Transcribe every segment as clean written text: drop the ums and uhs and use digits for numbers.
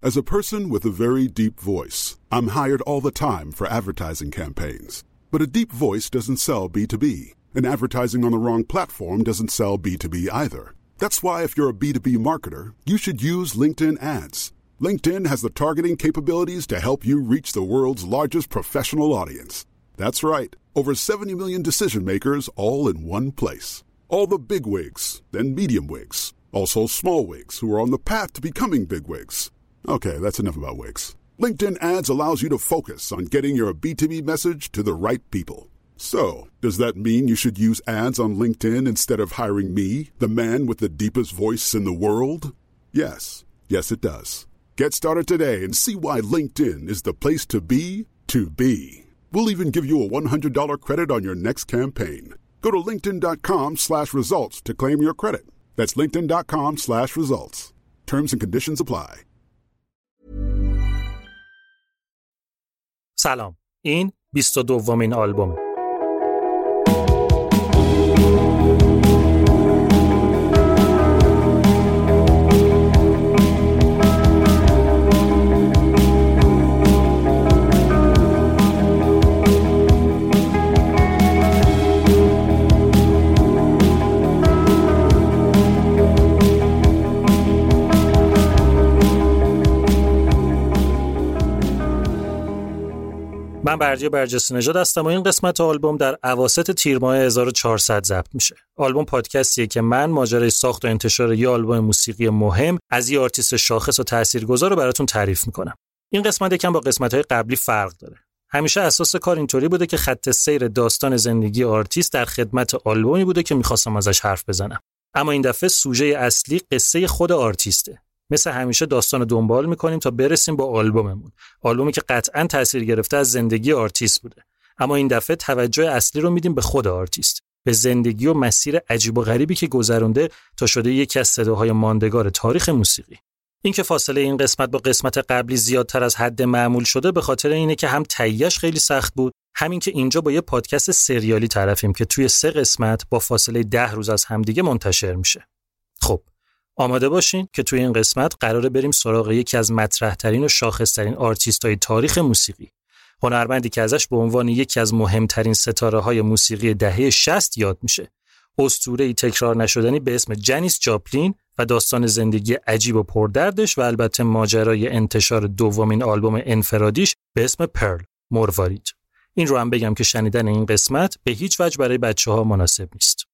As a person with a very deep voice, I'm hired all the time for advertising campaigns. But a deep voice doesn't sell B2B, and advertising on the wrong platform doesn't sell B2B either. That's why if you're a B2B marketer, you should use LinkedIn ads. LinkedIn has the targeting capabilities to help you reach the world's largest professional audience. That's right, over 70 million decision makers all in one place. All the big wigs, then medium wigs, also small wigs who are on the path to becoming big wigs. Okay, that's enough about wigs. LinkedIn ads allows you to focus on getting your B2B message to the right people. So, does that mean you should use ads on LinkedIn instead of hiring me, the man with the deepest voice in the world? Yes. Yes, it does. Get started today and see why LinkedIn is the place to be. We'll even give you a $100 credit on your next campaign. Go to linkedin.com/results to claim your credit. That's linkedin.com/results. Terms and conditions apply. سلام. این 22مین آلبومه. من برجی برجسته نژاد هستم و این قسمت آلبوم در اواسط تیر ماه 1400 ضبط میشه. آلبوم پادکستیه که من ماجرای ساخت و انتشار یه آلبوم موسیقی مهم از یه آرتیست شاخص و تاثیرگذار رو براتون تعریف میکنم. این قسمت یکم با قسمت‌های قبلی فرق داره. همیشه اساس کار اینطوری بوده که خط سیر داستان زندگی آرتیست در خدمت آلبومی بوده که می‌خواستم ازش حرف بزنم. اما این دفعه سوژه اصلی قصه خود آرتیسته. مثل همیشه داستان رو دنبال میکنیم تا برسیم با آلبوممون. آلبومی که قطعاً تاثیر گرفته از زندگی آرتیست بوده. اما این دفعه توجه اصلی رو میدیم به خود آرتیست، به زندگی و مسیر عجیب و غریبی که گذرونده تا شده یکی از صداهای ماندگار تاریخ موسیقی. این که فاصله این قسمت با قسمت قبلی زیادتر از حد معمول شده به خاطر اینه که هم تهیه‌اش خیلی سخت بود، همین که اینجا با یه پادکست سریالی طرفیم که توی 3 قسمت با فاصله 10 روز از همدیگه منتشر میشه. خب آماده باشین که توی این قسمت قراره بریم سراغ یکی از مطرح‌ترین و شاخص‌ترین آرتیست‌های تاریخ موسیقی. هنرمندی که ازش به عنوان یکی از مهمترین ستاره‌های موسیقی دهه 60 یاد میشه. اسطوره‌ای تکرار نشدنی به اسم جنیس جاپلین و داستان زندگی عجیب و پردردش و البته ماجرای انتشار دومین آلبوم انفرادیش به اسم پرل، مروارید. این رو هم بگم که شنیدن این قسمت به هیچ وجه برای بچه‌ها مناسب نیست.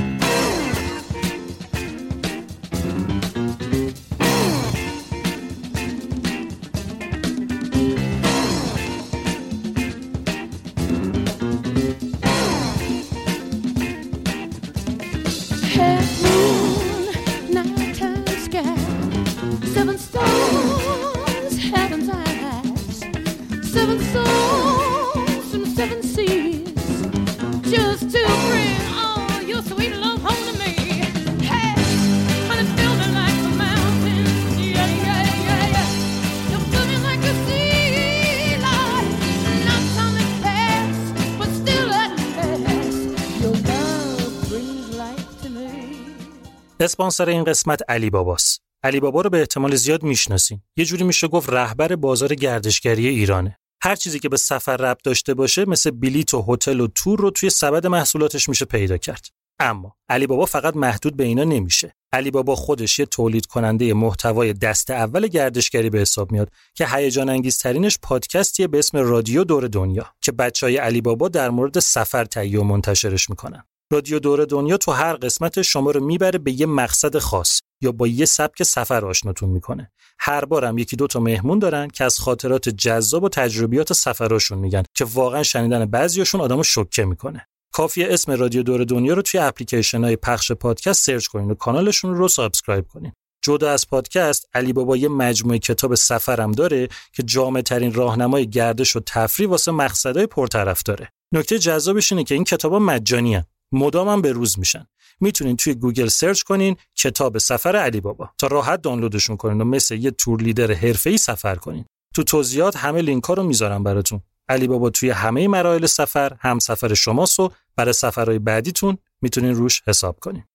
اسپانسر این قسمت علی باباست. علی بابا رو به احتمال زیاد میشناسین. یه جوری میشه گفت رهبر بازار گردشگری ایرانه. هر چیزی که به سفر ربط داشته باشه مثل بلیط و هتل و تور رو توی سبد محصولاتش میشه پیدا کرد. اما علی بابا فقط محدود به اینا نمیشه. علی بابا خودش یه تولید کننده محتوای دست اول گردشگری به حساب میاد که هیجان انگیزترینش پادکستیه به اسم رادیو دور دنیا که بچهای علی بابا در مورد سفر تهیه و منتشرش میکنن. رادیو دور دنیا تو هر قسمت شما رو میبره به یه مقصد خاص یا با یه سبک سفر آشناتون میکنه. هر بارم 1-2 تا مهمون دارن که از خاطرات جذاب و تجربیات سفراشون میگن که واقعا شنیدن بعضیاشون آدمو شوکه میکنه. کافیه اسم رادیو دور دنیا رو توی اپلیکیشن‌های پخش پادکست سرچ کنین و کانالشون رو سابسکرایب کنین. جدا از پادکست، علی بابا یه مجموعه کتاب سفرم داره که جامع‌ترین راهنمای گردش و تفریح واسه مقصدهای پرطرفداره. نکته جذابش اینه که این کتابا مجانیه. مدام هم به روز میشن. میتونین توی گوگل سرچ کنین کتاب سفر علی بابا تا راحت دانلودشون کنین و مثل یه تور لیدر حرفه‌ای سفر کنین. تو توضیحات همه لینک‌ها رو میذارم براتون. علی بابا توی همه مراحل سفر هم سفر شماست و برای سفرهای بعدیتون میتونین روش حساب کنین.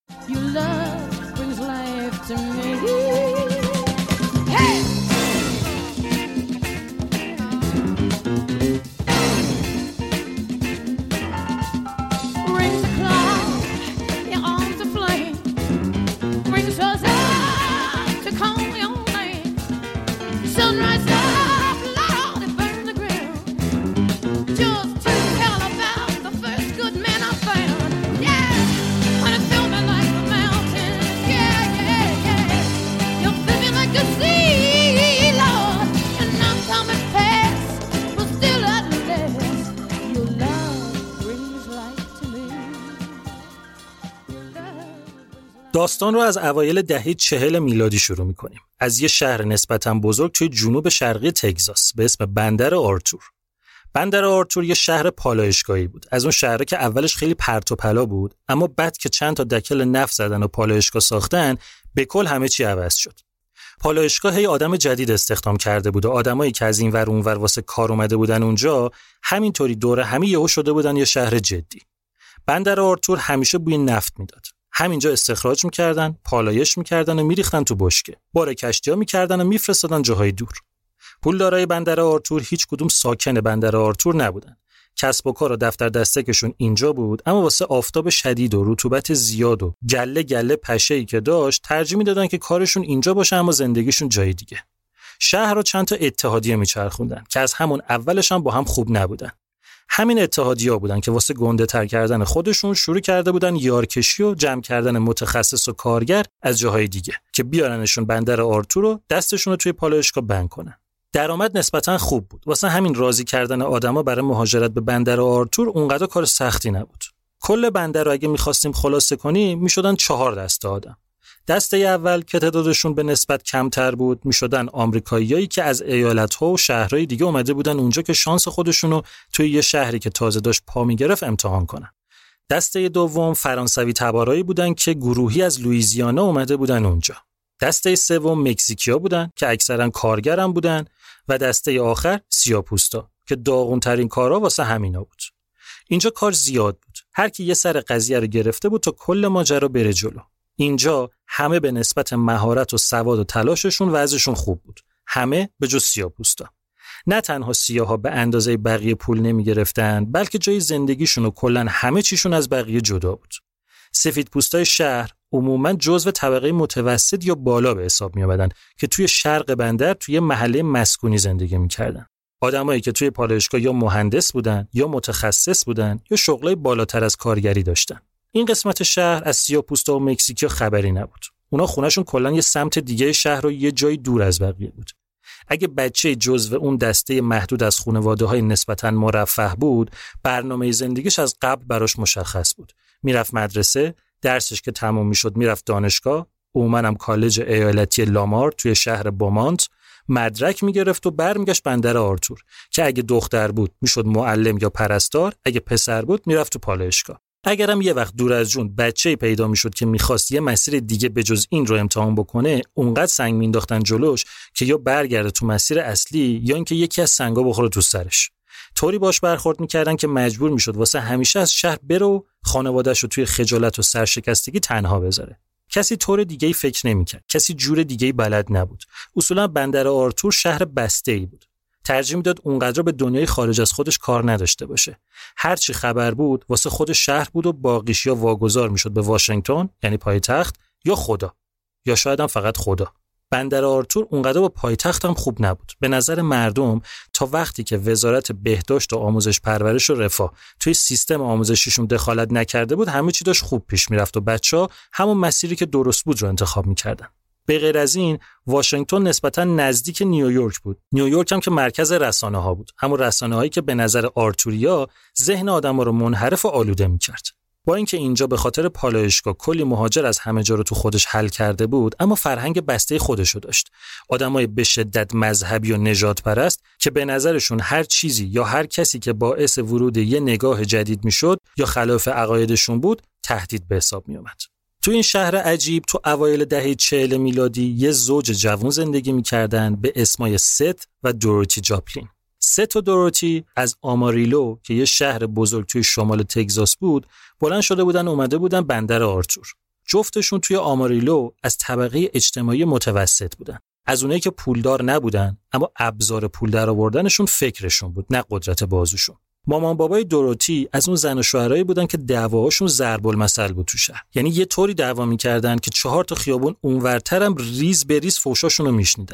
داستان رو از اوایل دهه 40 میلادی شروع می‌کنیم. از یه شهر نسبتاً بزرگ توی جنوب شرقی تگزاس به اسم بندر آرتور. بندر آرتور یه شهر پالایشگاهی بود. از اون شهرها که اولش خیلی پرت و پلا بود، اما بعد که چند تا دکل نفت زدن و پالایشگاه ساختن، به کل همه چی عوض شد. پالایشگاه هی آدم جدید استخدام کرده بود و آدمایی که از این ور اون ور واسه کار اومده بودن اونجا، همینطوری دوره همه یهو شده بودن یه شهر جدی. بندر آرتور همیشه بوی نفت میداد. همینجا استخراج میکردن، پالایش میکردن و میریختن تو بشکه. بار کشتی‌ها میکردن و میفرستادن جاهای دور. پولدارای بندر آرتور هیچ کدوم ساکن بندر آرتور نبودن. کسب و کار و دفتر دستکشون اینجا بود، اما واسه آفتاب شدید و رطوبت زیاد و گله پشه‌ای که داشت، ترجیح میدادن که کارشون اینجا باشه اما زندگیشون جای دیگه. شهر رو چند تا اتحادیه میچرخوندن که از همون اولش هم با هم خوب نبودن. همین اتحادیه‌ها بودن که واسه گنده تر کردن خودشون شروع کرده بودن یارکشی و جمع کردن متخصص و کارگر از جاهای دیگه که بیارنشون بندر آرتور رو دستشون رو توی پالایشگاه بند کنن. درآمد نسبتاً خوب بود. واسه همین راضی کردن آدما برای مهاجرت به بندر آرتور اونقدر کار سختی نبود. کل بندر رو اگه می‌خواستیم خلاصه کنیم میشدن 4 دسته آدم. دسته اول که تعدادشون به نسبت کمتر بود میشدن آمریکاییایی که از ایالت‌ها و شهرهای دیگه اومده بودن اونجا که شانس خودشونو توی یه شهری که تازه داشت پا میگرفت امتحان کنن. دسته دوم فرانسوی تبارایی بودن که گروهی از لوئیزیانا اومده بودن اونجا. دسته سوم مکزیکیا بودن که اکثرا کارگرم بودن و دسته آخر سیاه‌پوستا که داغون‌ترین کارا واسه همینا بود. اینجا کار زیاد بود. هر کی یه سر قضیه رو گرفته بود تا کل ماجرا بره جلو. اینجا همه به نسبت مهارت و سواد و تلاششون وضعشون خوب بود. همه به جز سیاه‌پوستا. نه تنها سیاها به اندازه بقیه پول نمی گرفتن، بلکه جای زندگیشون و کلاً همه چیشون از بقیه جدا بود. سفیدپوستای شهر عموماً جزو طبقه متوسط یا بالا به حساب می آمدن که توی شرق بندر توی محله مسکونی زندگی می‌کردن. آدمایی که توی پالایشگاه یا مهندس بودن یا متخصص بودن یا شغلای بالاتر از کارگری داشتن. این قسمت شهر از سیاه‌پوستا و مکزیکیا خبری نبود. اونا خونه‌شون کلاً یه سمت دیگه شهر و یه جای دور از بقیه بود. اگه بچه جزو اون دسته محدود از خانواده‌های نسبتاً مرفه بود، برنامه زندگیش از قبل براش مشخص بود. میرفت مدرسه، درسش که تموم میشد میرفت دانشگاه، عموماً هم کالج ایالتی لامار توی شهر بومانت، مدرک میگرفت و برمیگشت بندر آرتور که اگه دختر بود میشد معلم یا پرستار، اگه پسر بود میرفت تو پالایشگاه. اگرم یه وقت دور از جون بچه‌ای پیدا میشد که میخواست یه مسیر دیگه به جز این رو امتحان بکنه، اونقدر سنگ مینداختن جلوش که یا برگرده تو مسیر اصلی یا اینکه یکی از سنگا بخوره تو سرش. طوری باش برخورد میکردن که مجبور میشد واسه همیشه از شهر بره و خانواده‌اش رو توی خجالت و سرشکستگی تنها بذاره. کسی طور دیگه‌ای فکر نمی‌کرد، کسی جور دیگه‌ای بلد نبود. اصولا بندر آرتور شهر بسته‌ای بود. ترجیح میداد اونقدر به دنیای خارج از خودش کار نداشته باشه. هر چی خبر بود واسه خود شهر بود و باقیش یا واگذار میشد به واشنگتن یعنی پایتخت یا خدا، یا شاید هم فقط خدا. بندر آرتور اونقدر با پایتخت هم خوب نبود. به نظر مردم تا وقتی که وزارت بهداشت و آموزش پرورش و رفاه توی سیستم آموزشیشون دخالت نکرده بود، همه چی داشت خوب پیش میرفت و بچه‌ها همون مسیری که درست بود رو انتخاب میکردن. به غیر از این واشنگتن نسبتاً نزدیک نیویورک بود. نیویورک هم که مرکز رسانه‌ها بود، همون رسانه‌هایی که به نظر آرتوریا ذهن آدم‌ها رو منحرف و آلوده می‌کرد. با اینکه اینجا به خاطر پالایشگاه کلی مهاجر از همه جا رو تو خودش حل کرده بود، اما فرهنگ بسته خودش رو داشت. آدمای به شدت مذهبی و نژاد پرست که به نظرشون هر چیزی یا هر کسی که باعث ورود یه نگاه جدید میشد یا خلاف عقایدشون بود، تهدید به حساب میومد. تو این شهر عجیب تو اوایل دهه 40 میلادی یه زوج جوان زندگی می‌کردن به اسمای ست و دوروتی جاپلین. ست و دوروتی از آماریلو که یه شهر بزرگ توی شمال تگزاس بود، بلند شده بودن اومده بودن بندر آرتور. جفتشون توی آماریلو از طبقه اجتماعی متوسط بودن. از اونایی که پولدار نبودن، اما ابزار پول در آوردنشون فکرشون بود، نه قدرت بازوشون. مامان بابای دوروتی از اون زن و شوهرایی بودن که دعواهاشون ضرب المثل بود تو شهر. یعنی یه طوری دعوا می‌کردن که 4 تا خیابون اونورتر هم ریز به ریز فوشاشون رو میشنیدن.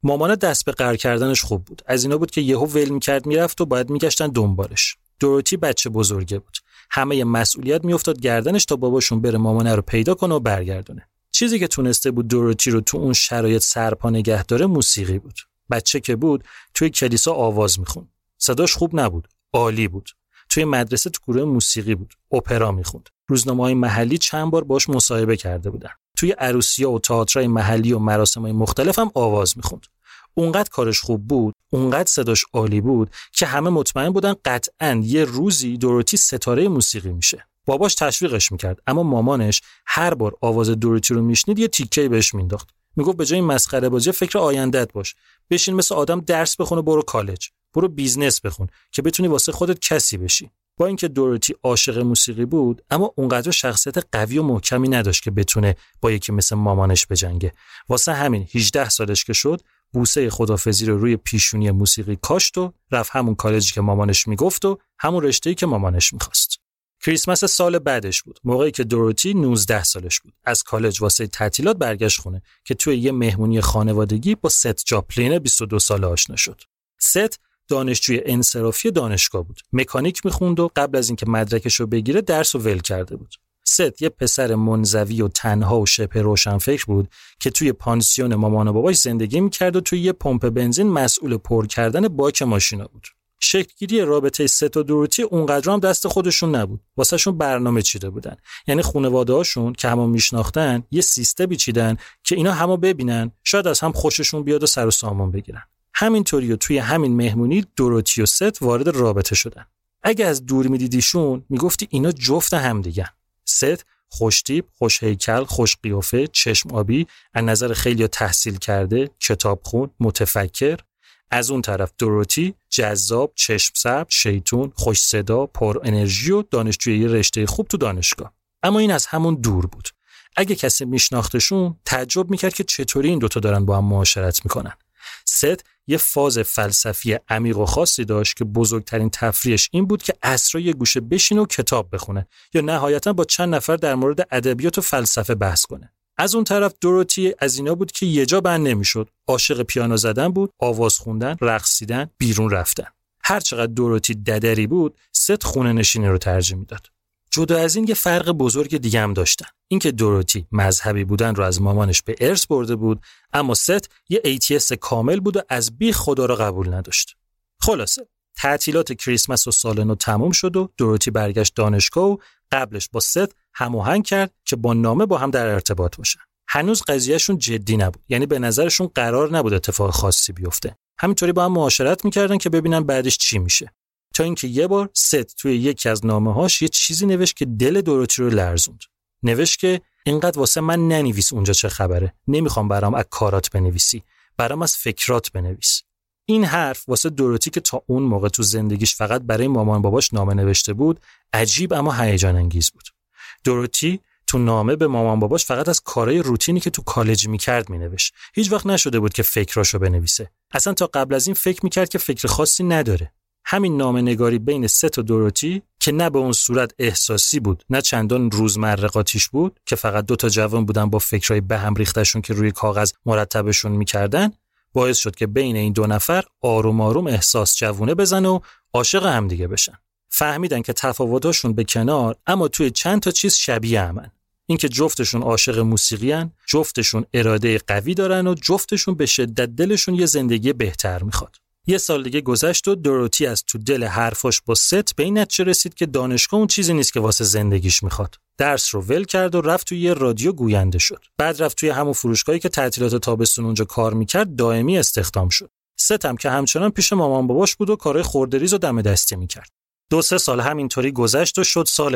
مامان دست به قهر کردنش خوب بود. از اینا بود که یهو ول می‌کرد میرفت و باید میگشتن دنبالش. دوروتی بچه بزرگه بود. همه مسئولیت میافتاد گردنش تا باباشون بره مامانه رو پیدا کنه و برگردونه. چیزی که تونسته بود دوروتی رو تو اون شرایط سرپا نگه داره موسیقی بود. بچه که بود توی کلیسا آواز میخوند. صداش خوب نبود، عالی بود. توی مدرسه تو گروه موسیقی بود، اپرا میخوند. روزنامه‌های محلی چند بار باش مصاحبه کرده بودن. توی عروسی‌ها و تئاترای محلی و مراسم‌های مختلف هم آواز میخوند. اونقدر کارش خوب بود، اونقدر صداش عالی بود که همه مطمئن بودن قطعاً یه روزی دوروتی ستاره موسیقی میشه. باباش تشویقش میکرد، اما مامانش هر بار آواز دوروتی رو میشنید یه تیکه‌ای بهش مینداخت. میگفت به جای این مسخره بازی فکر آینده‌ات باش. بشین مثل آدم درس بخون و برو کالج. برو بیزنس بخون که بتونی واسه خودت کسی بشی. با اینکه دوروتی عاشق موسیقی بود، اما اونقدر شخصیت قوی و محکمی نداشت که بتونه با یکی مثل مامانش بجنگه. واسه همین 18 سالش که شد، بوسه خدافظی رو روی پیشونی موسیقی کاشت و رفت همون کالجی که مامانش میگفت و همون رشته‌ای که مامانش میخواست. کریسمس سال بعدش بود، موقعی که دوروتی 19 سالش بود. از کالج واسه تعطیلات برگشت خونه که توی یه مهمونی خانوادگی با ست جاپلین 22 ساله آشنا شد. ست دانشجوی انصرافی دانشگاه بود. مکانیک میخوند و قبل از اینکه مدرکش رو بگیره درس رو ول کرده بود. ست یه پسر منزوی و تنها و شبه روشنفکر بود که توی پانسیون مامان و باباش زندگی میکرد و توی یه پمپ بنزین مسئول پر کردن باک ماشینا بود. شکلگیری رابطه ست و دوروتی اونقدر هم دست خودشون نبود. واسهشون برنامه چیده بودن. یعنی خانواده‌هاشون که همو میشناختن یه سیستمی چیدن که اینا همو ببینن، شاید از هم خوششون بیاد و سر و سامان بگیرن. همینطوری و توی همین مهمونی دوروتی و ست وارد رابطه شدن. اگه از دور میدیدیشون میگفتی اینا جفت هم دیگه. ست خوشتیپ، خوش هیکل، خوش قیافه، چشم آبی، از نظر خیلی تحصیل کرده، کتابخون، متفکر. از اون طرف دوروتی جذاب، چشم سبز، شیطون، خوش صدا، پر انرژی و دانشجوی یه رشته خوب تو دانشگاه. اما این از همون دور بود. اگه کسی میشناختشون تعجب میکرد که چطوری این دوتا دارن با هم معاشرت میکنن. ست یه فاز فلسفی عمیق و خاصی داشت که بزرگترین تفریحش این بود که عصرا یه گوشه بشینه و کتاب بخونه یا نهایتاً با چند نفر در مورد ادبیات و فلسفه بحث کنه. از اون طرف دوروتی از اینا بود که یه جا بند نمیشد. عاشق پیانو زدن بود، آواز خوندن، رقصیدن، بیرون رفتن. هر چقدر دوروتی ددری بود، ست خونه نشینی رو ترجیح میداد. جدا از این یه فرق بزرگ دیگه هم داشتن. اینکه دوروتی مذهبی بودن رو از مامانش به ارث برده بود، اما ست یه ایتیست کامل بود و از بی خدا رو قبول نداشت. خلاصه تعطیلات کریسمس و سال نو تموم شد و دوروتی برگشت دانشگاه و قبلش با ست هماهنگ کرد که با نامه با هم در ارتباط باشن. هنوز قضیهشون جدی نبود، یعنی به نظرشون قرار نبود اتفاق خاصی بیفته. همینطوری با هم معاشرت میکردن که ببینن بعدش چی میشه. تا اینکه یه بار ست توی یکی از نامه‌هاش یه چیزی نوشت که دل دوروتی رو لرزوند. نوشت که اینقدر واسه من ننویس اونجا چه خبره. نمیخوام برام از کارات بنویسی، برام از فکرات بنویس. این حرف واسه دوروتی که تا اون موقع تو زندگیش فقط برای مامان باباش نامه نوشته بود، عجیب اما هیجان انگیز بود. دوروتی تو نامه به مامان باباش فقط از کارهای روتینی که تو کالج میکرد مینوشت. هیچ وقت نشده بود که فکراشو بنویسه. اصلا تا قبل از این فکر میکرد که فکر خاصی نداره. همین نامه‌نگاری بین ست و دوروتی که نه به اون صورت احساسی بود، نه چندان روزمره قاطیش بود، که فقط دو تا جوان بودن با فکرای به هم ریختشون که روی کاغذ مرتبشون میکردن، باعث شد که بین این دو نفر آروم آروم احساس جوونه بزنه و عاشق هم دیگه بشن. فهمیدن که تفاوتاشون به کنار، اما توی چند تا چیز شبیه همن. اینکه جفتشون عاشق موسیقی ان، جفتشون اراده قوی دارن و جفتشون به شدت دلشون یه زندگی بهتر میخواد. یه سال دیگه گذشت و دوروتی از تو دل حرفاش با ست به این نتیجه رسید که دانشگاه اون چیزی نیست که واسه زندگیش میخواد. درس رو ول کرد و رفت توی یه رادیو گوینده شد. بعد رفت توی همون فروشگاهی که تعطیلات تابستون اونجا کار میکرد ddائمی استخدام شد. ست هم که همچنان پیش مامان باباش بود و کارهای خردریز و دم دستی میکرد. 2-3 سال همینطوری گذشت و شد سال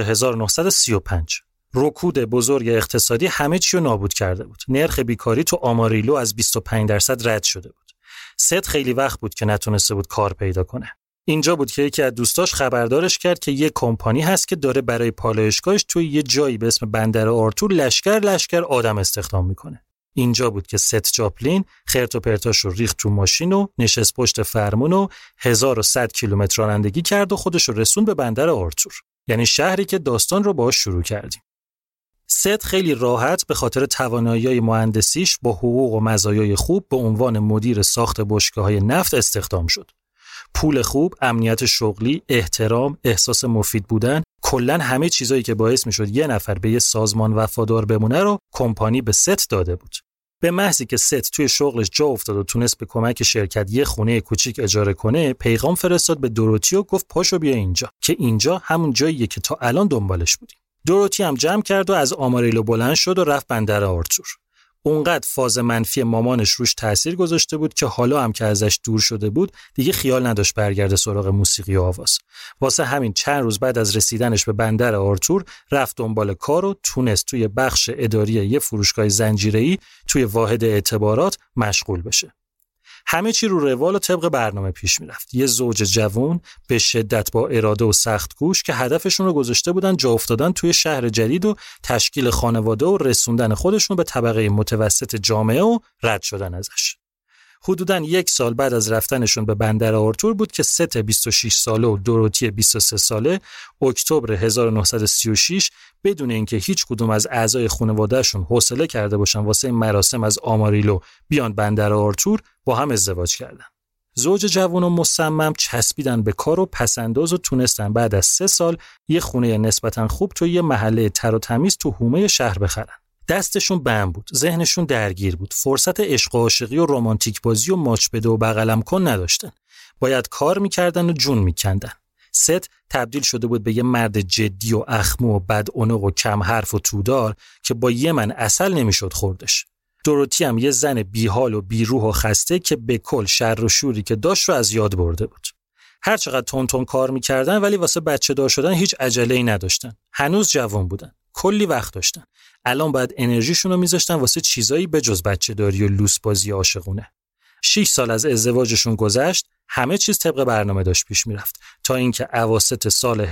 1935. رکود بزرگ اقتصادی همه چی رو نابود کرده بود. نرخ بیکاری تو آماریلو از 25% رد شده بود. ست خیلی وقت بود که نتونسته بود کار پیدا کنه. اینجا بود که یکی از دوستاش خبردارش کرد که یه کمپانی هست که داره برای پالایشگاهش توی یه جایی به اسم بندر آرتور لشکر آدم استخدام میکنه. اینجا بود که ست جاپلین خرت و پرتاش رو ریخت تو ماشین و نشست پشت فرمون و 1100 کیلومتر رانندگی کرد و خودش رو رسون به بندر آرتور، یعنی شهری که داستان رو باهاش شروع کردیم. ست خیلی راحت به خاطر توانایی‌های مهندسیش با حقوق و مزایای خوب به عنوان مدیر ساخت بشکه‌های نفت استخدام شد. پول خوب، امنیت شغلی، احترام، احساس مفید بودن، کلاً همه چیزایی که باعث می‌شد یه نفر به یه سازمان وفادار بمونه رو کمپانی به ست داده بود. به محضی که ست توی شغلش جا افتاد و تونست به کمک شرکت یه خونه کوچیک اجاره کنه، پیغام فرستاد به دوروتی و گفت پاشو بیا اینجا، که اینجا همون جاییه که تا الان دنبالش بودیم. دوروتی هم جمع کرد و از آماریلو بلند شد و رفت بندر آرتور. اونقدر فاز منفی مامانش روش تأثیر گذاشته بود که حالا هم که ازش دور شده بود دیگه خیال نداشت برگرده سراغ موسیقی و آواز. واسه همین چند روز بعد از رسیدنش به بندر آرتور رفت دنبال کار و تونست توی بخش اداری یه فروشگاه زنجیره‌ای توی واحد اعتبارات مشغول بشه. همه چی رو روال و طبق برنامه پیش میرفت. یه زوج جوان به شدت با اراده و سخت کوش که هدفشون رو گذاشته بودن جا افتادن توی شهر جدید و تشکیل خانواده و رسوندن خودشون به طبقه متوسط جامعه و رد شدن ازش. حدوداً 1 سال بعد از رفتنشون به بندر آرتور بود که ست 26 ساله و دوروتی 23 ساله اکتبر 1936 بدون اینکه هیچ کدوم از اعضای خانواده‌شون حوصله کرده باشن واسه مراسم از آماریلو بیان بندر آرتور با هم ازدواج کردن. زوج جوان و مصمم چسبیدن به کار و پسنداز و تونستن بعد از 3 سال یه خونه نسبتاً خوب توی یه محله تر و تمیز تو حومه شهر بخرن. دستشون بم بود، ذهنشون درگیر بود، فرصت عشق و عاشقی و رمانتیک بازی و ماچ بده و بغلم کن نداشتن. باید کار میکردن و جون میکندن. ست تبدیل شده بود به یه مرد جدی و اخمو و بدعنق و کم حرف و تودار که با یه من عسل نمیشد خوردش. دوروتی هم یه زن بیحال و بیروح و خسته که به کل شر و شوری که داشت رو از یاد برده بود. هر چقدر تون کار میکردن ولی واسه بچه دار شدن هیچ عجله‌ای نداشتن. هنوز جوان بودن. کلی وقت داشتن. الان باید انرژیشون رو میذاشتن واسه چیزایی بجز بچه داری و لوس بازی عاشقونه. 6 سال از ازدواجشون گذشت، همه چیز طبق برنامه داشت پیش میرفت تا اینکه اواسط سال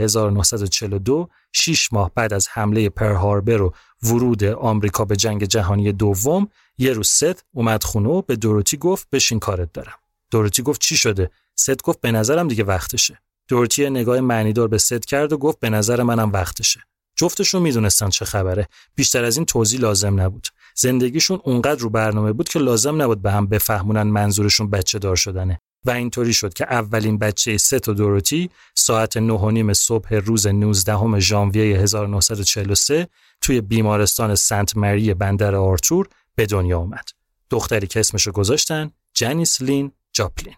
1942 6 ماه بعد از حمله پرل هاربر و ورود آمریکا به جنگ جهانی دوم یه روز ست اومد خونه و به دوروتی گفت بشین کارت دارم. دوروتی گفت چی شده؟ ست گفت به نظرم دیگه وقتشه. دوروتی نگاه معنیدار به ست کرد و گفت به نظر منم وقتشه. جفتشون میدونستن چه خبره. بیشتر از این توضیح لازم نبود. زندگیشون اونقدر رو برنامه بود که لازم نبود به هم بفهمونن منظورشون بچه دار شدنه. و اینطوری شد که اولین بچه ست و دوروتی ساعت 9:30 صبح روز 19 ژانویه 1943 توی بیمارستان سنت مری بندر آرتور به دنیا اومد. دختری که اسمشو گذاشتن جنیس لین جاپلین.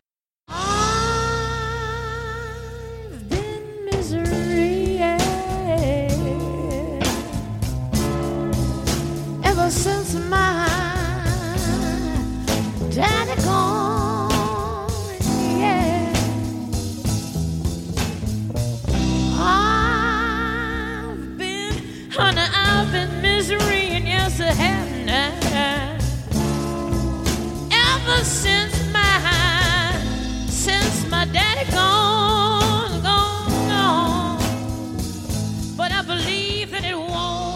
Since my daddy gone, yeah, I've been misery and yes I have now. Ever since my daddy gone, but I believe that it won't.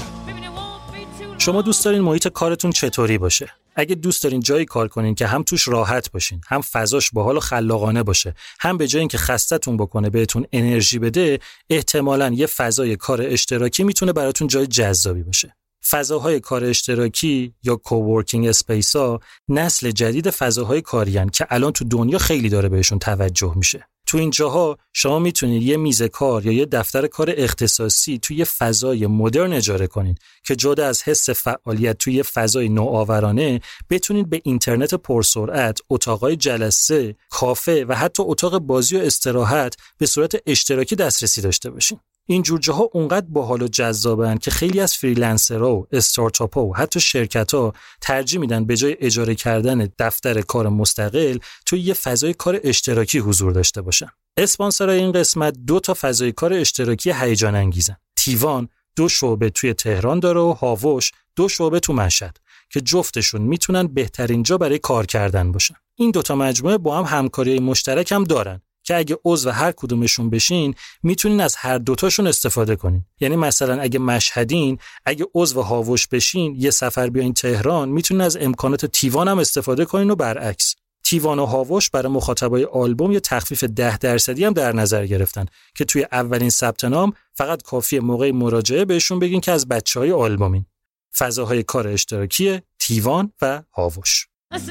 شما دوست دارین محیط کارتون چطوری باشه؟ اگه دوست دارین جایی کار کنین که هم توش راحت باشین، هم فضاش باحال و خلاقانه باشه، هم به جای اینکه خستتون بکنه بهتون انرژی بده، احتمالاً یه فضای کار اشتراکی میتونه براتون جای جذابی باشه. فضاهای کار اشتراکی یا کوورکینگ اسپیس ها نسل جدید فضاهای کاری هستند که الان تو دنیا خیلی داره بهشون توجه میشه. تو این جاها شما میتونید یه میز کار یا یه دفتر کار اختصاصی توی یه فضای مدرن اجاره کنین که جدا از حس فعالیت توی یه فضای نوآورانه بتونید به اینترنت پرسرعت، اتاقای جلسه، کافه و حتی اتاق بازی و استراحت به صورت اشتراکی دسترسی داشته باشین. این جور جاها اونقدر باحال و جذابن که خیلی از فریلنسرها و استارتاپ‌ها و حتی شرکت‌ها ترجیح میدن به جای اجاره کردن دفتر کار مستقل توی یه فضای کار اشتراکی حضور داشته باشن. اسپانسرای این قسمت 2 تا فضای کار اشتراکی هیجان انگیزن. تیوان 2 شعبه توی تهران داره و هاوش 2 شعبه تو مشهد که جفتشون میتونن بهترین جا برای کار کردن باشن. این 2 تا مجموعه با هم همکاری مشترک هم دارن که اگه عضو هر کدومشون بشین میتونین از هر دوتاشون استفاده کنین. یعنی مثلا اگه مشهدین، اگه عضو هاوش بشین یه سفر بیاین تهران میتونین از امکانات تیوان هم استفاده کنین و برعکس. تیوان و هاوش برای مخاطبای آلبوم یه تخفیف 10% هم در نظر گرفتن که توی اولین ثبت نام فقط کافیه موقع مراجعه بهشون بگین که از بچه‌های آلبومین. فضاهای کار اشتراکی تیوان و هاوش.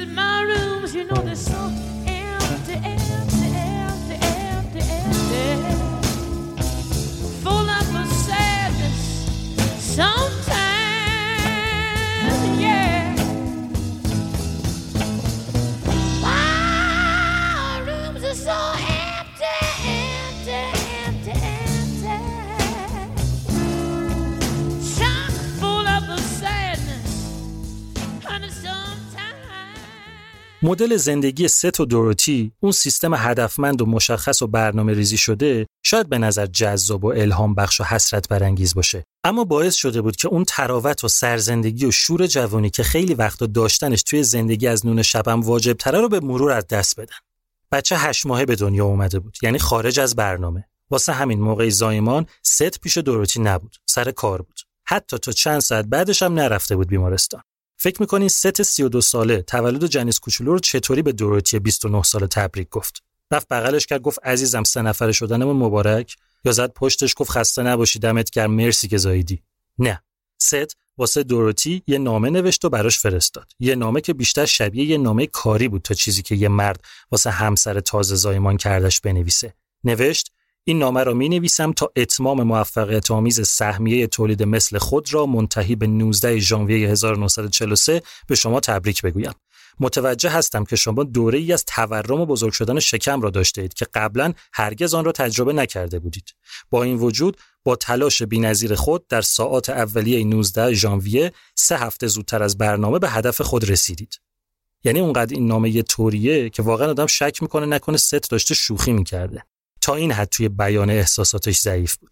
مدل زندگی ست و دوروتی، اون سیستم هدفمند و مشخص و برنامه ریزی شده، شاید به نظر جذاب و الهام بخش و حسرت برانگیز باشه، اما باعث شده بود که اون تراوت و سرزندگی و شور جوانی که خیلی وقتا داشتنش توی زندگی از نون شبم واجب تره رو به مرور از دست بدن. بچه 8 ماهه به دنیا اومده بود، یعنی خارج از برنامه. واسه همین موقع زایمان ست پیش دوروتی نبود، سر کار بود. حتی تا چند ساعت بعدش هم نرفته بود بیمارستان. فکر می‌کنین ست 32 ساله تولد جنیس کوچولو رو چطوری به دوروتی 29 ساله تبریک گفت؟ رفت بغلش کرد گفت عزیزم 3 نفره شدنمون مبارک، یا زد پشتش گفت خسته نباشی دمت گرم مرسی که زاییدی؟ نه. ست واسه دوروتی یه نامه نوشت و براش فرستاد. یه نامه که بیشتر شبیه یه نامه کاری بود تا چیزی که یه مرد واسه همسر تازه زایمان کردش بنویسه. نوشت این نامه را می‌نویسم تا اتمام موفقیت آمیز سهمیه تولید مثل خود را منتهی به 19 ژانویه 1943 به شما تبریک بگویم. متوجه هستم که شما دوره‌ای از تورم و بزرگ شدن شکم را داشته اید که قبلا هرگز آن را تجربه نکرده بودید. با این وجود با تلاش بی‌نظیر خود در ساعات اولیه 19 ژانویه 3 هفته زودتر از برنامه به هدف خود رسیدید. یعنی اونقدر این نامه یه طوریه که واقعا آدم شک میکنه نکنه ست داشته شوخی میکرده. تا این حد توی بیان احساساتش ضعیف بود.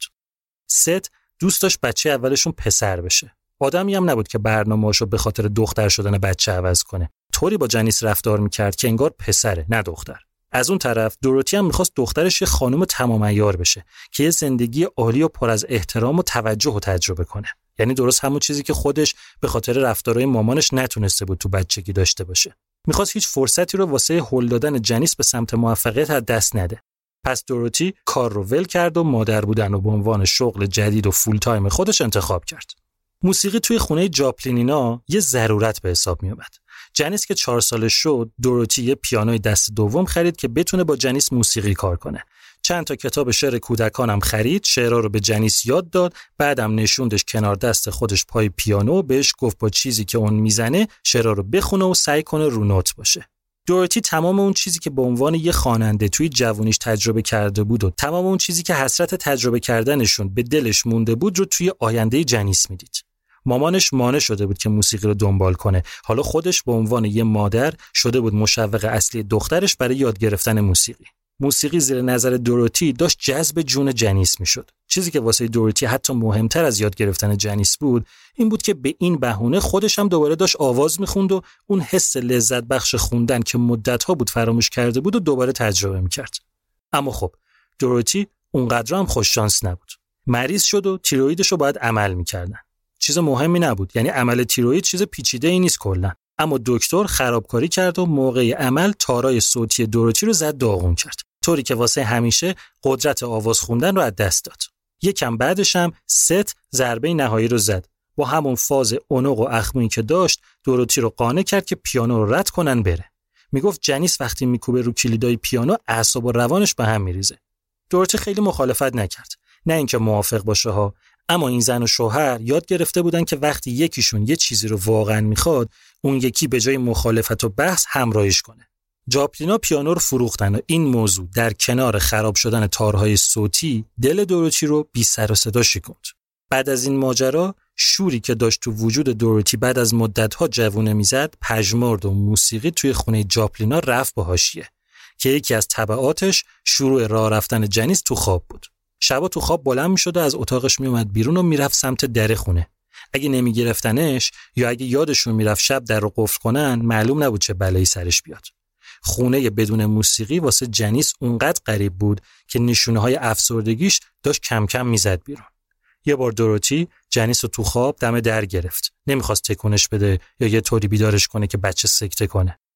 ست دوست داشت بچه اولشون پسر بشه. آدمی هم نبود که برنامه‌اشو به خاطر دختر شدن بچه عوض کنه. طوری با جنیس رفتار میکرد که انگار پسره نه دختر. از اون طرف دوروتی هم میخواست دخترش یه خانم تمام عیار بشه که یه زندگی عالی و پر از احترام و توجه و تجربه کنه. یعنی درست همون چیزی که خودش به خاطر رفتارهای مامانش نتونسته بود تو بچگی داشته باشه. میخواست هیچ فرصتی رو واسه هل دادن جنیس به سمت موفقیت از دست نده. پس دوروتی کار رو ول کرد و مادر بودن رو به عنوان شغل جدید و فول تایم خودش انتخاب کرد. موسیقی توی خونه جاپلینینا یه ضرورت به حساب می اومد. جنیس که 4 سالش شد، دوروتی یه پیانوی دست دوم خرید که بتونه با جنیس موسیقی کار کنه. چند تا کتاب شعر کودکان هم خرید، شعرها رو به جنیس یاد داد، بعدم نشوندش کنار دست خودش پای پیانو و بهش گفت با چیزی که اون میزنه شعرها رو بخونه و سعی کنه رو نوت باشه. دوروتی تمام اون چیزی که به عنوان یه خواننده توی جوونیش تجربه کرده بود و تمام اون چیزی که حسرت تجربه کردنشون به دلش مونده بود رو توی آینده جنیس میدید. مامانش مانع شده بود که موسیقی رو دنبال کنه. حالا خودش به عنوان یه مادر شده بود مشوق اصلی دخترش برای یاد گرفتن موسیقی. موسیقی زیر نظر دوروتی داشت جذب جون جنیس میشد. چیزی که واسه دوروتی حتی مهمتر از یاد گرفتن جنیس بود این بود که به این بهونه خودش هم دوباره داشت آواز میخوند و اون حس لذت بخش خوندن که مدت‌ها بود فراموش کرده بود و دوباره تجربه میکرد. اما خب دوروتی اونقدر هم خوش شانس نبود. مریض شد و تیروئیدش رو باید عمل میکردن. چیز مهمی نبود، یعنی عمل تیروئید چیز پیچیده‌ای نیست کلا. اما دکتر خرابکاری کرد و موقع عمل تارای صوتی دوروتی رو زد داغون کرد، طوری که واسه همیشه قدرت آواز خوندن رو از دست داد. یکم بعدش هم ست ضربه نهایی رو زد. با همون فاز اونق و اخمویی که داشت دوروتی رو قانع کرد که پیانو رو رد کنن بره. میگفت جنیس وقتی میکوبه رو کلیدای پیانو اعصاب و روانش به هم میریزه. دوروتی خیلی مخالفت نکرد، نه اینکه موافق باشه ها، اما این زن و شوهر یاد گرفته بودن که وقتی یکیشون یه چیزی رو واقعا میخواد اون یکی به جای مخالفت و بحث همراهیش کنه. جاپلینا پیانو رو فروختن و این موضوع در کنار خراب شدن تارهای صوتی دل دوروتی رو بی سر و صدا شکوند. بعد از این ماجرا شوری که داشت تو وجود دوروتی بعد از مدت‌ها جوونه میزد پژمرد و موسیقی توی خونه جاپلینا رفت به حاشیه که یکی از تبعاتش شروع راه رفتن جنیس تو خواب بود. شبا تو خواب بلند میشد و از اتاقش میومد بیرون و میرفت سمت در خونه. اگه نمیگرفتنش یا اگه یادشون میرفت شب در رو قفل کنن معلوم نبود چه بلایی سرش بیاد. خونه بدون موسیقی واسه جنیس اونقدر غریب بود که نشونه‌های افسردگیش داشت کم کم میزد بیرون. یه بار دوروتی جنیس رو تو خواب دم در گرفت. نمیخواست تکونش بده یا یه طوری بیدارش کنه که بچه سکته کنه.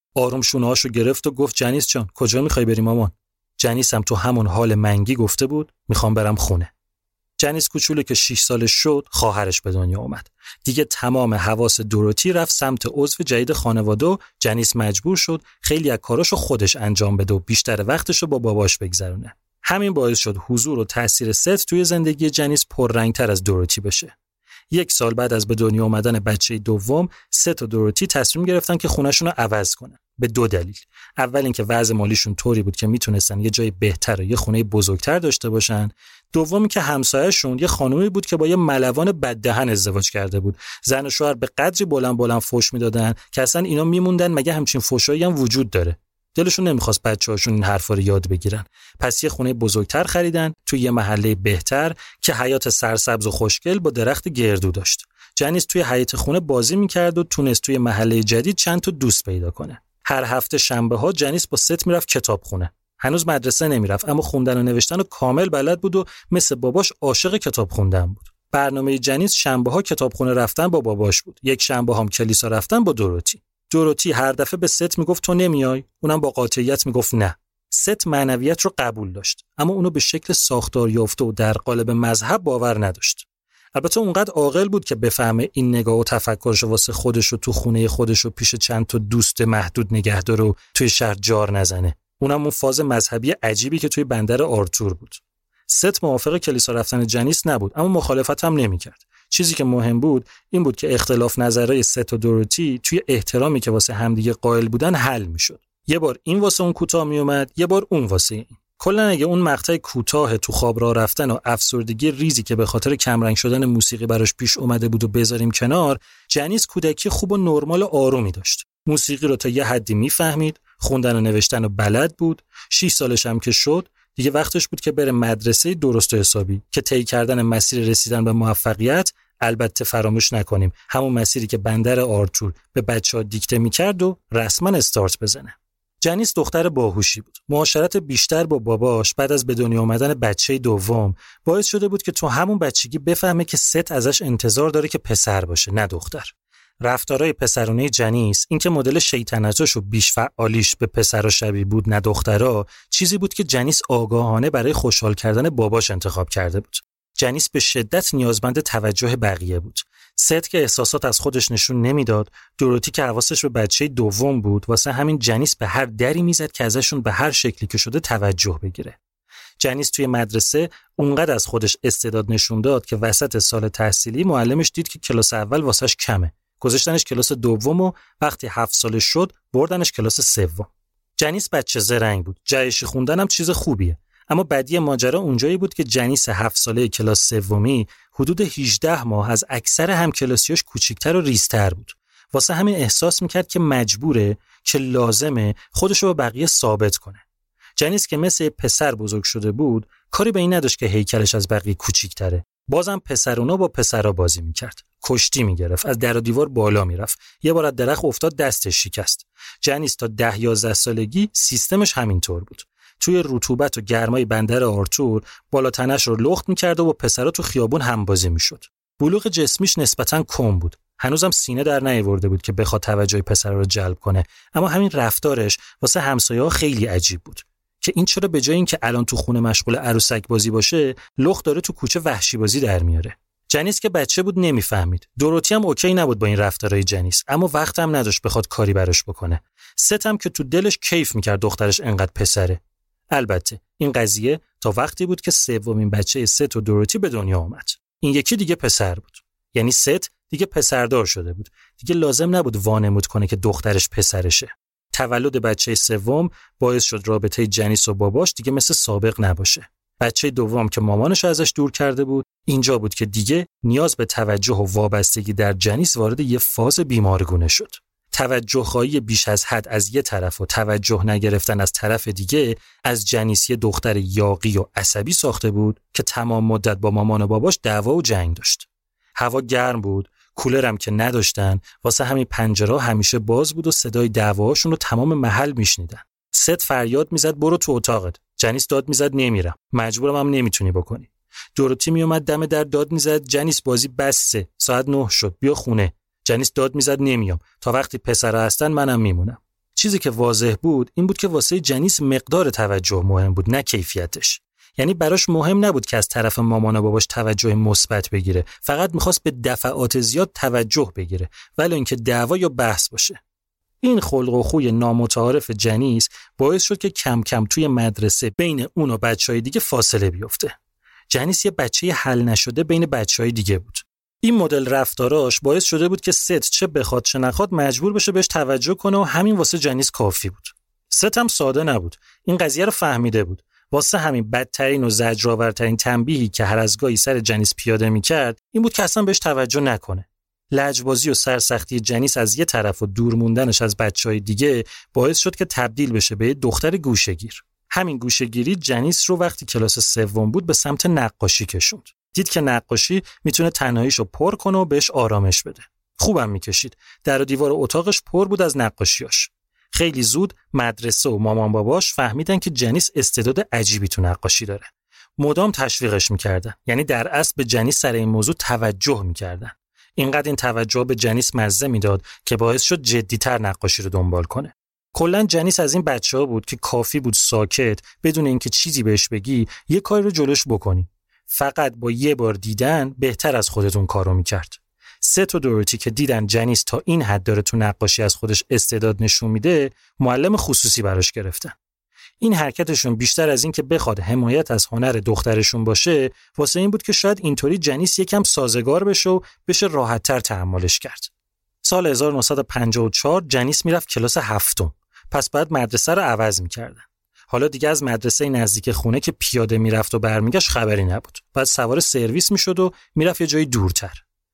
آروم شونه‌هاشو گرفت و گفت جنیس جان کجا میخوای بری مامان؟ جنیس هم تو همون حال منگی گفته بود میخوام برم خونه. جنیس کوچولو که 6 سالش شد خواهرش به دنیا اومد. دیگه تمام حواس دوروتی رفت سمت عضو جدید خانواده و جنیس مجبور شد خیلی از کاراشو خودش انجام بده و بیشتر وقتشو با باباش بگذرونه. همین باعث شد حضور و تأثیر ست توی زندگی جنیس پررنگ‌تر از دوروتی بشه. 1 سال بعد از به دنیا آمدن بچه دوم، ست و دوروتی تصمیم گرفتن که خونه‌شون رو عوض کنن. به 2 دلیل. اول اینکه وضع مالیشون طوری بود که میتونستن یه جای بهتر و یه خونه بزرگتر داشته باشن. دومی که همسایه‌شون یه خانومی بود که با یه ملوان بددهن ازدواج کرده بود. زن و شوهر به قدری بلند فحش میدادن که اصلا اینا میموندن مگه همچین فحشایی هم وجود داره. دلشون نمیخواست بچه‌هاشون این حرفا رو یاد بگیرن. پس یه خونه بزرگتر خریدن توی یه محله بهتر که حیات سرسبز و خوشگل با درخت گردو داشت. جنیس توی حیاط خونه بازی میکرد و تونست توی محله جدید چند تا دوست پیدا کنه. هر هفته شنبه‌ها جنیس با ست میرفت کتابخونه. هنوز مدرسه نمیرفت اما خوندن و نوشتن و کامل بلد بود و مثل باباش عاشق کتاب خوندن بود. برنامه جنیس شنبه‌ها کتابخونه رفتن با باباش بود. یک شنبه هم کلیسا رفتن با دوروتی هر دفعه به ست میگفت تو نمیای، اونم با قاطعیت میگفت نه. ست معنویت رو قبول داشت اما اونو به شکل ساختار یافته و در قالب مذهب باور نداشت. البته اونقدر عاقل بود که بفهمه این نگاه و تفکرش واسه خودش و تو خونه خودش و پیش چند تا دوست محدود نگه داره و توی شهر جار نزنه. اونم اون فاز مذهبی عجیبی که توی بندر آرتور بود. ست موافق کلیسا رفتن جنیس نبود اما مخالفت هم نمی‌کرد. چیزی که مهم بود این بود که اختلاف نظرهای ست و دوروتی توی احترامی که واسه همدیگه قائل بودن حل می‌شد. یه بار این واسه اون کوتاه میومد، یه بار اون واسه این. کلا اگه اون مقطع کوتاه تو خواب راه رفتن و افسردگی ریزی که به خاطر کمرنگ شدن موسیقی براش پیش اومده بود و بذاریم کنار، جنیس کودکی خوب و نرمال و آرومی داشت. موسیقی رو تا یه حدی میفهمید، خوندن و نوشتن و بلد بود. 6 سالش هم که شد، دیگه وقتش بود که بره مدرسه درست و حسابی که طی کردن مسیر رسیدن به موفقیت. البته فراموش نکنیم همون مسیری که بندر آرتور به بچه‌ها دیکته می‌کرد و رسما استارت بزنه. جنیس دختر باهوشی بود. معاشرت بیشتر با باباش بعد از به دنیا آمدن بچه دوم باعث شده بود که تو همون بچگی بفهمه که ست ازش انتظار داره که پسر باشه نه دختر. رفتارهای پسرونه جنیس، اینکه مدل شیطنتاش و بیش فعالیش به پسرا شبیه بود نه دخترا، چیزی بود که جنیس آگاهانه برای خوشحال کردن باباش انتخاب کرده بود. جنیس به شدت نیازمند توجه بقیه بود. ست که احساسات از خودش نشون نمیداد، دوروتی که حواسش به بچه دوم بود، واسه همین جنیس به هر دری میزد که ازشون به هر شکلی که شده توجه بگیره. جنیس توی مدرسه اونقدر از خودش استعداد نشون داد که وسط سال تحصیلی معلمش دید که کلاس اول واسش کمه. گذاشتنش کلاس دوم و وقتی 7 سالش شد بردنش کلاس سوم. جنیس بچه زرنگ بود. جهشی خوندن هم چیز خوبیه. اما بدی ماجرا اونجایی بود که جنیس 7 ساله کلاس سومی حدود 18 ماه از اکثر همکلاسیاش کوچیک‌تر و ریزتر بود. واسه همین احساس میکرد که مجبوره، که لازمه خودشو به بقیه ثابت کنه. جنیس که مثل پسر بزرگ شده بود، کاری به این نداشت که هیکلش از بقیه کوچیک‌تره. بازم پسرونا با پسرا بازی میکرد. کشتی میگرفت، از در و دیوار بالا میرفت. یه بار از درخت افتاد دستش شکست. جنیس تا 10-11 سالگی سیستمش همینطور بود. توی رطوبت و گرمای بندر آرتور بالا تنش رو لخت می‌کرد و با پسرا تو خیابون همبازی می‌شد. بلوغ جسمیش نسبتاً کم بود. هنوزم سینه در نیاورده بود که بخواد توجه پسرا رو جلب کنه. اما همین رفتارش واسه همسایه‌ها خیلی عجیب بود. که این چرا به جای اینکه الان تو خونه مشغول عروسک بازی باشه، لخت داره تو کوچه وحشی بازی در میاره. جنیس که بچه بود نمیفهمید. دوروتی هم اوکی نبود با این رفتارهای جنیس، اما وقت هم نداشت بخواد کاری براش بکنه. ست هم که تو دلش کیف می‌کرد دخترش انقدر پسره. البته این قضیه تا وقتی بود که سومین بچه ست و دوروتی به دنیا آمد. این یکی دیگه پسر بود. یعنی ست دیگه پسردار شده بود. دیگه لازم نبود وانمود کنه که دخترش پسرشه. تولد بچه سوم باعث شد رابطه جنیس و باباش دیگه مثل سابق نباشه. بچه دوم که مامانش ازش دور کرده بود، اینجا بود که دیگه نیاز به توجه و وابستگی در جنیس وارد یه فاز بیمارگونه شد. توجه خواهی بیش از حد از یه طرف و توجه نگرفتن از طرف دیگه از جنیس یه دختر یاغی و عصبی ساخته بود که تمام مدت با مامان و باباش دعوا و جنگ داشت. هوا گرم بود، کولرم که نداشتن، واسه همین پنجره همیشه باز بود و صدای دعواهاشون رو تمام محل میشنیدن. ست فریاد میزد برو تو اتاقت. جنیس داد میزد نمیرم. مجبورم هم نمیتونی بکنی. دوروتی میومد دم در داد میزد جنیس بازی بسه. ساعت 9 شد بیا خونه. جنیس داد میزد نمیام. تا وقتی پسرا هستن منم میمونم. چیزی که واضح بود این بود که واسه جنیس مقدار توجه مهم بود، نه کیفیتش. یعنی براش مهم نبود که از طرف مامان و باباش توجه مثبت بگیره، فقط می‌خواست به دفعات زیاد توجه بگیره، ولی اینکه دعوا یا بحث باشه. این خلق و خوی نامتعارف جنیس باعث شد که کم کم توی مدرسه بین اون و بچهای دیگه فاصله بیفته. جنیس یه بچه حل نشده بین بچهای دیگه بود. این مدل رفتاراش باعث شده بود که ست چه بخواد چه نخواد مجبور بشه بهش توجه کنه و همین واسه جنیس کافی بود. ست هم ساده نبود. این قضیه رو فهمیده بود. واسه همین بدترین و زجرآورترین تنبیهی که هر از گاهی سر جنیس پیاده می‌کرد این بود که اصلا بهش توجه نکنه. لجبازی و سرسختی جنیس از یه طرف و دور موندنش از بچهای دیگه باعث شد که تبدیل بشه به یه دختر گوشه‌گیر. همین گوشه‌گیری جنیس رو وقتی کلاس سوم بود به سمت نقاشی کشوند. دید که نقاشی میتونه تنهاییشو پر کنه و بهش آرامش بده. خوبم میکشید. در و دیوار اتاقش پر بود از نقاشیاش. خیلی زود مدرسه و مامان باباش فهمیدن که جنیس استعداد عجیبی تو نقاشی داره. مدام تشویقش میکردن. یعنی در اصل به جنیس سر این موضوع توجه میکردن. اینقدر این توجه به جنیس مزه میداد که باعث شد جدی‌تر نقاشی رو دنبال کنه. کلاً جنیس از این بچه‌ها بود که کافی بود ساکت بدون اینکه چیزی بهش بگی یه کاری رو جلوش بکنی. فقط با یه بار دیدن بهتر از خودتون کارو میکرد. ست و دورتی که دیدن جنیس تا این حد داره تو نقاشی از خودش استعداد نشون میده، معلم خصوصی براش گرفتن. این حرکتشون بیشتر از این که بخواد حمایت از هنر دخترشون باشه، واسه این بود که شاید اینطوری جنیس یکم سازگار بشه و بشه راحت‌تر تحملش کرد. سال 1954 جنیس میرفت کلاس 7م. پس بعد مدرسه رو عوض می‌کردن. حالا دیگه از مدرسه نزدیک خونه که پیاده میرفت و برمیگشت خبری نبود. بعد سوار سرویس میشد و میرفت یه جایی دورتر.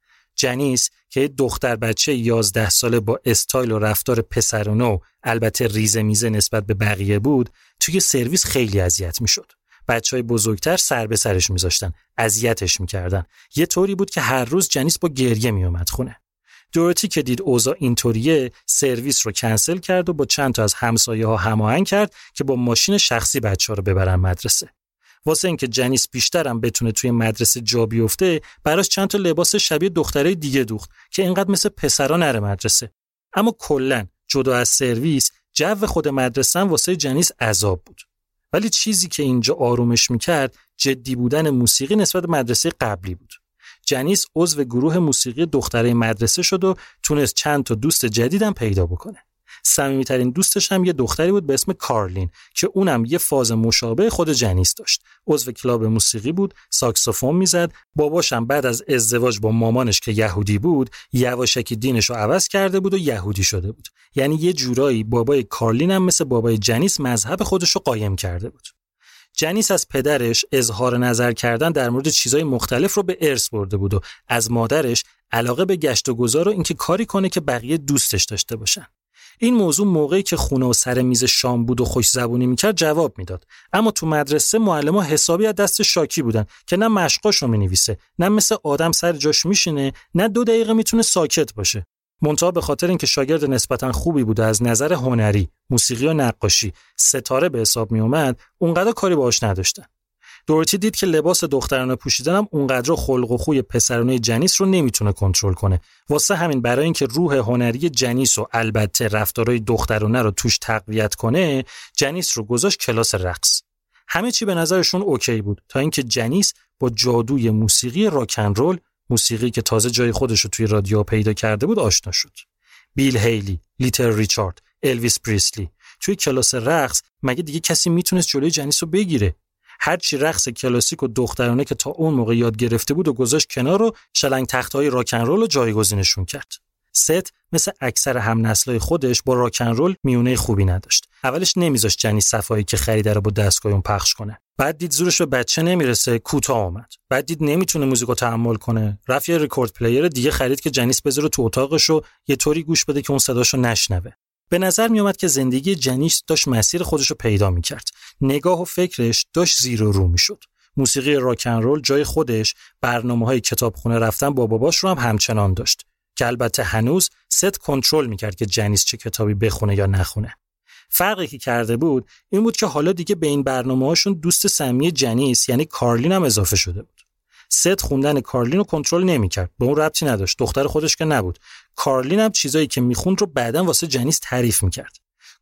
جنیس که یه دختر بچه 11 ساله با استایل و رفتار پسرانه و البته ریزه میزه نسبت به بقیه بود، توی سرویس خیلی اذیت میشد. بچهای بزرگتر سر به سرش میذاشتن، اذیتش میکردن. یه طوری بود که هر روز جنیس با گریه میومد خونه. دورتی که دید اوضاع اینطوریه، سرویس رو کنسل کرد و با چند تا از همسایه‌ها هماهنگ کرد که با ماشین شخصی بچه‌ها رو ببرن مدرسه. واسه اینکه جنیس بیشترم بتونه توی مدرسه جا بیفته، براش چند تا لباس شبیه دخترای دیگه دوخت که اینقدر مثل پسرا نره مدرسه. اما کلاً جدا از سرویس، جو خود مدرسه هم واسه جنیس عذاب بود. ولی چیزی که اینجا آرومش میکرد، جدی بودن موسیقی نسبت به مدرسه قبلی بود. جنیس عضو گروه موسیقی دخترای مدرسه شد و تونست چند تا دوست جدیدم پیدا بکنه. صمیمیترین دوستش هم یه دختری بود به اسم کارلین که اونم یه فاز مشابه خود جنیس داشت. عضو کلاب موسیقی بود، ساکسوفون میزد. باباش هم بعد از ازدواج با مامانش که یهودی بود، یواشکی دینش رو عوض کرده بود و یهودی شده بود. یعنی یه جورایی بابای کارلین هم مثل بابای جنیس مذهب خودش رو قایم کرده بود. جنیس از پدرش اظهار نظر کردن در مورد چیزای مختلف رو به ارث برده بود و از مادرش علاقه به گشت و گذار و اینکه کاری کنه که بقیه دوستش داشته باشن. این موضوع موقعی که خونه و سر میز شام بود و خوش زبونی میکرد جواب میداد، اما تو مدرسه معلم‌ها حسابی از دست شاکی بودن که نه مشقاشو مینویسه، نه مثل آدم سر جاش میشینه، نه 2 دقیقه میتونه ساکت باشه. منتها به خاطر اینکه شاگرد نسبتاً خوبی بود از نظر هنری، موسیقی و نقاشی ستاره به حساب می اومد، اونقدر کاری باهاش نداشتن. دورتی دید که لباس دخترانه پوشیدن هم اونقدر خلق و خوی پسرانه جنیس رو نمیتونه کنترل کنه. واسه همین برای اینکه روح هنری جنیس و البته رفتارهای دخترانه رو توش تقویت کنه، جنیس رو گذاشت کلاس رقص. همه چی به نظرشون اوکی بود تا اینکه جنیس با جادوی موسیقی راک اند رول، موسیقی که تازه جای خودش رو توی رادیو پیدا کرده بود، آشنا شد. بیل هیلی، لیتل ریچارد، الویس پریسلی. توی کلاس رقص مگه دیگه کسی میتونست جلوی جنیس رو بگیره؟ هرچی رقص کلاسیک و دخترانه که تا اون موقع یاد گرفته بود و گذاشت کنار رو شلنگ تخت‌های راک اند رول رو جایگزینشون کرد. ست مثل اکثر هم نسلای خودش با راک اند رول میونه خوبی نداشت. اولش نمیذاشت جنیس صفایی که خریده رو با دستگاه اون پخش کنه. بعد دید زورش به بچه نمیرسه، کوتاه اومد. بعد دید نمیتونه موزیکو تحمل کنه، رفت یه ریکورد پلیر دیگه خرید که جنیس بذاره تو اتاقش و یه طوری گوش بده که اون صداشو نشنوه. به نظر می اومد که زندگی جنیس داشت مسیر خودش رو پیدا می‌کرد. نگاه و فکرش داشت زیر و رو می‌شد. موسیقی راک اند رول جای خودش، برنامه‌های کتابخونه رفتن با باباش رو هم همچنان داشت که البته هنوز ست کنترل می‌کرد که جنیس چه کتابی بخونه یا نخونه. فرقی که کرده بود این بود که حالا دیگه به این برنامه‌هاشون دوست صمیمی جنیس یعنی کارلین هم اضافه شده بود. ست خوندن کارلین رو کنترل نمی‌کرد. به اون ربطی نداشت. دختر خودش که نبود. کارلین هم چیزایی که می‌خوند رو بعداً واسه جنیس تعریف می‌کرد.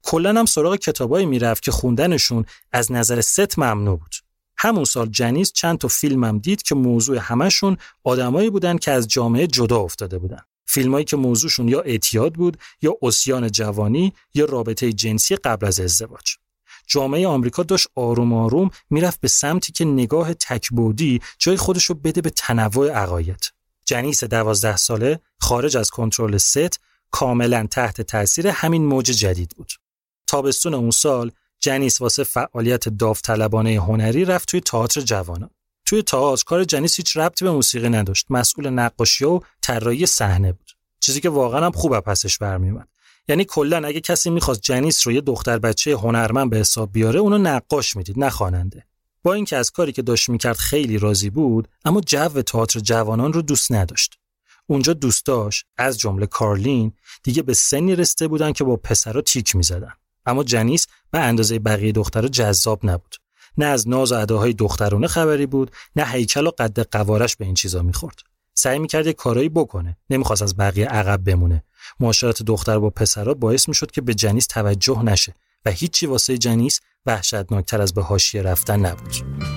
کلاً هم سراغ کتابایی میرفت که خوندنشون از نظر ست ممنوع بود. همون سال جنیس چند تا فیلم هم دید که موضوع همشون آدمایی بودن که از جامعه جدا افتاده بودن. فیلمایی که موضوعشون یا اعتیاد بود یا عصیان جوانی یا رابطه جنسی قبل از ازدواج. جامعه آمریکا داشت آروم آروم میرفت به سمتی که نگاه تک‌بعدی جای خودشو بده به تنوع عقاید. جنیس 12 ساله خارج از کنترل ست کاملا تحت تاثیر همین موج جدید بود. تابستون اون سال جنیس واسه فعالیت داوطلبانه هنری رفت توی تئاتر جوانان. توی تئاتر کار جنیس هیچ ربطی به موسیقی نداشت. مسئول نقاشی و طراحی صحنه بود. چیزی که واقعا هم خوب پسش برمیومد. یعنی کلا اگه کسی می‌خواست جنیس رو یه دختر بچه هنرمند به حساب بیاره، اونو نقاش میدید، نه خواننده. با اینکه از کاری که داشت میکرد خیلی راضی بود، اما جو تئاتر جوانان رو دوست نداشت. اونجا دوستاش از جمله کارلین دیگه به سنی رسیده بودن که با پسرا تیک میزدن. اما جنیس به اندازه بقیه دخترها جذاب نبود. نه از ناز و اداهای دخترونه خبری بود، نه هیکل و قد قوارش به این چیزا میخورد. سعی میکرد یه کارایی بکنه، نمیخواست از بقیه عقب بمونه. معاشرت دختر با پسرا باعث میشد که به جنیس توجه نشه و هیچی واسه جنیس وحشتناکتر از به حاشیه رفتن نبود.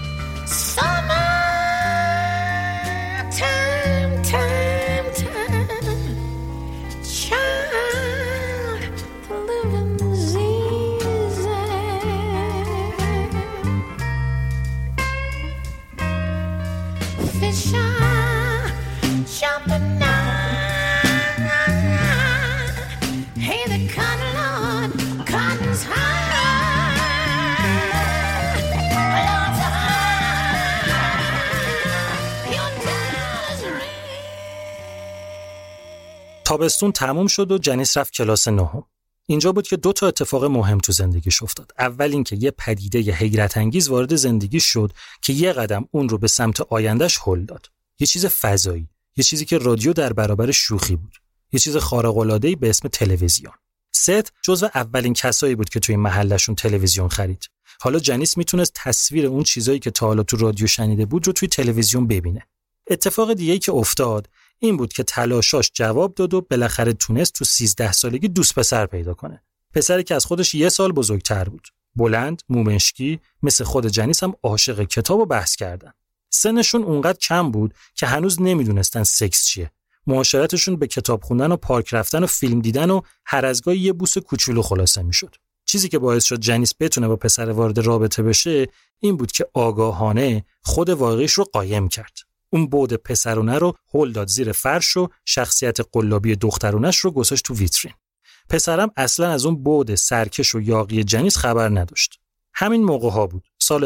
تابستون تموم شد و جنیس رفت کلاس 9. اینجا بود که 2 تا اتفاق مهم تو زندگیش افتاد. اول اینکه یه پدیده حیرت انگیز وارد زندگیش شد که یه قدم اون رو به سمت آیندهش هل داد. یه چیز فضایی، یه چیزی که رادیو در برابر شوخی بود، یه چیز خارق العاده‌ای به اسم تلویزیون. ست جزو اولین کسایی بود که توی محلشون تلویزیون خرید. حالا جنیس میتونست تصویر اون چیزایی که تا حالا تو رادیو شنیده بود رو توی تلویزیون ببینه. اتفاق دیگه‌ای که افتاد این بود که تلاشاش جواب داد و بالاخره تونست تو 13 سالگی دوست پسر پیدا کنه. پسری که از خودش 1 سال بزرگتر بود. بلند، مومشکی، مثل خود جنیس هم عاشق کتاب و بحث کردن. سنشون اونقدر کم بود که هنوز نمیدونستن سکس چیه. معاشرتشون به کتاب خوندن و پارک رفتن و فیلم دیدن و هر از گاهی یه بوس کوچولو خلاصه میشد. چیزی که باعث شد جنیس بتونه با پسر وارد رابطه بشه این بود که آگاهانه خود واقعیش رو قایم کرد. اون بعد پسرونه رو هل داد زیر فرش و شخصیت قلابی دخترونش رو گذاشت تو ویترین. پسرم اصلا از اون بعد سرکش و یاغی جنیس خبر نداشت. همین موقع‌ها بود، سال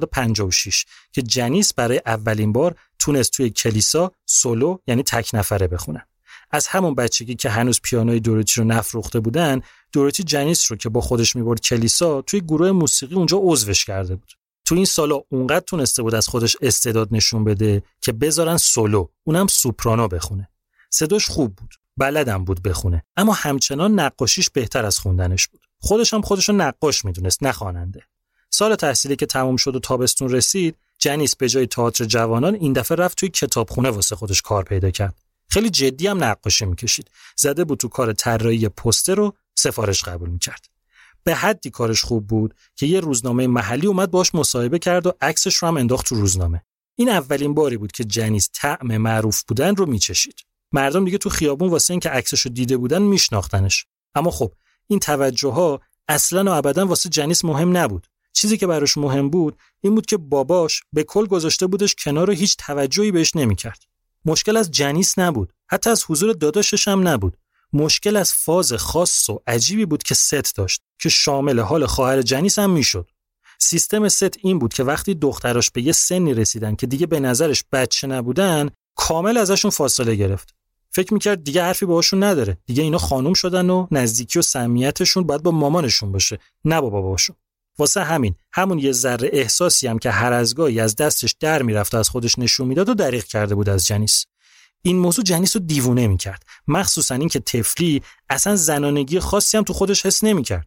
1956 که جنیس برای اولین بار تونست توی کلیسا سولو یعنی تک نفره بخونه. از همون بچگی که هنوز پیانوی دوروتی رو نفروخته بودن، دوروتی جنیس رو که با خودش میبرد کلیسا توی گروه موسیقی اونجا عضوش کرده بود. تو این سالا اونقدر تونسته بود از خودش استعداد نشون بده که بذارن سولو، اونم سوپرانو بخونه. صداش خوب بود، بلدم بود بخونه، اما همچنان نقاشیش بهتر از خوندنش بود. خودش هم خودشو نقاش میدونست، نه خواننده. سال تحصیلی که تموم شد و تابستون رسید، جنیس به جای تئاتر جوانان این دفعه رفت توی کتابخونه واسه خودش کار پیدا کرد. خیلی جدی هم نقاشی میکشید. زده بود تو کار طراحی پوستر رو سفارش قبول میکرد. به حدی کارش خوب بود که یه روزنامه محلی اومد باهاش مصاحبه کرد و عکسش رو هم انداخت تو روزنامه. این اولین باری بود که جنیس طعم معروف بودن رو میچشید. مردم دیگه تو خیابون واسه این که عکسش رو دیده بودن میشناختنش. اما خب این توجه‌ها اصلاً و ابداً واسه جنیس مهم نبود. چیزی که براش مهم بود این بود که باباش به کل گذاشته بودش کنار و هیچ توجهی بهش نمی‌کرد. مشکل از جنیس نبود، حتی از حضور داداشش هم نبود. مشکل از فاز خاص و عجیبی بود که ست داشت که شامل حال خواهر جنیس هم میشد. سیستم ست این بود که وقتی دختراش به یه سنی رسیدن که دیگه به نظرش بچه نبودن، کامل ازشون فاصله گرفت. فکر میکرد دیگه حرفی باهاشون نداره. دیگه اینا خانوم شدن و نزدیکی و صمیمیتشون باید با مامانشون باشه، نه با باباشون. واسه همون یه ذره احساسی هم که هر از گاهی از دستش در میرفت و از خودش نشون میداد و دریغ کرده بود از جنیس. این موضوع جنیس رو دیوونه میکرد، مخصوصا این که طفلی اصلا زنانگی خاصی هم تو خودش حس نمیکرد.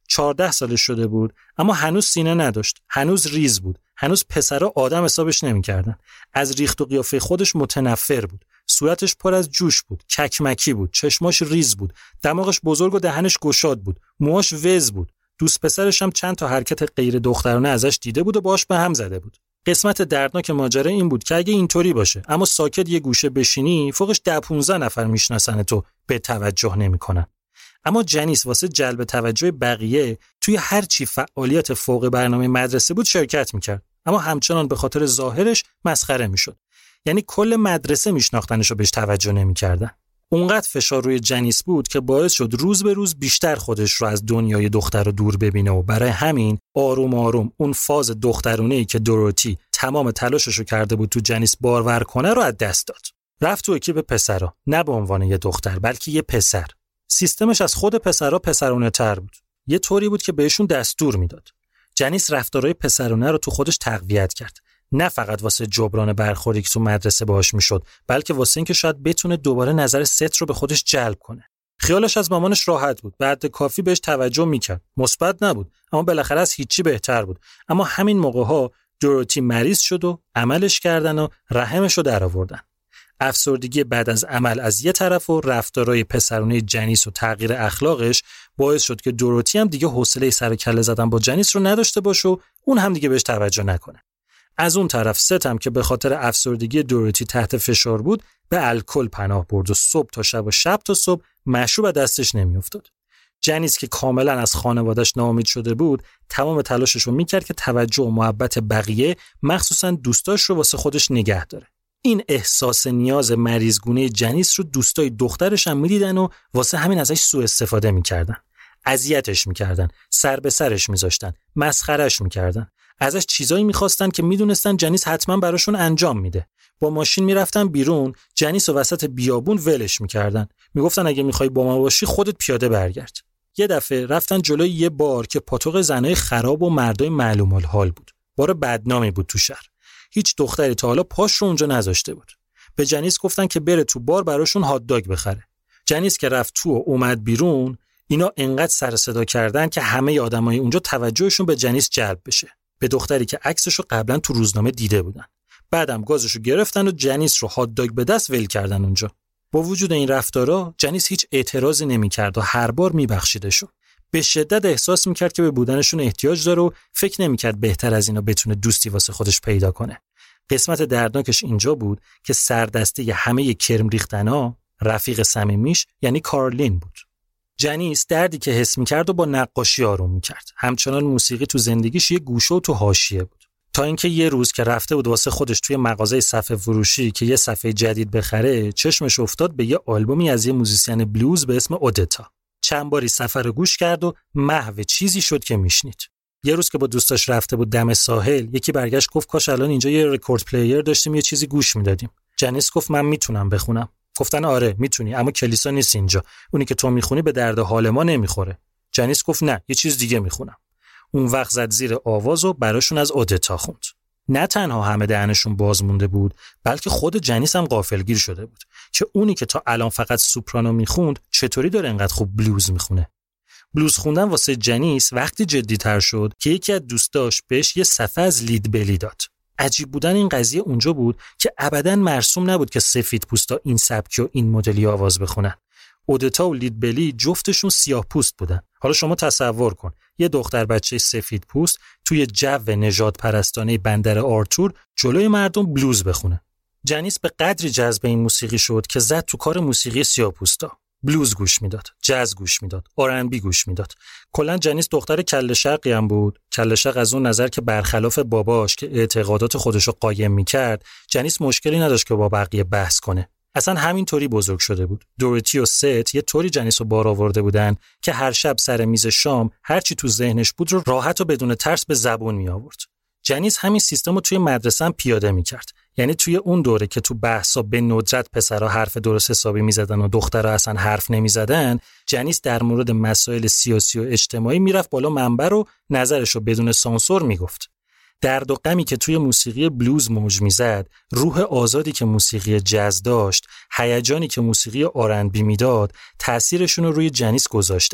14 سالش شده بود، اما هنوز سینه نداشت، هنوز ریز بود، هنوز پسرا آدم حسابش نمی‌کردن. از ریخت و قیافه خودش متنفر بود. صورتش پر از جوش بود، ککمکی بود، چشماش ریز بود، دماغش بزرگ و دهنش گشاد بود، موهاش وز بود. دوست پسرش هم چند تا حرکت غیر دخترانه ازش دیده بود و باش به هم زده بود. قسمت دردناک ماجرا این بود که اگه اینطوری باشه اما ساکت یه گوشه بشینی، فوقش 10-15 نفر میشناسن تو به توجه نمی‌کنن. اما جنیس واسه جلب توجه بقیه توی هر چی فعالیت فوق برنامه مدرسه بود شرکت می‌کرد، اما همچنان به خاطر ظاهرش مسخره می‌شد. یعنی کل مدرسه میشناختنش و بهش توجه نمی‌کردن. اونقدر فشار روی جنیس بود که باعث شد روز به روز بیشتر خودش رو از دنیای دختر رو دور ببینه و برای همین آروم آروم اون فاز دخترونه‌ای که دوروتی تمام تلاشش رو کرده بود تو جنیس بارور کنه رو از دست داد. رفت تو اکیپ پسرا، نه به عنوان یه دختر بلکه یه پسر. سیستمش از خود پسرا پسرونه‌تر بود. یه طوری بود که بهشون دستور میداد. جنیس رفتارهای پسرونه رو تو خودش تقویت کرد. نه فقط واسه جبران برخوردی که تو مدرسه باهاش میشد، بلکه واسه اینکه شاید بتونه دوباره نظر ست رو به خودش جلب کنه. خیالش از مامانش راحت بود، بعد کافی بهش توجه میکرد. مثبت نبود، اما بالاخره از هیچی بهتر بود. اما همین موقع‌ها دوروتی مریض شد و عملش کردن و رحمش رو درآوردن. افسردگی بعد از عمل از یه طرف و رفتارهای پسرونه جنیس و تغییر اخلاقش باعث شد که دوروتی هم دیگه حوصله سر و کله زدن با جنیس رو نداشته باشه و اون هم دیگه بهش توجه نکنه. از اون طرف ست هم که به خاطر افسردگی دوروتی تحت فشار بود به الکل پناه برد و صبح تا شب و شب تا صبح مشروب دستش نمیافتاد. جنیس که کاملا از خانواده‌اش ناامید شده بود تمام تلاشش رو میکرد که توجه و محبت بقیه مخصوصا دوستاش رو واسه خودش نگه داره. این احساس نیاز مریضگونه جنیس رو دوستای دخترش هم میدیدن و واسه همین ازش سوء استفاده میکردن. اذیتش میکردن، سر به سرش میذاشتن، مسخرهش میکردن. ازش چیزایی میخواستن که میدونستن جنیس حتما براشون انجام میده. با ماشین میرفتن بیرون، جنیس و وسط بیابون ولش میکردن. میگفتن اگه میخوای با ما باشی خودت پیاده برگرد. یه دفعه رفتن جلوی یه بار که پاتوق زنای خراب و مردای معلوم الحال بود. بار بدنامی بود تو شهر. هیچ دختری تا حالا پاش رو اونجا نذاشته بود. به جنیس گفتن که بره تو بار براشون هات داگ بخره. جنیس که رفت تو و اومد بیرون، اینا انقدر سر صدا کردن که همه آدمای اونجا توجهشون به جنیس جلب بشه. به دختری که عکسشو قبلا تو روزنامه دیده بودن. بعدم گازشو گرفتن و جنیس رو هات داگ به دست ول کردن اونجا. با وجود این رفتارا جنیس هیچ اعتراضی نمی‌کرد و هر بار میبخشیدشون. به شدت احساس می‌کرد که به بودنشون احتیاج داره و فکر نمی‌کرد بهتر از اینا بتونه دوستی واسه خودش پیدا کنه. قسمت دردناکش اینجا بود که سردسته همه کرم ریختنا رفیق صمیمیش یعنی کارلین بود. جنیس دردی که حس می‌کرد و با نقاشی آروم می‌کرد. همچنان موسیقی تو زندگیش یه گوشه و تو حاشیه بود. تا اینکه یه روز که رفته بود واسه خودش توی مغازه صفحه فروشی که یه صفحه جدید بخره، چشمش افتاد به یه آلبومی از یه موزیسین بلوز به اسم اودتا. چند باری صفحه رو گوش کرد و محو چیزی شد که میشنید. یه روز که با دوستاش رفته بود دم ساحل، یکی برگشت گفت کاش الان اینجا یه رکورد پلیر داشتیم یه چیزی گوش میدادیم. جنیس گفت من میتونم بخونم. گفتن آره میتونی، اما کلیسا نیست اینجا. اونی که تو میخونی به درد حال ما نمیخوره. جنیس گفت نه، یه چیز دیگه میخونم. اون وقت زد زیر آواز و براشون از اودتا خوند. نه تنها همه دهنشون باز مونده بود، بلکه خود جنیس هم غافلگیر شده بود که اونی که تا الان فقط سوپرانو میخوند چطوری داره اینقدر خوب بلوز میخونه. بلوز خوندن واسه جنیس وقتی جدی‌تر شد که یکی از دوستاش بهش یه صفحه از لید بلی داد. عجیب بودن این قضیه اونجا بود که ابداً مرسوم نبود که سفید پوستا این سبکی و این مدلی آواز بخونن. اودتا و لید بلی جفتشون سیاه پوست بودن. حالا شما تصور کن یه دختر بچه سفید پوست توی جو نژاد پرستانه بندر آرتور جلوی مردم بلوز بخونه. جنیس به قدری جذب این موسیقی شد که زد تو کار موسیقی سیاه پوستا. بلوز گوش میداد، جاز گوش میداد، آرنبی گوش میداد. کلا جنیس دختر کله شرقی هم بود. کله شرق از اون نظر که برخلاف باباش که اعتقادات خودشو قایم میکرد، جنیس مشکلی نداشت که با بقیه بحث کنه. اصلا همینطوری بزرگ شده بود. دوریتی و ست یه طوری جنیس رو بار آورده بودن که هر شب سر میز شام هر چی تو ذهنش بود رو راحت و بدون ترس به زبون می آورد. جنیس همین سیستم رو توی مدرسه هم پیاده میکرد. یعنی توی اون دوره که تو بحثا به ندرت پسرها حرف درست حسابی میزدن و دخترها اصلا حرف نمیزدن، جنیس در مورد مسائل سیاسی و اجتماعی میرفت بالا منبر و نظرش رو بدون سانسور میگفت. درد و غمی که توی موسیقی بلوز موج میزد، روح آزادی که موسیقی جاز داشت، هیجانی که موسیقی آرنبی میداد، تأثیرشون رو روی جنیس گذاشتن.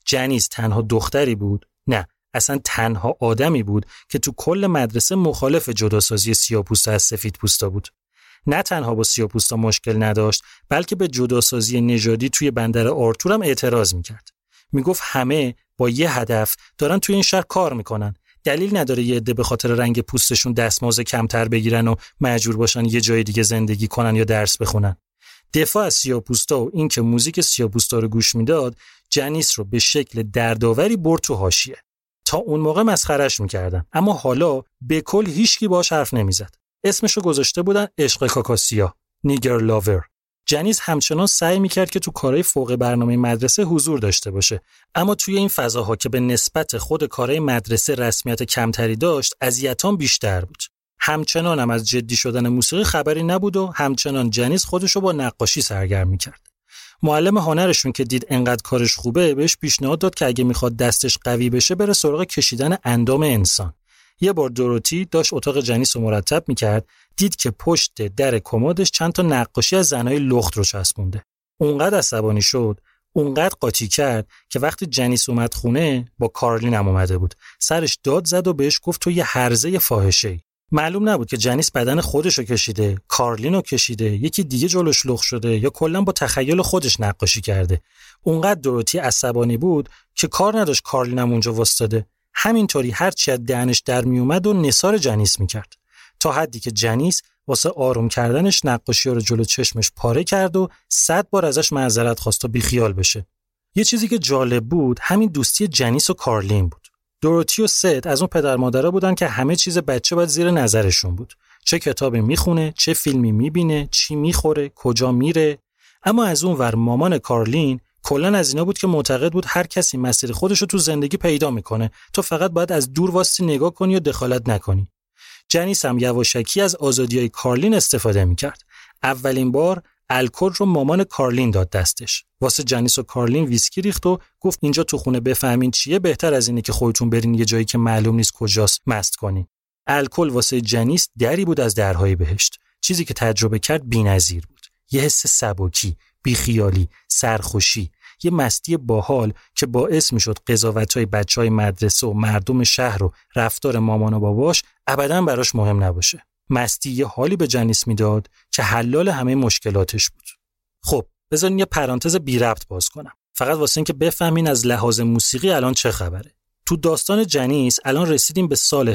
جنیس تنها دختری بود؟ نه، اصلا تنها آدمی بود که تو کل مدرسه مخالف جداسازی سیاه‌پوستا از سفیدپوستا بود. نه تنها با سیاه‌پوستا مشکل نداشت، بلکه به جداسازی نژادی توی بندر آرتور هم اعتراض میکرد. میگفت همه با یه هدف دارن توی این شهر کار میکنن. دلیل نداره یه عده به خاطر رنگ پوستشون دستمزد کمتر بگیرن و مجبور باشن یه جای دیگه زندگی کنن یا درس بخونن. دفاع از سیاه‌پوستا و این که موزیک سیاه‌پوستا رو گوش میداد، جنیس رو به شکل دردآوری برد تو حاشیه. تا اون موقع مسخرهش میکردن، اما حالا به کل هیچکی باهاش حرف نمیزد. اسمشو گذاشته بودن عشق کاکاسیا، نیگر لاور. جنیس همچنان سعی میکرد که تو کارهای فوق برنامه مدرسه حضور داشته باشه، اما توی این فضاها که به نسبت خود کارهای مدرسه رسمیت کمتری داشت، اذیتام بیشتر بود. همچنان هم از جدی شدن موسیقی خبری نبود و همچنان جنیس خودشو با نقاشی سرگرم میکرد. معلم هنرشون که دید انقدر کارش خوبه، بهش پیشنهاد داد که اگه میخواد دستش قوی بشه بره سراغ کشیدن اندام انسان. یه بار دوروتی داشت اتاق جنیس رو مرتب میکرد، دید که پشت در کمدش چند تا نقاشی از زنای لخت رو چسبونده. اونقدر عصبانی شد، اونقدر قاطی کرد که وقتی جنیس اومد خونه، با کارلین هم اومده بود، سرش داد زد و بهش گفت تو یه هرزه فاحشه‌ای. معلوم نبود که جنیس بدن خودشو کشیده، کارلینو کشیده، یکی دیگه جلوش لخت شده یا کلا با تخیل خودش نقاشی کرده. اونقدر دوروتی عصبانی بود که کار نداشت کارلینم اونجا واسطاده. همینطوری هر چی از دهنش در می اومد و نثار جنیس میکرد، تا حدی که جنیس واسه آروم کردنش نقاشی‌ها رو جلو چشمش پاره کرد و 100 بار ازش معذرت خواست تا بیخیال بشه. یه چیزی که جالب بود همین دوستی جنیس و کارلین بود. دوروتی و سد از اون پدر مادرها بودن که همه چیز بچه باید زیر نظرشون بود. چه کتابی میخونه، چه فیلمی میبینه، چی میخوره، کجا میره. اما از اون ور مامان کارلین کلاً از اینا بود که معتقد بود هر کسی مسیر خودش رو تو زندگی پیدا میکنه، تو فقط باید از دور واسطی نگاه کنی و دخالت نکنی. جنیس هم یواشکی از آزادیای کارلین استفاده میکرد. اولین بار الکل رو مامان کارلین داد دستش. واسه جنیس و کارلین ویسکی ریخت و گفت اینجا تو خونه بفهمین چیه، بهتر از اینه که خودتون برین یه جایی که معلوم نیست کجاست مست کنین. الکل واسه جنیس دری بود از درهای بهشت. چیزی که تجربه کرد بی‌نظیر بود. یه حس سبکی، بیخیالی، سرخوشی، یه مستی باحال که باعث میشد قضاوت‌های بچه‌های مدرسه و مردم شهر و رفتار مامان و باباش ابداً براش مهم نباشه. مستی یه حالی به جنیس میداد که حلال همه مشکلاتش بود. خب بذارین یه پرانتز بی ربط باز کنم، فقط واسه این که بفهمین از لحاظ موسیقی الان چه خبره. تو داستان جنیس الان رسیدیم به سال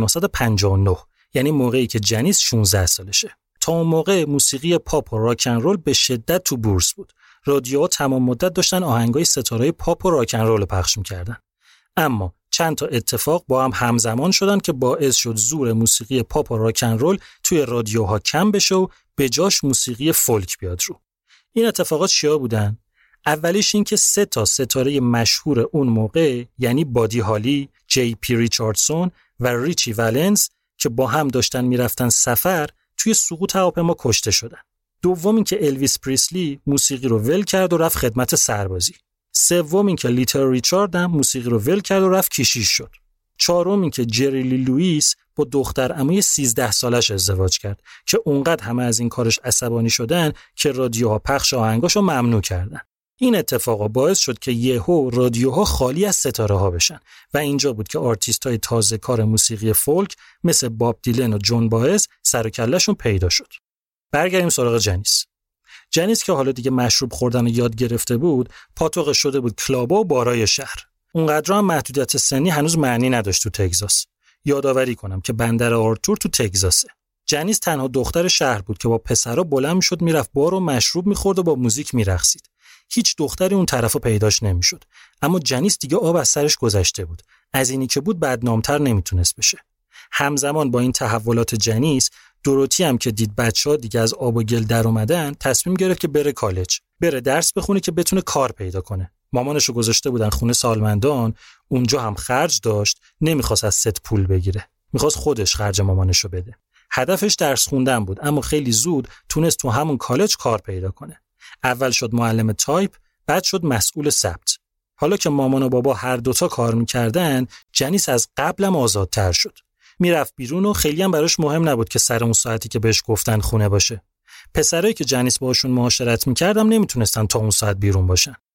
1959، یعنی موقعی که جنیس 16 سالشه. تا اون موقع موسیقی پاپ و راک ان رول به شدت تو بورس بود. رادیوها تمام مدت داشتن آهنگای ستاره‌های پاپ و راک ان رول پخش می‌کردن. اما چند تا اتفاق با هم همزمان شدن که باعث شد زور موسیقی پاپ و راک ان رول توی رادیوها کم بشه و به جاش موسیقی فولک بیاد رو. این اتفاقات چیا بودن؟ اولیش این که 3 تا ستاره مشهور اون موقع، یعنی بادی هالی، جی پی ریچاردسون و ریچی والنز که با هم داشتن میرفتن سفر، توی سقوط هواپیما کشته شدن. دوم این که الویس پریسلی موسیقی رو ول کرد و رفت خدمت سربازی. سوم این که لیتل ریچارد هم موسیقی رو ول کرد و رفت کشیش شد. چهارم این که جری لی لوئیس با دختر عموی 13 سالش ازدواج کرد که اونقدر همه از این کارش عصبانی شدن که رادیوها پخش آهنگاشو ممنوع کردن. این اتفاقا باعث شد که یهو رادیوها خالی از ستاره‌ها بشن و اینجا بود که آرتیست‌های تازه کار موسیقی فولک مثل باب دیلن و جون باز سر و کله‌شون پیدا شد. برگردیم سراغ جنیس. جنیس که حالا دیگه مشروب خوردن رو یاد گرفته بود، پاتوقش شده بود کلابا و بارای شهر. اونقدر هم محدودیت سنی هنوز معنی نداشت تو تگزاس. یادآوری کنم که بندر آرتور تو تگزاسه. جنیس تنها دختر شهر بود که با پسرا بلند میشد میرفت بار و مشروب میخورد و با موزیک میرقصید. هیچ دختری اون طرفو پیداش نمیشد. اما جنیس دیگه آب از سرش گذشته بود. از اینی که بود بدنامتر نمیتونست بشه. همزمان با این تحولات جنیس، دوروتی هم که دید بچه‌ها دیگه از آب و گل در اومدن، تصمیم گرفت که بره کالج، بره درس بخونه که بتونه کار پیدا کنه. مامانشو گذاشته بودن خونه سالمندان، اونجا هم خرج داشت، نمیخواست از ست پول بگیره. میخواست خودش خرج مامانشو بده. هدفش درس خوندن بود، اما خیلی زود تونست تو همون کالج کار پیدا کنه. اول شد معلم تایپ، بعد شد مسئول ثبت. حالا که مامان و بابا هر دوتا کار میکردن، جنیس از قبلم آزادتر شد. میرفت بیرون و خیلی هم براش مهم نبود که سر اون ساعتی که بهش گفتن خونه باشه. پسرایی که جنیس باهاشون معاشرت میکردم نمیتونستن تا اون ساعت بیرون باشن.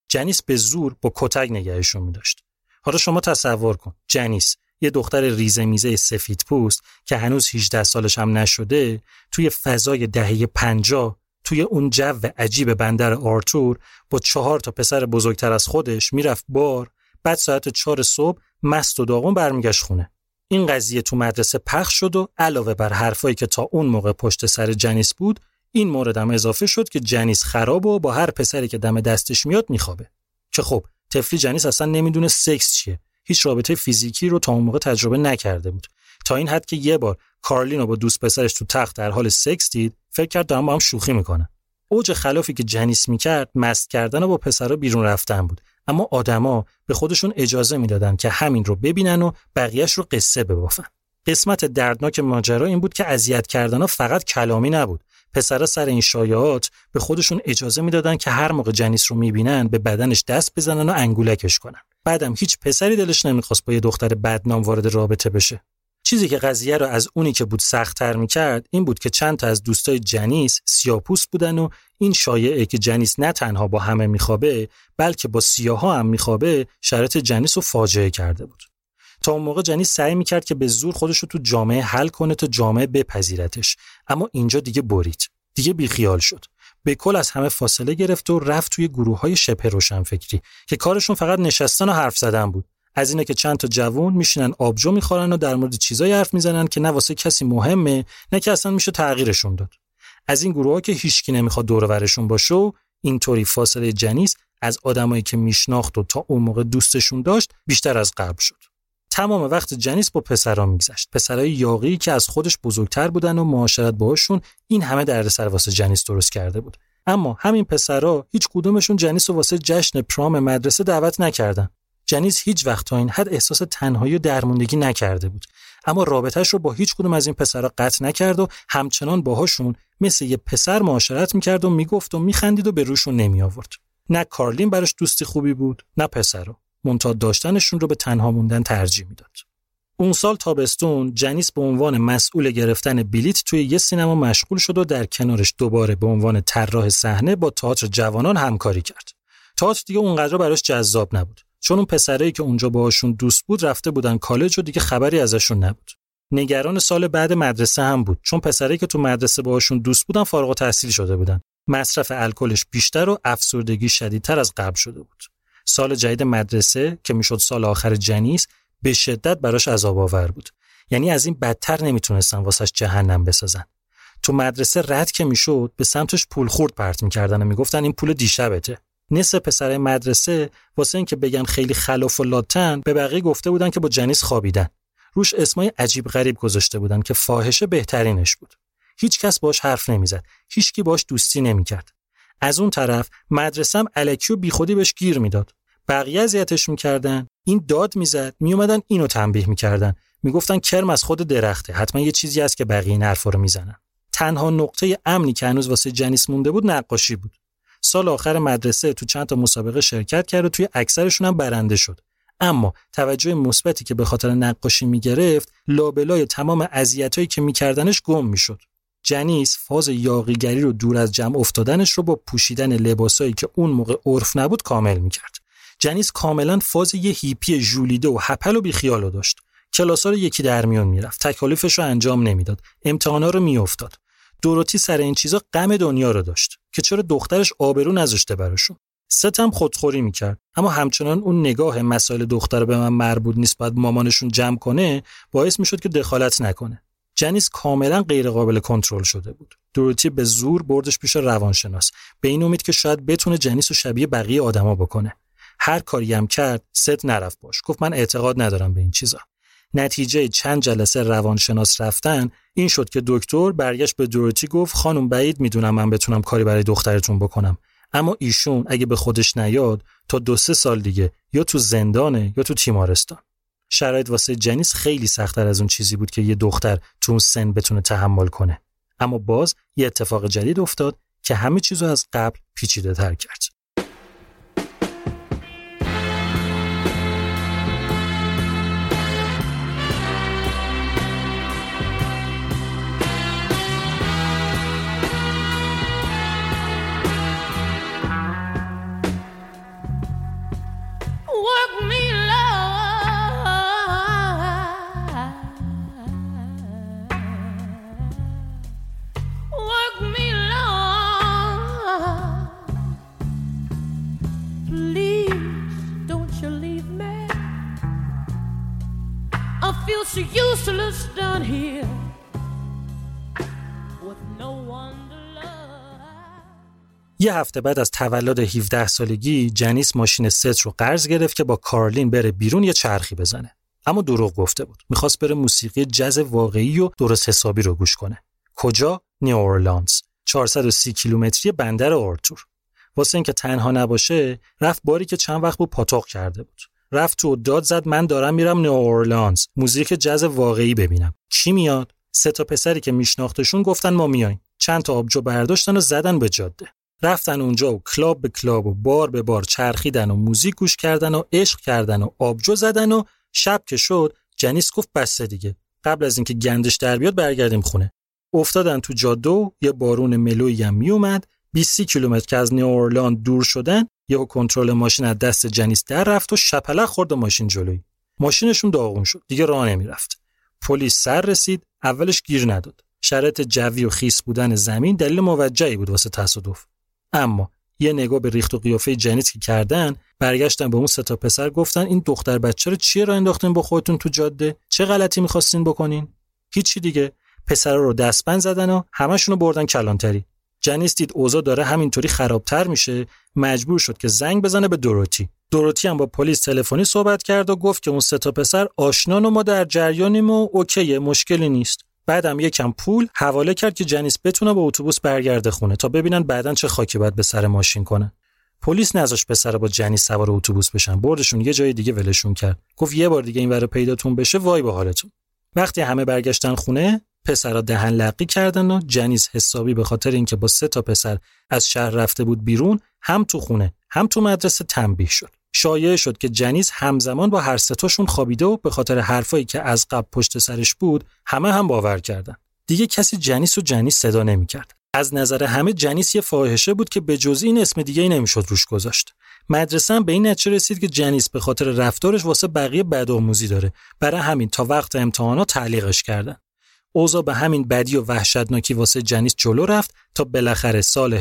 جنیس به زور با کتک نگهشون می‌داشت. حالا شما تصور کن، جنیس یه دختر ریزه میزه سفید پوست که هنوز 18 سالش هم نشده، توی فضای دهه 50 توی اون جو عجیب بندر آرتور با 4 تا پسر بزرگتر از خودش میرفت بار، بعد ساعت 4 صبح مست و داغون برمیگشت خونه. این قضیه تو مدرسه پخش شد و علاوه بر حرفایی که تا اون موقع پشت سر جنیس بود، این مورد هم اضافه شد که جنیس خراب و با هر پسری که دم دستش میاد میخوابه. که خب طفلی جنیس اصلا نمیدونه سکس چیه، هیچ رابطه فیزیکی رو تا اون موقع تجربه نکرده بود، تا این حد که یه بار کارلین رو با دوست پسرش تو تخت در حال سکس دید، فکر کرد دارن با هم شوخی میکنن. اوج خلافی که جنیس میکرد مست کردن و با پسرا بیرون رفتن بود، اما آدما به خودشون اجازه میدادن که همین رو ببینن و بقیه‌اش رو قصه ببافن. قسمت دردناک ماجرا این بود که اذیت کردنها فقط کلامی نبود. پسرا سر این شایعات به خودشون اجازه میدادن که هر موقع جنیس رو میبینن به بدنش دست بزنن و انگولکش کنن. بعدم هیچ پسری دلش نمیخواست با یه دختر بدنام وارد رابطه بشه. چیزی که قضیه رو از اونی که بود سخت‌تر می‌کرد این بود که چند تا از دوستای جنیس سیاه‌پوست بودن و این شایعه که جنیس نه تنها با همه میخوابه بلکه با سیاها هم میخوابه شرایط جنیس رو فاجعه کرده بود. تا اون موقع جنیس سعی می‌کرد که به زور خودش رو تو جامعه حل کنه تا جامعه بپذیرتش، اما اینجا دیگه برید، دیگه بیخیال شد. به کل از همه فاصله گرفت و رفت توی گروه‌های شبه روشنفکری که کارشون فقط نشستن و حرف زدن بود. از اینه که چند تا جوون میشینن آبجو میخورن و در مورد چیزایی حرف میزنن که نه واسه کسی مهمه نه که اصلا میشه تغییرشون داد. از این گروه‌ها که هیچکی نمیخواد دور و برشون باشه و اینطوری فاصله جنیس از آدمایی که میشناخت و تا اون موقع دوستشون داشت بیشتر از قبل شد. تمام وقت جنیس با پسرا میگذشت، پسرای یاغی که از خودش بزرگتر بودن و معاشرت باهاشون این همه دردسر واسه جنیس درست کرده بود. اما همین پسرا هیچ کدومشون جنیس رو واسه جشن پرام مدرسه دعوت نکردن. جنیس هیچ وقت تا این حد احساس تنهایی و درموندگی نکرده بود، اما رابطه‌اش رو با هیچ کدوم از این پسرا قطع نکرد و همچنان باهاشون مثل یه پسر معاشرت میکرد و میگفت و میخندید و به روشون نمی آورد. نه کارلین براش دوستی خوبی بود نه پسرا، منتها داشتنشون رو به تنها موندن ترجیح میداد. اون سال تابستون جنیس به عنوان مسئول گرفتن بلیت توی یه سینما مشغول شد و در کنارش دوباره به عنوان طراح صحنه با تئاتر جوانان همکاری کرد. تئاتر دیگه اونقدر براش جذاب نبود، چون اون پسرایی که اونجا باهاشون دوست بود رفته بودن کالج و دیگه خبری ازشون نبود. نگران سال بعد مدرسه هم بود، چون پسرایی که تو مدرسه باهاشون دوست بودن فارغ التحصیل شده بودن. مصرف الکلش بیشتر و افسردگی شدیدتر از قبل شده بود. سال جدید مدرسه که میشد سال آخر جنیس به شدت براش عذاب‌آور بود. یعنی از این بدتر نمیتونستن واسش جهنم بسازن. تو مدرسه رد که میشد به سمتش پول خورد پرت میکردن و میگفتن این پول دیشبته. نصف پسرای مدرسه واسه این که بگن خیلی خلاف و لاتن به بقیه گفته بودن که با جنیس خوابیدن. روش اسمای عجیب غریب گذاشته بودن که فاحشه بهترینش بود. هیچ کس باش حرف نمیزد، هیچکی باش دوستی نمیکرد. از اون طرف مدرسه‌م الکی و بیخودی بهش گیر میداد. بقیه اذیتش میکردن، این داد میزد، میومدن اینو تنبیه میکردن، میگفتن کرم از خود درخته، حتما یه چیزی هست که بقیه این حرفا رو میزنن. تنها نقطه امنی که هنوز واسه جنیس مونده بود نقاشی بود. سال آخر مدرسه تو چند تا مسابقه شرکت کرد و توی اکثرشون هم برنده شد. اما توجه مثبتی که به خاطر نقاشی میگرفت لابلای تمام اذیتایی که میکردنش گم میشد. جنیس فاز یاغیگری رو دور از جمع افتادنش رو با پوشیدن لباسایی که اون موقع عرف نبود کامل میکرد. جنیس کاملا فاز یه هیپی ژولیده و هپل و بیخیالو داشت. کلاسا رو یکی در میون میرفت، تکالیفش رو انجام نمیداد، امتحانا رو میافتاد. دوروتی سر این چیزا غم دنیا رو داشت که چرا دخترش آبرو نذاشته براشون. ستم خودخوری میکرد، اما همچنان اون نگاه مسائل دختر به من مربوط نیست باید مامانشون جمع کنه باعث میشد که دخالت نکنه. جنیس کاملا غیر قابل کنترل شده بود. دوروتی به زور بردش پیش روانشناس به این امید که شاید بتونه جنیس رو شبیه بقیه آدما بکنه. هر کاری هم کرد ست نرفت باش، گفت من اعتقاد ندارم به این چیزا. نتیجه چند جلسه روانشناس رفتن این شد که دکتر برگشت به دوروتی گفت خانم بعید میدونم من بتونم کاری برای دخترتون بکنم، اما ایشون اگه به خودش نیاد تا 2-3 سال دیگه یا تو زندانه یا تو تیمارستان. شرایط واسه جنیس خیلی سخت‌تر از اون چیزی بود که یه دختر تو اون سن بتونه تحمل کنه. اما باز یه اتفاق جدید افتاد که همه چیزو از قبل پیچیده‌تر کرد. just done here with no one to love. یه هفته بعد از تولد 17 سالگی جنیس ماشین ست رو قرض گرفت که با کارلین بره بیرون یه چرخی بزنه. اما دروغ گفته بود. می‌خواست بره موسیقی جاز واقعی و درست حسابی رو گوش کنه. کجا؟ نیواورلانز. 430 کیلومتری بندر آرتور. واسه اینکه تنها نباشه، رفت باری که چند وقت بود پاتوق کرده بود. رفت تو داد زد من دارم میرم نیواورلانز، موزیک جاز واقعی ببینم. کی میاد؟ 3 تا پسری که میشناختشون گفتن ما میایم. چند تا آبجو برداشتن و زدن به جاده. رفتن اونجا و کلاب به کلاب و بار به بار چرخیدن و موزیک گوش کردن و عشق کردن و آبجو زدن و شب که شد جنیس گفت بس دیگه. قبل از اینکه گندش در بیاد برگردیم خونه. افتادن تو جاده و یه بارون ملویی هم میومد. 20 کیلومتر که از نیواورلند دور شدن یهو کنترل ماشین از دست جنیس در رفت و شپلق خورد ماشین جلویی. ماشینشون داغون شد. دیگه راه نمیرفت. پلیس سر رسید. اولش گیر نداد. شرایط جوی و خیس بودن زمین دلیل موجهی بود واسه تصادف. اما یه نگاه به ریخت و قیافه جنیس که کردن، برگشتن به اون 3 تا پسر گفتن این دختر بچه رو چیه راه انداختین با خودتون تو جاده؟ چه غلطی می‌خواستین بکنین؟ هیچی دیگه. پسرا رو دستبند زدن و همشونو بردن کلانتری. جنیس دید اوضاع داره همینطوری خرابتر میشه، مجبور شد که زنگ بزنه به دوروتی. دوروتی هم با پلیس تلفنی صحبت کرد و گفت که اون 3 تا پسر آشنان و ما در جریانیم و اوکیه، مشکلی نیست. بعدم یکم پول حواله کرد که جنیس بتونه با اتوبوس برگرده خونه تا ببینن بعدن چه خاکی باید به سر ماشین کنه. پلیس نذاشت پسرا با جنیس سوار اتوبوس بشن، بردشون یه جای دیگه ولشون کرد. گفت یه بار دیگه اینور پیداتون بشه وای به حالتون. وقتی همه برگشتن خونه، پسرا دهن لقی کردن و جنیس حسابی به خاطر اینکه با 3 تا پسر از شهر رفته بود بیرون، هم تو خونه هم تو مدرسه تنبیه شد. شایعه شد که جنیس همزمان با هر 3 تاشون خوابیده و به خاطر حرفایی که از قبل پشت سرش بود همه هم باور کردن. دیگه کسی جنیس صدا نمی‌کرد. از نظر همه جنیس یه فاحشه بود که به جز این اسم دیگه‌ای نمیشد روش گذاشت. مدرسه هم به این نتیجه رسید که جنیس به خاطر رفتارش واسه بقیه بدآموزی داره. برای همین تا وقت امتحانات تعلیقش کردن. اوضاع به همین بدی و وحشتناکی واسه جنیس جلو رفت تا بالاخره سال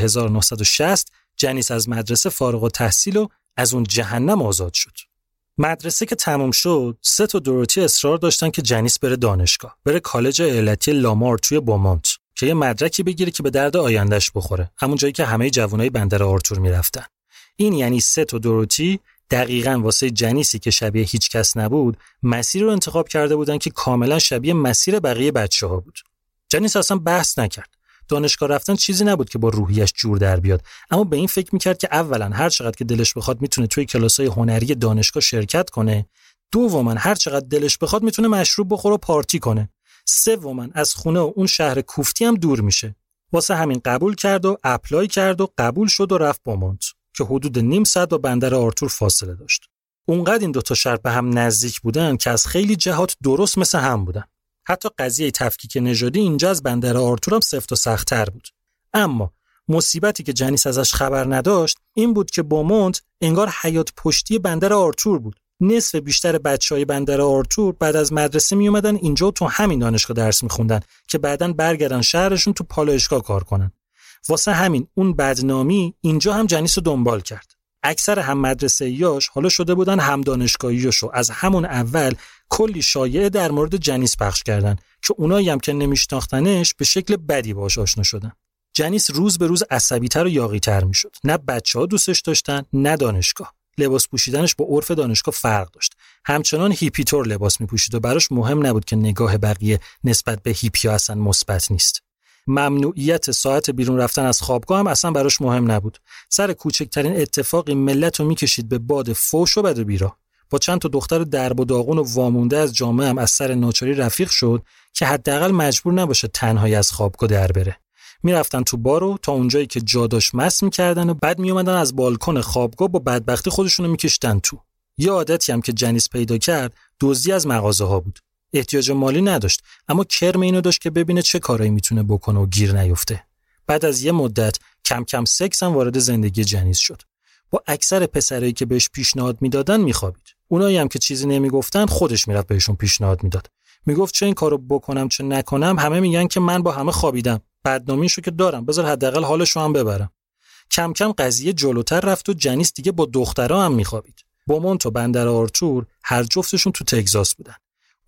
1960 جنیس از مدرسه فارغ التحصیل و از اون جهنم آزاد شد. مدرسه که تموم شد، 3 تا دوروتی اصرار داشتن که جنیس بره دانشگاه، بره کالج ایالتی لامار توی بومونت که یه مدرکی بگیره که به درد آیندهش بخوره، همون جایی که همه جوانای بندر آرتور میرفتن. این یعنی 3 تا دوروتی دقیقاً واسه جنیسی که شبیه هیچ کس نبود، مسیر رو انتخاب کرده بودن که کاملا شبیه مسیر بقیه بچه‌ها بود. جنیس اصلا بحث نکرد. دانشگاه رفتن چیزی نبود که با روحیش جور در بیاد، اما به این فکر میکرد که اولا هر چقدر که دلش بخواد میتونه توی کلاسای هنری دانشگاه شرکت کنه، دوما هر چقدر دلش بخواد میتونه مشروب بخوره و پارتی کنه، سوما از خونه و اون شهر کوفتی هم دور میشه. واسه همین قبول کرد و اپلای کرد و قبول شد و رفت بومونت که حدود نیم ساعت با بندر آرتور فاصله داشت. اونقدر این 2 تا شهر به هم نزدیک بودن که از خیلی جهات درست مثل هم بودن. حتی قضیه تفکیک نژادی اینجا از بندر آرتور هم سفت و سخت‌تر بود. اما مصیبتی که جنیس ازش خبر نداشت این بود که بومونت انگار حیات پشتی بندر آرتور بود. نصف بیشتر بچهای بندر آرتور بعد از مدرسه می اومدن اینجا و تو همین دانشگاه درس می‌خوندن که بعداً برگردن شهرشون تو پالایشگاه کار کنن. واسه همین اون بدنامی اینجا هم جنیس رو دنبال کرد. اکثر هم مدرسه‌ایاش حالا شده بودن هم دانشگاهیاشو از همون اول کلی شایعه در مورد جنیس پخش کردن که اونایی هم که نمیشناختنش به شکل بدی باهاش آشنا شدن. جنیس روز به روز عصبی‌تر و یاغی‌تر میشد. نه بچه‌ها دوستش داشتن، نه دانشگاه. لباس پوشیدنش با عرف دانشگاه فرق داشت. همچنان هیپی‌طور لباس می‌پوشید و براش مهم نبود که نگاه بقیه نسبت به هیپی‌ها اصلا مثبت نیست. ممنوعیت ساعت بیرون رفتن از خوابگاه هم اصلا براش مهم نبود. سر کوچکترین اتفاقی ملت رو می‌کشید به باد فوش و بد و بیرا. با چند تا دختر درب و داغون و وامونده از جامعه هم از سر ناچاری رفیق شد که حداقل مجبور نباشه تنهایی از خوابگاه در بره. میرفتن تو بارو تا اونجایی که جا داشت مست می‌کردن و بعد میومدن از بالکن خوابگاه با بدبختی خودشونو می‌کشیدن تو. یه عادتی هم که جنیس پیدا کرد دزدی از مغازه‌ها بود. احتیاج مالی نداشت اما کرم اینو داشت که ببینه چه کارایی میتونه بکنه و گیر نیفته. بعد از یه مدت کم کم سکس هم وارد زندگی جنیس شد. با اکثر پسرایی که بهش پیشنهاد میدادن میخوابید. اونایی هم که چیزی نمیگفتن خودش میرفت بهشون پیشنهاد میداد. میگفت چه این کارو بکنم چه نکنم همه میگن که من با همه خوابیدم. بدنامیشو که دارم بذار حداقل حالشو هم ببرم. کم کم قضیه جلوتر رفت و جنیس دیگه با دخترها هم میخوابید. بومونت و بندر آرتور هر جفتشون تو تگزاس بودن.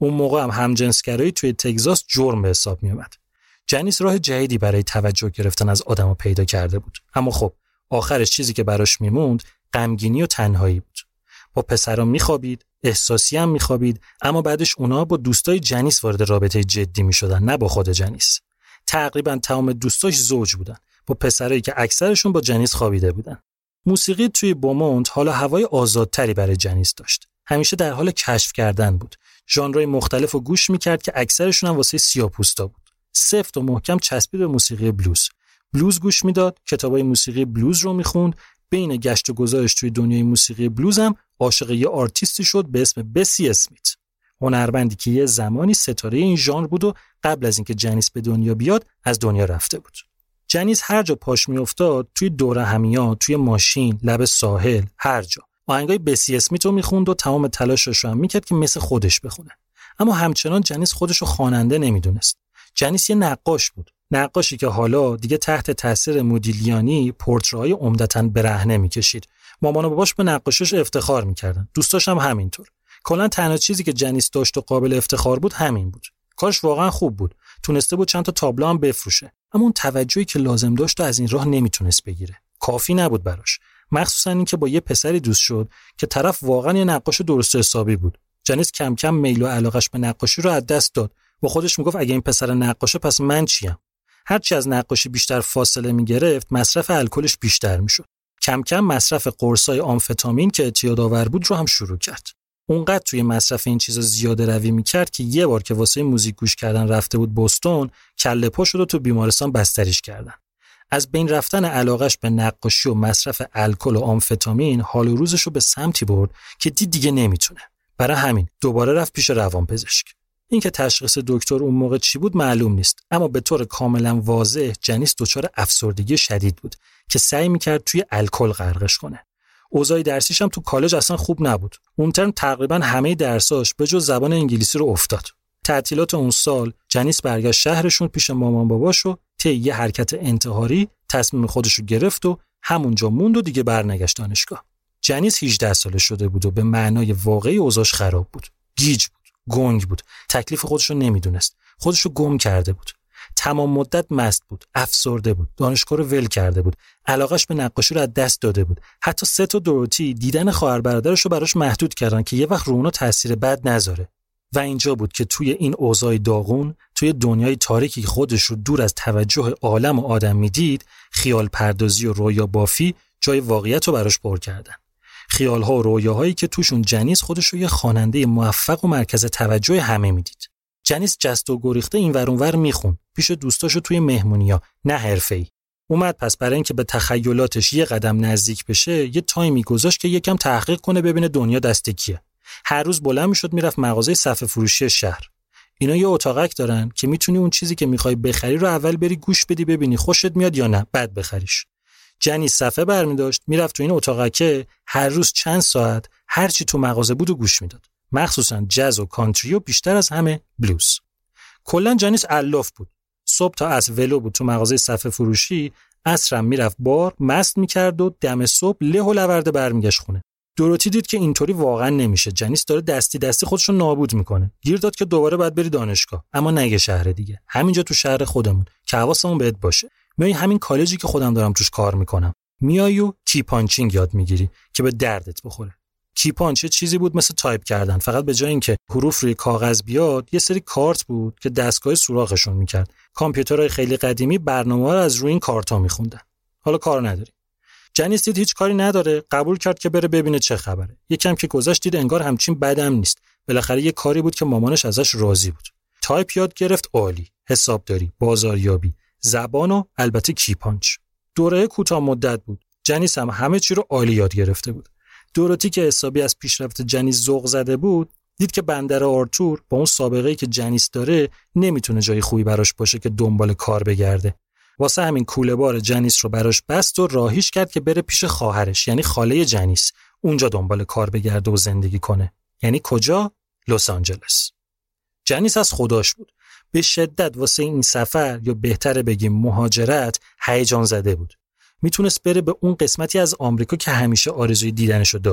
اون موقع هم همجنسگرایی توی تگزاس جرم به حساب می اومد. جنیس راه جدیدی برای توجه گرفتن از آدمو پیدا کرده بود. اما خب آخرش چیزی که براش میموند غمگینی و تنهایی بود. با پسرا میخوابید، احساسی هم میخوابید، اما بعدش اونا با دوستای جنیس وارد رابطه جدی میشدن، نه با خود جنیس. تقریبا تمام دوستاش زوج بودن، با پسرایی که اکثرشون با جنیس خوابیده بودن. موسیقی توی بومونت حالا هوای آزادتری برای جنیس داشت. همیشه در حال کشف کردن بود. ژانرهای مختلفو گوش میکرد که اکثرشون هم واسه سیاه‌پوستا بود. سفت و محکم چسبید به موسیقی بلوز گوش میداد، کتابای موسیقی بلوز رو میخوند. بین گشت و گذارش توی دنیای موسیقی بلوز هم عاشق یه آرتیستی شد به اسم بسی اسمیت، هنرمندی که یه زمانی ستاره این ژانر بود و قبل از اینکه جنیس به دنیا بیاد از دنیا رفته بود. جنیس هر جا پاش میافتاد، توی دوره همیا، توی ماشین، لب ساحل، هر جا آهنگای بسی اسمیت رو میخوند و تمام تلاشش رو هم میکرد که مثل خودش بخونه. اما همچنان جنیس خودش رو خواننده نمیدونست. جنیس یه نقاش بود، نقاشی که حالا دیگه تحت تاثیر مودیلیانی پورتره‌های عمدتاً برهنه میکشید. مامان و باباش به نقاشیش افتخار میکردن، دوستاش هم همینطور. کلاً تنها چیزی که جنیس داشت و قابل افتخار بود همین بود. کارش واقعا خوب بود، تونسته بود چند تا تابلو هم بفروشه، اما اون توجهی که لازم داشت و از این راه نمیتونست بگیره. کافی نبود براش، مخصوصاً اینکه با یه پسری دوست شد که طرف واقعا یه نقاش درست حسابی بود. جنیس کم کم میل و علاقش به نقاشی رو از دست داد. با خودش میگفت اگه این پسر نقاشه پس من چیم؟ هرچی از نقاشی بیشتر فاصله میگرفت، مصرف الکلش بیشتر میشد. کم کم مصرف قرصای آمفتامین که اعتیادآور بود رو هم شروع کرد. اونقدر توی مصرف این چیزا زیاده روی میکرد که یه بار که واسه موزیک گوش کردن رفته بود بوستون، کله پا شد و تو بیمارستان بستریش کردن. از بین رفتن علاقش به نقاشی و مصرف الکل و آمفتامین حال و روزش رو به سمتی برد که دیگه نمیتونه. برای همین دوباره رفت پیش روانپزشک. اینکه تشخیص دکتر اون موقع چی بود معلوم نیست، اما به طور کاملا واضح جنیس دچار افسردگی شدید بود که سعی میکرد توی الکل غرقش کنه. اوضاع درسیش هم تو کالج اصلا خوب نبود. اون ترم تقریبا همه درساش به جز زبان انگلیسی رو افتاد. تعطیلات اون سال جنیس برگشت شهرشون پیش مامان باباش و طی یه حرکت انتحاری تصمیم خودش رو گرفت و همونجا موند و دیگه برنگشت دانشگاه. جنیس 18 ساله شده بود و به معنای واقعی اوضاعش خراب بود. گیج بود، گنگ بود، تکلیف خودش رو نمیدونست، خودش رو گم کرده بود. تمام مدت مست بود، افسرده بود، دانشگاه رو ول کرده بود، علاقش به نقاشی رو از دست داده بود. حتی ست و دوروتی دیدن خواهر برادرش رو براش محدود کردن که یه وقت رو اونا تأثیر بد نذاره. و اینجا بود که توی این اوضاع داغون، توی دنیای تاریکی خودش رو دور از توجه عالم و آدم میدید، خیال پردازی و رویا بافی جای واقعیت رو براش پر کردن. خیال‌ها و رویاهایی که توشون جنیس خودش رو یه خواننده موفق و مرکز توجه همه میدید. جنیس جست و گریخته این ور اون ور میخوند، پیش دوستاشو توی مهمونیا، نه حرفه‌ای. اومد پس برای اینکه به تخیلاتش یه قدم نزدیک بشه، یه تایمی گذاشت که یکم تحقیق کنه ببینه دنیا دست کیه. هر روز بلند میشد میرفت مغازه صفحه فروشی شهر. اینا یه اتاقک دارن که میتونی اون چیزی که میخوای بخری رو اول بری گوش بدی ببینی خوشت میاد یا نه، بعد بخریش. جنیس صفحه برمی‌داشت، میرفت تو این اتاقکه، هر روز چند ساعت هر چی تو مغازه بود و گوش میداد. مخصوصا جاز و کانتری و بیشتر از همه بلوز. کلا جنیس الاف بود. صبح تا عصر ولو بود تو مغازه صفحه فروشی، عصرم میرفت بار، مست میکرد و دم صبح له و لورده برمیگشت خونه. دوروتی دید که اینطوری واقعا نمیشه، جنیس داره دستی خودش رو نابود میکنه. گیر داد که دوباره باید بری دانشگاه، اما نگه شهر دیگه، همینجا تو شهر خودمون که حواسمون بهت باشه. میای همین کالجی که خودم دارم توش کار میکنم، میای و کی پانچینگ یاد میگیری که به دردت بخوره. کی پانچ چیزی بود مثل تایپ کردن، فقط به جای اینکه حروف روی کاغذ بیاد یه سری کارت بود که دستگاه سوراخشون میکرد. کامپیوترهای خیلی قدیمی برنامه‌ها رو از روی این کارت‌ها میخوندن. حالا کار نداری. جنیس دید هیچ کاری نداره، قبول کرد که بره ببینه چه خبره. یکم که گذشت دید انگار همچین بدم نیست. بالاخره یه کاری بود که مامانش ازش راضی بود. تایپ یاد گرفت، عالی. حسابداری، بازاریابی، زبان و البته کی پانچ. دوره کوتاه مدت بود. جنیس هم همه چی رو عالی یاد گرفته بود. دوروتی که حسابی از پیشرفت جنیس ذوق زده بود، دید که بندر آرتور با اون سابقه‌ای که جنیس داره نمیتونه جای خوبی براش باشه که دنبال کار بگرده. واسه همین کوله بار جنیس رو براش بست و راهیش کرد که بره پیش خواهرش، یعنی خاله جنیس، اونجا دنبال کار بگرده و زندگی کنه. یعنی کجا؟ لس آنجلس. جنیس از خداش بود. به شدت واسه این سفر، یا بهتره بگیم مهاجرت، هیجان زده بود. میتونست بره به اون قسمتی از آمریکا که همیشه آرزوی دیدنشو داشت.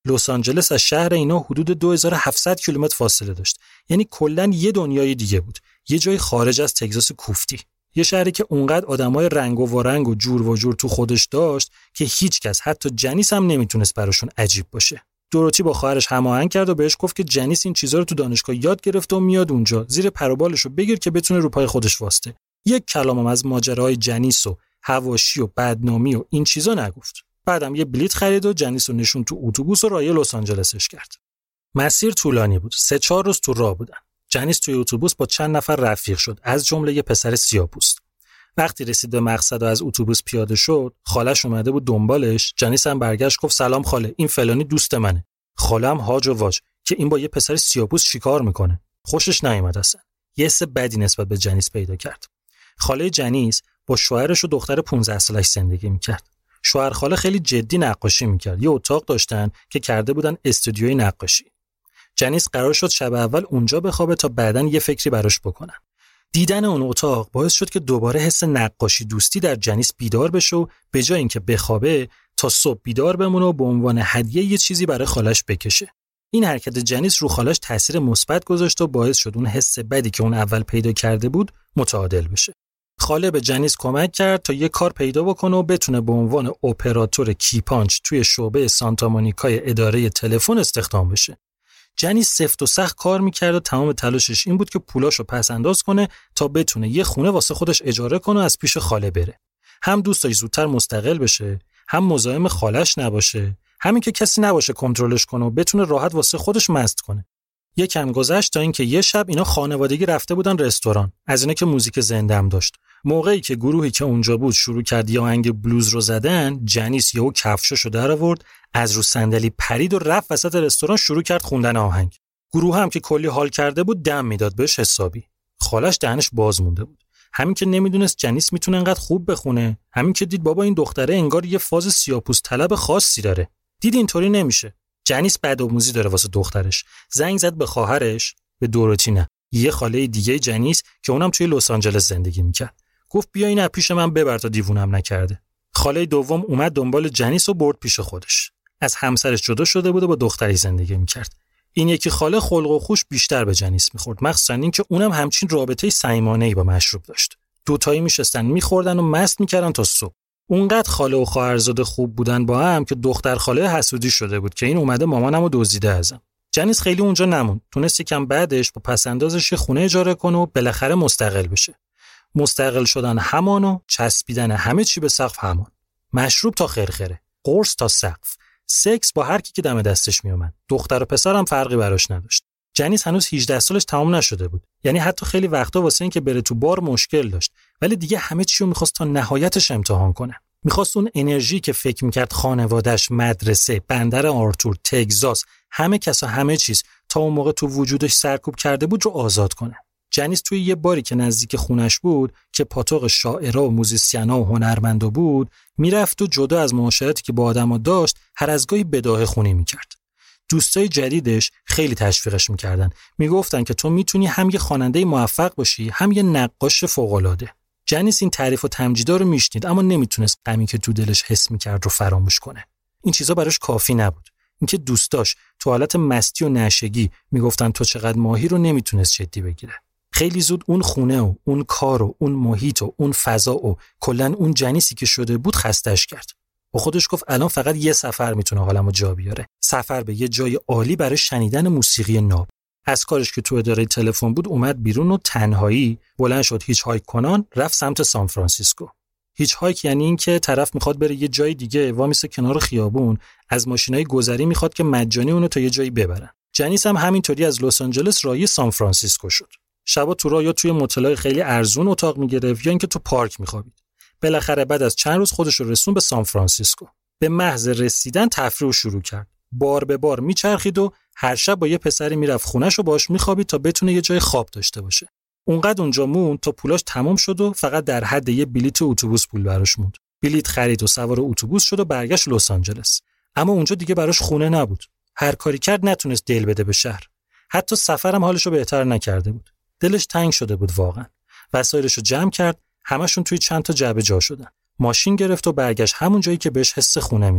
لس آنجلس از شهر اینا حدود 2700 کیلومتر فاصله داشت. یعنی کلاً یه دنیای دیگه بود. یه جای خارج از تگزاس کوفتی. یه شهری که اونقدر آدمای رنگ و رنگ و جور و جور تو خودش داشت که هیچکس حتی جنیس هم نمیتونست براشون عجیب باشه. دوروتی با خواهرش هماهنگ کرد و بهش گفت که جنیس این چیزا رو تو دانشگاه یاد گرفته و میاد اونجا، زیر پر و بالشو بگیر که بتونه رو پای خودش واسطه. یک کلامم از ماجراهای جنیس و حواشی و بدنامی و این چیزا نگفت. بعدم یه بلیط خرید و جنیس رو نشون تو اتوبوس و راهی لس آنجلسش کرد. مسیر طولانی بود. 3-4 روز تو راه بودن. جنیس توی اتوبوس با چند نفر رفیق شد، از جمله یه پسر سیاه‌پوست. وقتی رسید به مقصد و از اتوبوس پیاده شد، خالش اومده بود دنبالش. جنیس هم برگشت گفت سلام خاله، این فلانی دوست منه. خاله هم هاج و واج که این با یه پسر سیاه‌پوست چیکار میکنه. خوشش نیومد اصلا. یه حس بدی نسبت به جنیس پیدا کرد. خاله جنیس با شوهرش و دختر 15 سالش زندگی میکرد. شوهر خاله خیلی جدی نقاشی میکرد. یه اتاق داشتن که کرده بودن استودیوی نقاشی. جنیس قرار شد شب اول اونجا بخوابه تا بعدن یه فکری براش بکنن. دیدن اون اتاق باعث شد که دوباره حس نقاشی دوستی در جنیس بیدار بشه و به جای اینکه بخوابه تا صبح بیدار بمونه و به عنوان هدیه یه چیزی برای خالش بکشه. این حرکت جنیس رو خالش تاثیر مثبت گذاشت و باعث شد اون حس بدی که اون اول پیدا کرده بود متعادل بشه. خاله به جنیس کمک کرد تا یه کار پیدا بکنه و بتونه به عنوان اپراتور کیپانچ توی شعبه سانتا مونیکای اداره تلفن استخدام بشه. جنیس سفت و سخت کار میکرد و تمام تلاشش این بود که پولاشو پس انداز کنه تا بتونه یه خونه واسه خودش اجاره کنه و از پیش خاله بره. هم دوست داشت زودتر مستقل بشه، هم مزاحم خالش نباشه، همین که کسی نباشه کنترلش کنه و بتونه راحت واسه خودش مست کنه. یکم گذشت تا اینکه یه شب اینا خانوادگی رفته بودن رستوران، از اینا که موزیک زنده هم داشت. موقعی که گروهی که اونجا بود شروع کرد یه آهنگ بلوز رو زدن، جنیس یهو کفشاشو در آورد، از رو صندلی پرید و رفت وسط رستوران شروع کرد خوندن آهنگ. گروه هم که کلی حال کرده بود دم میداد بهش حسابی. خالش دهنش باز مونده بود. همین که نمیدونست جنیس میتونه انقدر خوب بخونه، همین که دید بابا این دختره انگار یه فاز سیاه‌پوست طلب خاصی داره. دید اینطوری نمیشه. جنیس بدآموزی داره واسه دخترش. زنگ زد به خواهرش، به دوروتی نه، یه خاله دیگه جنیس که اونم توی لس آنجلس زندگی میکرد. گفت بیا اینو پیش من ببر تا دیوونم نکرده. خاله دوم اومد دنبال جنیس و برد پیش خودش. از همسرش جدا شده بود و با دختری زندگی میکرد. این یکی خاله خلق و خوش بیشتر به جنیس میخورد، مخصوصا این که اونم همچین رابطه صمیمانه‌ای با مشروب داشت. دوتایی میشستن میخوردن و مست میکردن تا صبح. اونقدر خاله و خواهرزاده خوب بودن با هم که دختر خاله حسودی شده بود که این اومده مامانمو دزدیده ازم. جنیس خیلی اونجا نموند. تونست یکم بعدش با پسندازش خونه اجاره کنه و بالاخره مستقل بشه. مستقل شدن همان و چسبیدن همه چی به سقف همان. مشروب تا خرخره، قرص تا سقف، سکس با هر کی که دم دستش میومد. دختر و پسرم فرقی براش نداشت. جنیس هنوز 18 سالش تمام نشده بود. یعنی حتی خیلی وقتا واسه این که بره تو بار مشکل داشت، ولی دیگه همه چی رو می‌خواست تا نهایتش امتحان کنه. می‌خواست اون انرژی که فکر می‌کرد خانواده‌اش، مدرسه، بندر آرتور، تگزاس، همه کسا همه چیز تا اون موقع تو وجودش سرکوب کرده بود رو آزاد کنه. جنیس توی یه باری که نزدیک خونش بود که پاتوق شاعرها و موزیسینا و هنرمندا بود، میرفت و جدا از معاشرتی که با آدما داشت هر از گاهی بداهه خونی میکرد. دوستای جدیدش خیلی تشویقش میکردن، میگفتن که تو میتونی هم یه خواننده موفق باشی هم یه نقاش فوق‌العاده. جنیس این تعریف و تمجیدا رو میشنید اما نمیتونست غمی که تو دلش حس میکرد رو فراموش کنه. این چیزا براش کافی نبود. اینکه دوستاش تو حالت مستی و نشگی میگفتن تو چقدر ماهی رو نمیتونست جدی بگیره. خیلی زود اون خونه و اون کار و اون محیط و اون فضا و کلاً اون جنیسی که شده بود خستش کرد. با خودش گفت الان فقط یه سفر میتونه حالمو جا بیاره. سفر به یه جای عالی برای شنیدن موسیقی ناب. از کارش که تو اداره تلفن بود اومد بیرون و تنهایی بلند شد هیچ هایک کنان رفت سمت سان فرانسیسکو. هیچ هایک یعنی این که طرف میخواد بره یه جای دیگه، وامیسه کنار خیابون، از ماشینای گذری میخواد که مجانی اونو تا یه جایی ببرن. جنیس هم همینطوری از لس آنجلس راهی سان فرانسیسکو شد. شبا تو راه یا توی موتلای خیلی ارزون اتاق میگرفت یا اینکه تو پارک میخوابید. بالاخره بعد از چند روز خودش رو رسون به سان فرانسیسکو. به محض رسیدن تفریح شروع کرد. بار به بار میچرخید و هر شب با یه پسری میرفت خونه‌شو باهاش میخوابید تا بتونه یه جای خواب داشته باشه. اونقدر اونجا موند تا پولاش تمام شد و فقط در حد یه بلیت اتوبوس پول براش موند. بلیت خرید و سوار اتوبوس شد و برگشت لس آنجلس. اما اونجا دیگه براش خونه نبود. هر کاری کرد نتونست دل بده به شهر. حتی سفرم حالشو بهتر نکرده بود. دلش تنگ شده بود واقعا. وسایلشو جمع کرد، همشون توی چند تا جعبه جا شدن. ماشین گرفت و برگشت همون جایی که بهش حس خونه میداد.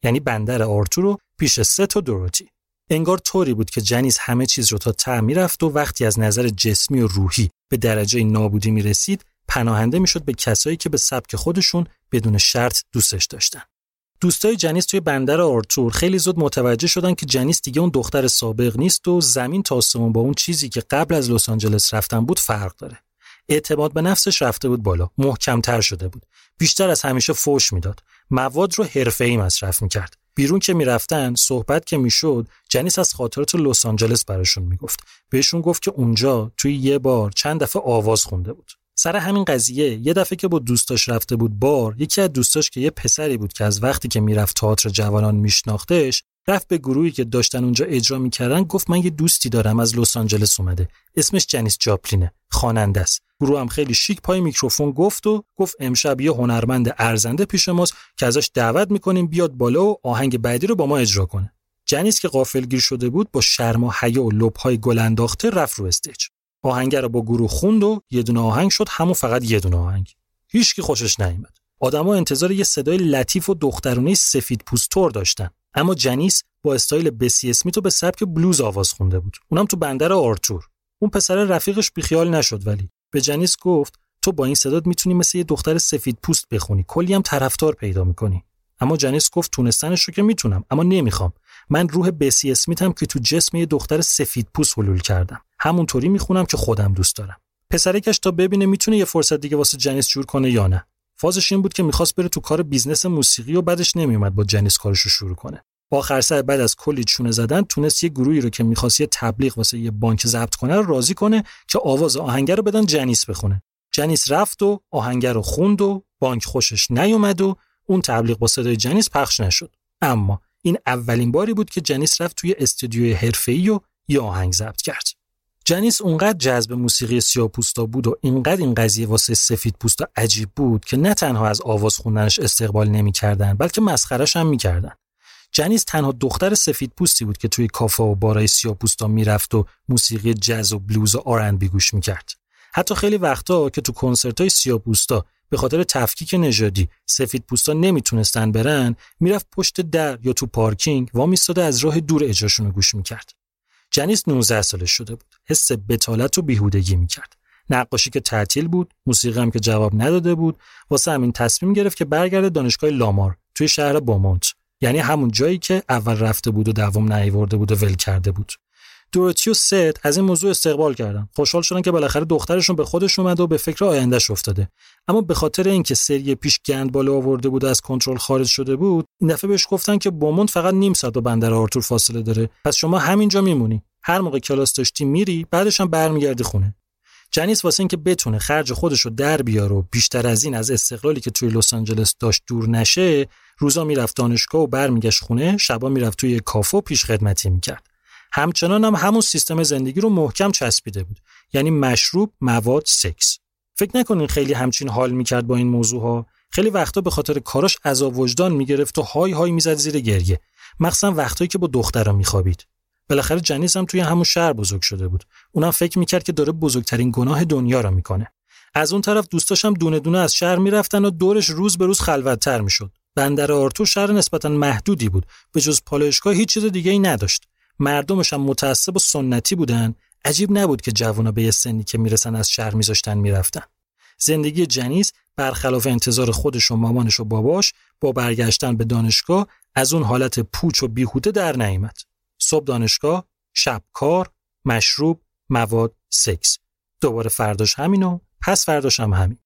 یعنی بندر آرتور و پیش ست و دوروتی. انگار طوری بود که جنیس همه چیز رو تا ته میرفت و وقتی از نظر جسمی و روحی به درجه نابودی میرسید پناهنده میشد به کسایی که به سبک خودشون بدون شرط دوستش داشتن. دوستای جنیس توی بندر آرتور خیلی زود متوجه شدن که جنیس دیگه اون دختر سابق نیست و زمین تا آسمون با اون چیزی که قبل از لس آنجلس رفتن بود فرق داره. اعتماد به نفسش رفته بود بالا، محکم‌تر شده بود. بیشتر از همیشه فوش میداد. مواد رو حرفه‌ای مصرف می‌کرد. بیرون که میرفتن، صحبت که میشد، جنیس از خاطرات لس آنجلس براشون میگفت. بهشون گفت که اونجا توی یه بار چند دفعه آواز خونده بود. سر همین قضیه یه دفعه که با دوستاش رفته بود بار، یکی از دوستاش که یه پسری بود که از وقتی که میرفت تئاتر جوانان میشناختش، رفت به گروهی که داشتن اونجا اجرا میکردن گفت من یه دوستی دارم از لس آنجلس اومده، اسمش جنیس جاپلینه، خواننده است. گروه هم خیلی شیک پای میکروفون گفت امشب یه هنرمند ارزنده پیش ماست که ازش دعوت میکنیم بیاد بالا و آهنگ بعدی رو با ما اجرا کنه. جنیس که غافلگیر شده بود با شرم و حیا و لب‌های گل انداخته رفت رو استیج. آهنگ رو با گروه خوند و یه دونه آهنگ شد، همون فقط یه دونه آهنگ. هیچکی خوشش نیامد. آدما انتظار یه صدای لطیف و دخترونه سفید پوستور داشتن. اما جنیس با استایل بسی اسمیت و به سبک بلوز آواز خونده بود. اونم تو بندر آرتور. اون پسر رفیقش بیخیال نشد ولی به جنیس گفت تو با این صدات میتونی مثل یه دختر سفید پوست بخونی، کلی هم طرفدار پیدا میکنی. اما جنیس گفت تونستنش رو که میتونم، اما نمیخوام. من روح بسی اسمیتم که تو جسم یه دختر سفید پوست حلول کردم. همونطوری میخونم که خودم دوست دارم. پسرکش تا ببینه میتونه یه فرصت دیگه واسه جنیس جور کنه یا نه. فازش این بود که میخواست بره تو کار بیزنس موسیقی و بعدش نمیومد با جنیس کارشو شروع کنه. آخر سر بعد از کلی چونه زدن تونست یه گروهی رو که می‌خواست یه تبلیغ واسه یه بانک ضبط کنه رو راضی کنه که آواز آهنگ رو بدن جنیس بخونه. جنیس رفت و آهنگ رو خوند و بانک خوشش نیومد و اون تبلیغ با صدای جنیس پخش نشد. اما این اولین باری بود که جنیس رفت توی استودیوی حرفه‌ای و یه آهنگ ضبط کرد. جنیس اونقدر جذب موسیقی سیاه‌پوستا بود و اینقدر این قضیه واسه سفیدپوستا عجیب بود که نه تنها از آواز خوندنش استقبال نمی‌کردن بلکه مسخره‌اش هم می‌کردن. جنیس تنها دختر سفیدپوستی بود که توی کافه و بارای سیاه‌پوستا میرفت و موسیقی جاز و بلوز و آرندبی گوش می‌کرد. حتی خیلی وقتا که تو کنسرت‌های سیاه‌پوستا به خاطر تفکیک نژادی سفیدپوستا نمیتونستن برن، میرفت پشت در یا تو پارکینگ وامیستاده از راه دور اجراشون رو گوش می‌کرد. جنیس 19 سالش شده بود. حس بتالت و بیهودگی می‌کرد. نقاشی که تعطیل بود، موسیقی هم که جواب نداده بود، واسه همین تصمیم گرفت که برگرده دانشگاه لامار توی شهر بومونت، یعنی همون جایی که اول رفته بود و دوام نیاورده بود و ول کرده بود. دوروتی و ست از این موضوع استقبال کردن. خوشحال شدن که بالاخره دخترشون به خودش اومده و به فکر آیندهش افتاده. اما به خاطر اینکه سری پیش گند بالا آورده بود و از کنترل خارج شده بود، این دفعه بهش گفتن که بومونت فقط نیم ساعت با بندر آرتور فاصله داره. پس شما همینجا میمونی. هر موقع کلاس داشتی میری، بعدش هم برمیگردی خونه. جنیس واسه اینکه بتونه خرج خودش رو در بیاره و بیشتر از این از استقلالی که توی لس آنجلس داشت دور نشه، روزا میرفت دانشگاه و برمیگشت خونه، شبا میرفت توی کافه و پیش خدمتی میکرد. همچنان هم همون سیستم زندگی رو محکم چسبیده بود، یعنی مشروب، مواد، سکس. فکر نکنین خیلی همچین حال میکرد با این موضوعها. خیلی وقتا به خاطر کاراش عذاب وجدان میگرفت و های های میزد زیر گریه، مخصوصا وقتایی که با دخترا میخوابید. بالاخره جنیس هم توی همون شهر بزرگ شده بود. اونم فکر میکرد که داره بزرگترین گناه دنیا رو میکنه. از اون طرف دوستاش هم دونه دونه از شهر میرفتن و دورش روز به روز خلوت‌تر میشد. بندر آرتور شهر نسبتاً محدودی بود، به جز پالایشگاه هیچ چیز دیگه‌ای نداشت. مردمش هم متعصب و سنتی بودن. عجیب نبود که جوونا به یه سنی که میرسن از شهر میذاشتن میرفتن. زندگی جنیس برخلاف انتظار خودش و مامانش و باباش با برگشتن به دانشگاه از اون حالت پوچ و بیهوده در نیامد. صبح دانشگاه، شب کار، مشروب، مواد، سکس. دوباره فرداش همین و پس فرداش هم همین.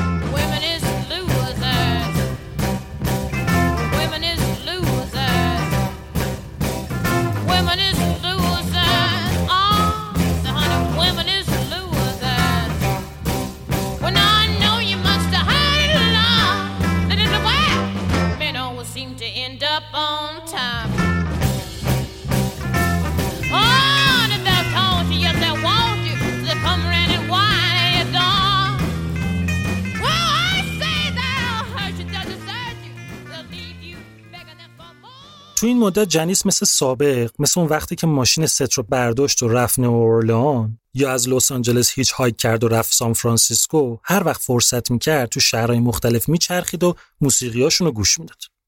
تو این مدت جنیس مثل سابق، مثل اون وقتی که ماشین ست رو برداشت و رفت نوآرلئان یا از لس آنجلس هیچ هایک کرد و رفت سان فرانسیسکو، هر وقت فرصت میکرد تو شهرهای مختلف میچرخید و موسیقیاشون رو گوش میداد.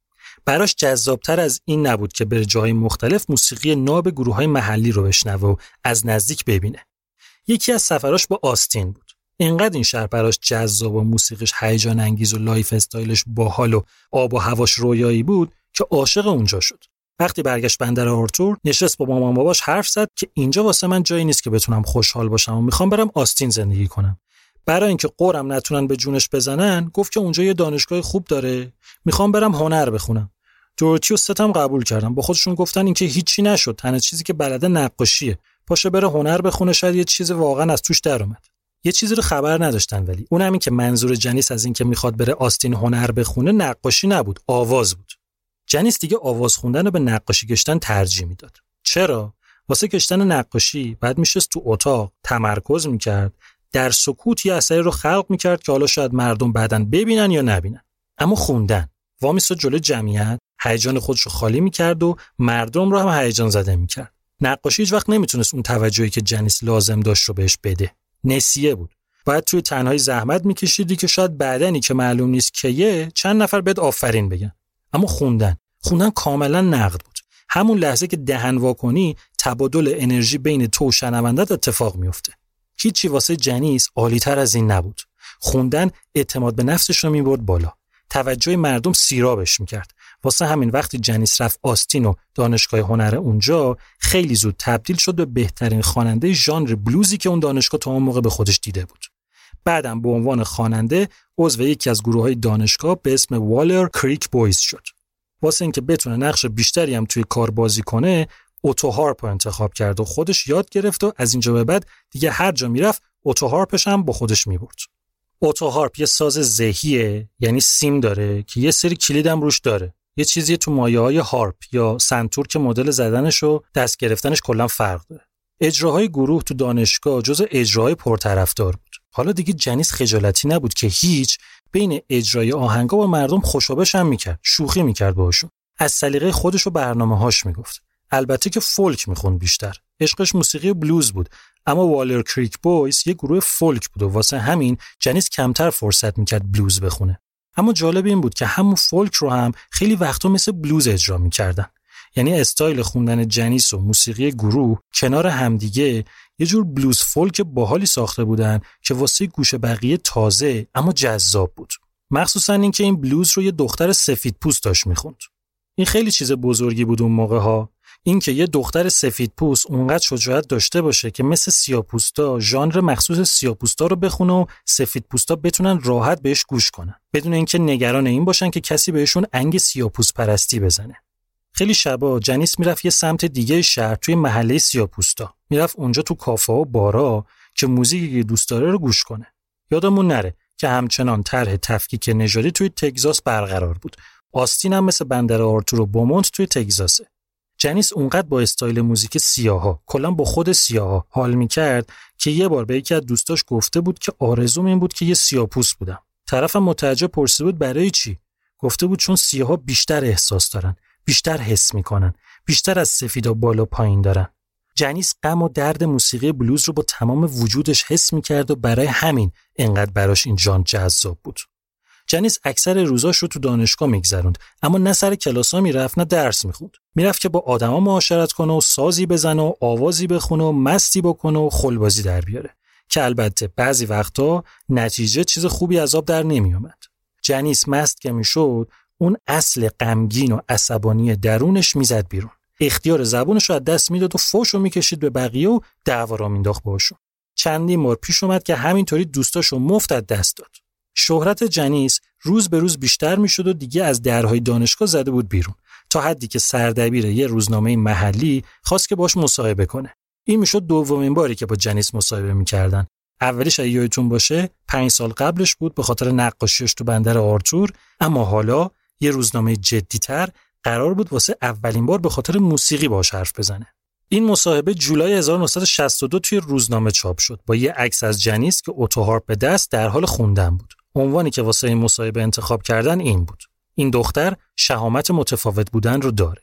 براش جذابتر از این نبود که بره جای مختلف موسیقی ناب گروه‌های محلی رو بشنوه و از نزدیک ببینه. یکی از سفراش با آستین بود. اینقدر این شهر براش جذاب و موسیقیش هیجان انگیز و لایف استایلش باحال و آب و هواش رویایی بود که عاشق اونجا شد. وقتی برگشت بندر آرتور نشست با مامان باباش حرف زد که اینجا واسه من جایی نیست که بتونم خوشحال باشم و میخوام برم آستین زندگی کنم. برای اینکه قرم نتونن به جونش بزنن گفت که اونجا یه دانشگاه خوب داره، میخوام برم هنر بخونم. دوروتی و ستم قبول کردن. با خودشون گفتن اینکه هیچی نشد، تنها چیزی که بلده نقاشیه. پاشه بره هنر بخونه، شاید یه چیز واقعا از توش در اومد. یه چیزی رو خبر نداشتن، ولی اون همین که منظور جنیس از این که میخواد بره آستین هنر بخونه نقاشی نبود، آواز بود. جنیس دیگه آواز خوندن رو به نقاشی کشیدن ترجیح میداد. چرا؟ واسه کشیدن نقاشی بعد میشست تو اتاق تمرکز میکرد، در سکوت یه اثری رو خلق میکرد که حالا شاید مردم بعداً ببینن یا نبینن. اما خوندن وامیستاد جلوی جمعیت، هیجان خودش رو خالی میکرد و مردم رو هم هیجان زده میکرد. نقاشی هیچ وقت نمیتونست اون توجهی که جنیس لازم داشت رو بهش بده. نسیه بود. باید توی تنهایی زحمت میکشیدی که شاید بعدنی که معلوم نیست کیه چند نفر بهت آفرین بگن. اما خوندن کاملا نقد بود. همون لحظه که دهن وا کنی تبادل انرژی بین تو و شنوندت اتفاق میفته. هیچی واسه جنیس عالی‌تر از این نبود. خوندن اعتماد به نفسش رو میبرد بالا. توجه مردم سیرابش میکرد. واسه همین وقتی جنیس رفت آستین و دانشگاه هنر اونجا خیلی زود تبدیل شد به بهترین خواننده ژانر بلوزی که اون دانشگاه تا اون موقع به خودش دیده بود. بعدم به عنوان خواننده عضو یکی از گروه‌های دانشگاه به اسم والر کریک بویز شد. واسه اینکه بتونه نقش بیشتری هم توی کار بازی کنه اتوهارپ رو انتخاب کرد و خودش یاد گرفت و از اینجا به بعد دیگه هر جا میرفت اتوهارپش هم با خودش میبرد. اتوهارپ یه ساز زهیه، یعنی سیم داره که یه سری کلید هم روش داره. یه چیزی تو مایه‌های هارپ یا سنتور که مدل زدنش و دست گرفتنش کلا فرق داره. اجراهای گروه تو دانشگاه جزو اجراهای پرطرفدار بود. حالا دیگه جنیس خجالتی نبود که هیچ بین اجرای آهنگا با مردم خوشابش هم میکرد، شوخی میکرد باهاشون. از سلیقه خودش و برنامه‌هاش میگفت. البته که فولک میخوند بیشتر. عشقش موسیقی بلوز بود، اما والر کریک بویز یه گروه فولک بود و واسه همین جنیس کمتر فرصت میکرد بلوز بخونه. اما جالب این بود که همون فولک رو هم خیلی وقتا مثل بلوز اجرا میکردن. یعنی استایل خوندن جنیس و موسیقی گروه کنار همدیگه یه جور بلوز فولک باحالی ساخته بودن که واسه گوش بقیه تازه اما جذاب بود. مخصوصا اینکه این بلوز رو یه دختر سفید پوست داشت میخوند. این خیلی چیز بزرگی بود اون موقع ها. اینکه یه دختر سفید پوست اونقدر شجاعت داشته باشه که مثل سیاه‌پوستا ژانر مخصوص سیاه‌پوستا رو بخونه و سفیدپوستا بتونن راحت بهش گوش کنن بدون اینکه نگران این باشن که کسی بهشون انگ سیاه‌پوست پرستی بزنه. خیلی شبا جنیس میرفت یه سمت دیگه شهر توی محله سیاه‌پوستا. میرفت اونجا تو کافه و بارا که موزیکی که دوست داره رو گوش کنه. یادمون نره که همچنان طرح تفکیک نژادی توی تگزاس برقرار بود. آستین هم مثل بندر آرتور و بومونت توی تگزاسه. جنیس اونقدر با استایل موزیک سیاها، کلاً با خود سیاها حال میکرد که یه بار به یکی از دوستاش گفته بود که آرزوم این بود که یه سیاه‌پوست بودم. طرفم متعجب پرسیده بود برای چی؟ گفته بود چون سیاها بیشتر احساس دارن، بیشتر حس میکنن، بیشتر از سفیدا بالا پایین دارن. جنیس غم و درد موسیقی بلوز رو با تمام وجودش حس میکرد و برای همین انقدر براش این ژانر جذاب بود. جنیس اکثر روزاش رو تو دانشگاه میگذروند، اما نه سر کلاسا میرفت نه درس میخوند. میرفت که با آدما معاشرت کنه و سازی بزنه و آوازی بخونه و مستی بکنه و خلبازی در بیاره که البته بعضی وقتا نتیجه چیز خوبی از آب در نمیومد. جنیس مست که میشد اون اصل غمگین و عصبانی درونش میزد بیرون. اختیار زبونش رو از دست میداد و فوشو میکشید به بقیه و دعوا را مینداخت باهاشون. چندین بار پیش اومد که همینطوری دوستاشو مفت از دست داد. شهرت جنیس روز به روز بیشتر میشد و دیگه از درهای دانشگاه زده بود بیرون، تا حدی که سردبیر یه روزنامه محلی خواست که باش مصاحبه کنه. این میشد دومین باری که با جنیس مصاحبه میکردن. اولیش اگه یادتون باشه 5 سال قبلش بود به خاطر نقاشیش تو بندر آرتور، اما حالا یه روزنامه جدی‌تر قرار بود واسه اولین بار به خاطر موسیقی باهاش حرف بزنه. این مصاحبه جولای 1962 توی روزنامه چاپ شد با یه عکس از جنیس که اتوهارپ به دست در حال خوندن بود. عنوانی که واسه این مصاحبه انتخاب کردن این بود: این دختر شهامت متفاوت بودن رو داره.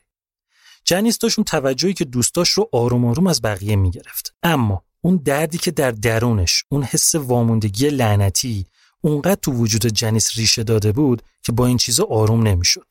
جنیس داشت اون توجهی که دوستاش رو آروم آروم از بقیه میگرفت، اما اون دردی که در درونش، اون حس واموندگی لعنتی اونقدر تو وجود جنیس ریشه داده بود که با این چیزا آروم نمیشد.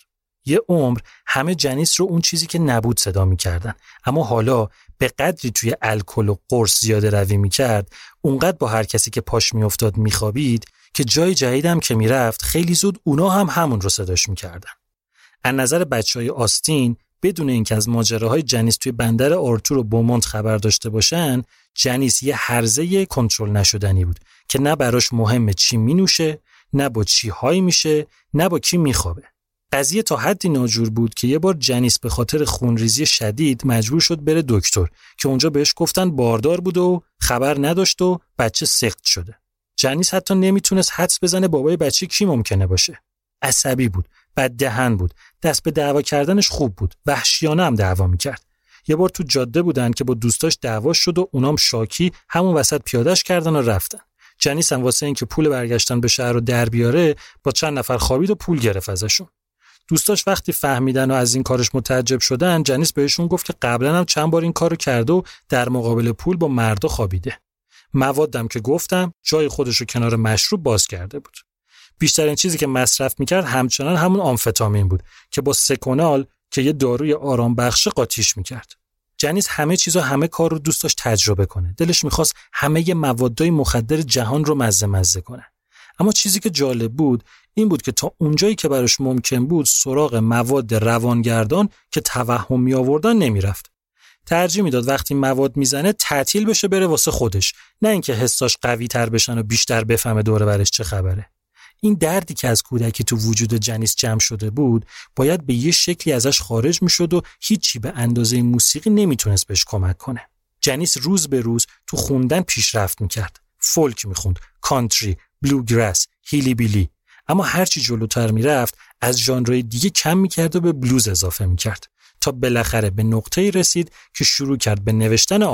یه عمر همه جنیس رو اون چیزی که نبود صدا می‌کردن، اما حالا به قدری توی الکل و قرص زیاده روی می‌کرد، اونقدر با هر کسی که پاش می‌افتاد می‌خوابید که جای جدیدم که میرفت خیلی زود اونا هم همون رو صداش می‌کردن. از نظر بچهای آستین، بدون اینکه از ماجراهای جنیس توی بندر آرتور و بومونت خبر داشته باشن، جنیس یه هرزه کنترل نشدنی بود که نه براش مهمه چی مینوشه، نه با چی های میشه، نه با کی میخوابه. قضیه تا حدی ناجور بود که یه بار جنیس به خاطر خونریزی شدید مجبور شد بره دکتر که اونجا بهش گفتن باردار بود و خبر نداشت و بچه سقط شده. جنیس حتی نمیتونست حدس بزنه بابای بچه کی ممکنه باشه. عصبی بود، بددهن بود، دست به دعوا کردنش خوب بود، وحشیانه هم دعوا میکرد. یه بار تو جاده بودن که با دوستاش دعوا شد و اونام شاکی همون وسط پیاده‌اش کردن و رفتن. جنیس هم واسه اینکه پول برگشتن به شهر رو در بیاره با چند نفر خوابید و پول گرفت ازشون. دوستاش وقتی فهمیدن و از این کارش متعجب شدن، جنیس بهشون گفت که قبلا هم چند بار این کارو کرده و در مقابل پول با مردا خوابیده. موادم که گفتم جای خودش رو کنار مشروب باز کرده بود. بیشترین چیزی که مصرف میکرد همچنان همون آمفتامین بود که با سکونال که یه داروی آرام بخش قاطیش میکرد. جنیس همه چیزو همه کار رو دوست داشت تجربه کنه. دلش میخواست همه موادای مخدر جهان رو مزه کنه. اما چیزی که جالب بود این بود که تا اونجایی که براش ممکن بود سراغ مواد روانگردان که توهم می آوردن نمیرفت. ترجیح میداد وقتی مواد میزنه تعطیل بشه بره واسه خودش، نه اینکه حساش قوی تر بشن و بیشتر بفهمه دور برش چه خبره. این دردی که از کودکی تو وجود جنیس جمع شده بود باید به یه شکلی ازش خارج میشد و هیچی به اندازه موسیقی نمیتونست بهش کمک کنه. جنیس روز به روز تو خوندن پیشرفت میکرد. فولک میخوند، کانتری، بلوگراس، هیلی بیلی. اما هرچی جلوتر میرفت از ژانرهای دیگه کم میکرد و به بلوز اضافه میکرد تا بالاخره به نقطه‌ای رسید که شروع کرد به نوشتن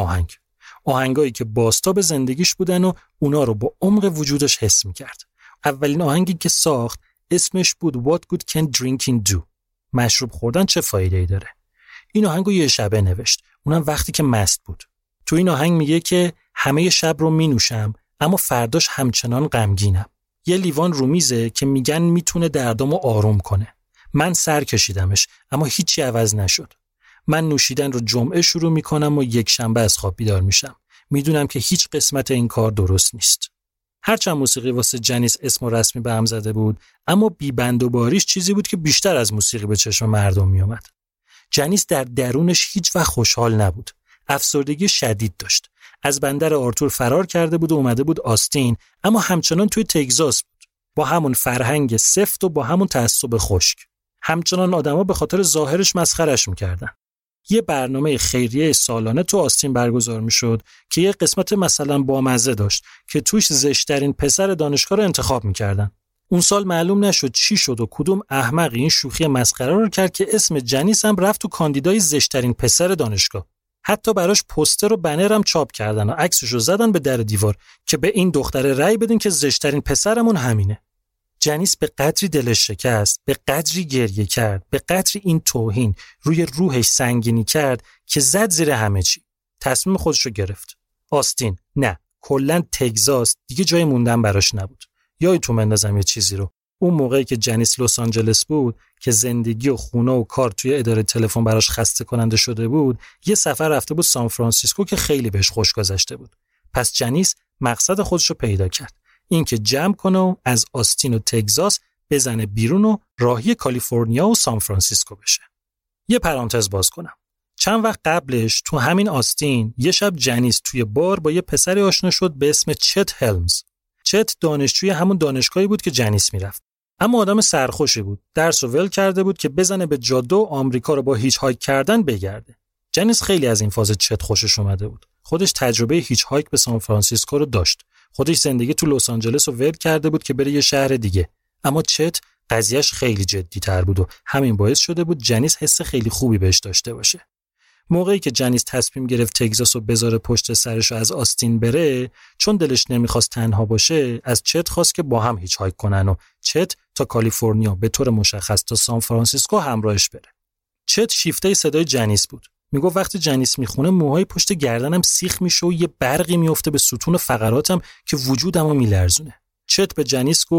آهنگایی که بازتاب زندگیش بودن و اونا رو با عمق وجودش حس میکرد. اولین آهنگی که ساخت اسمش بود What Good Can Drinking Do؟ مشروب خوردن چه فایده‌ای داره؟ این آهنگو یه شبه نوشت، اونم وقتی که مست بود. تو این آهنگ میگه که همه شب رو مینوشم اما فرداش همچنان غمگینم. یه لیوان رو میزه که میگن میتونه دردامو آروم کنه. من سر کشیدمش اما هیچی عوض نشد. من نوشیدن رو جمعه شروع میکنم و یک شنبه از خواب بیدار میشم. میدونم که هیچ قسمت این کار درست نیست. هرچند موسیقی واسه جنیس اسم و رسمی به هم زده بود، اما بی بند و باریش چیزی بود که بیشتر از موسیقی به چشم مردم میومد. جنیس در درونش هیچ وقت خوشحال نبود. افسردگی شدید داشت. از بندر آرتور فرار کرده بود و اومده بود آستین، اما همچنان توی تگزاس بود. با همون فرهنگ سفت و با همون تعصب خشک. همچنان آدما به خاطر ظاهرش مسخرش میکردن. یه برنامه خیریه سالانه تو آستین برگزار میشد که یه قسمت مثلا بامزه داشت که توش زشترین پسر دانشگاه رو انتخاب میکردن. اون سال معلوم نشد چی شد و کدوم احمق این شوخی مسخره رو کرد که اسم جنیس هم رفت تو کاندیدای زشترین پسر دانشگاه. حتی براش پوستر و بنر هم چاپ کردن و عکسش رو زدن به در دیوار که به این دختره رأی بدین که زشترین پسرمون همینه. جنیس به قدری دلش شکست، به قدری گریه کرد، به قدری این توهین روی روحش سنگینی کرد که زد زیر همه چی. تصمیم خودش رو گرفت. آستین، نه، کلاً تگزاس دیگه جای موندن براش نبود. یادتون بندازم یه چیزی رو. اون موقعی که جنیس لس آنجلس بود که زندگی و خونه و کار توی اداره تلفن براش خسته کننده شده بود، یه سفر رفته بود سان فرانسیسکو که خیلی بهش خوش گذشته بود. پس جنیس مقصد خودش رو پیدا کرد. اینکه جمع کنه و از آستین و تگزاس بزنه بیرون و راهی کالیفرنیا و سان فرانسیسکو بشه. یه پرانتز باز کنم. چند وقت قبلش تو همین آستین یه شب جنیس توی بار با یه پسری آشنا شد به اسم چت هلمز. چت دانشجوی همون دانشگاهی بود که جنیس میرفت. اما آدم سرخوشی بود. درس رو ول کرده بود که بزنه به جاده و آمریکا رو با هیچ هایک کردن بگرده. جنیس خیلی از این فاز چت خوشش اومده بود. خودش تجربه هیچ هایک به سان فرانسیسکو رو داشت. خودش زندگی تو لس آنجلس رو ول کرده بود که بره یه شهر دیگه. اما چت قضیهش خیلی جدی تر بود و همین باعث شده بود جنیس حس خیلی خوبی بهش داشته باشه. موقعی که جنیس تصمیم گرفت تگزاس رو بذاره پشت سرش و از آستین بره، چون دلش نمیخواست تنها باشه، از چت خواست که با هم هیچ هایک کنن و چت تا کالیفرنیا، به طور مشخص تا سان فرانسیسکو همراهش بره. چت شیفته صدای جنیس بود. میگفت وقتی جنیس میخونه موهای پشت گردنم سیخ میشه و یه برقی میفته به ستون فقراتم که وجودمو میلرزونه. چت به جنیس گفت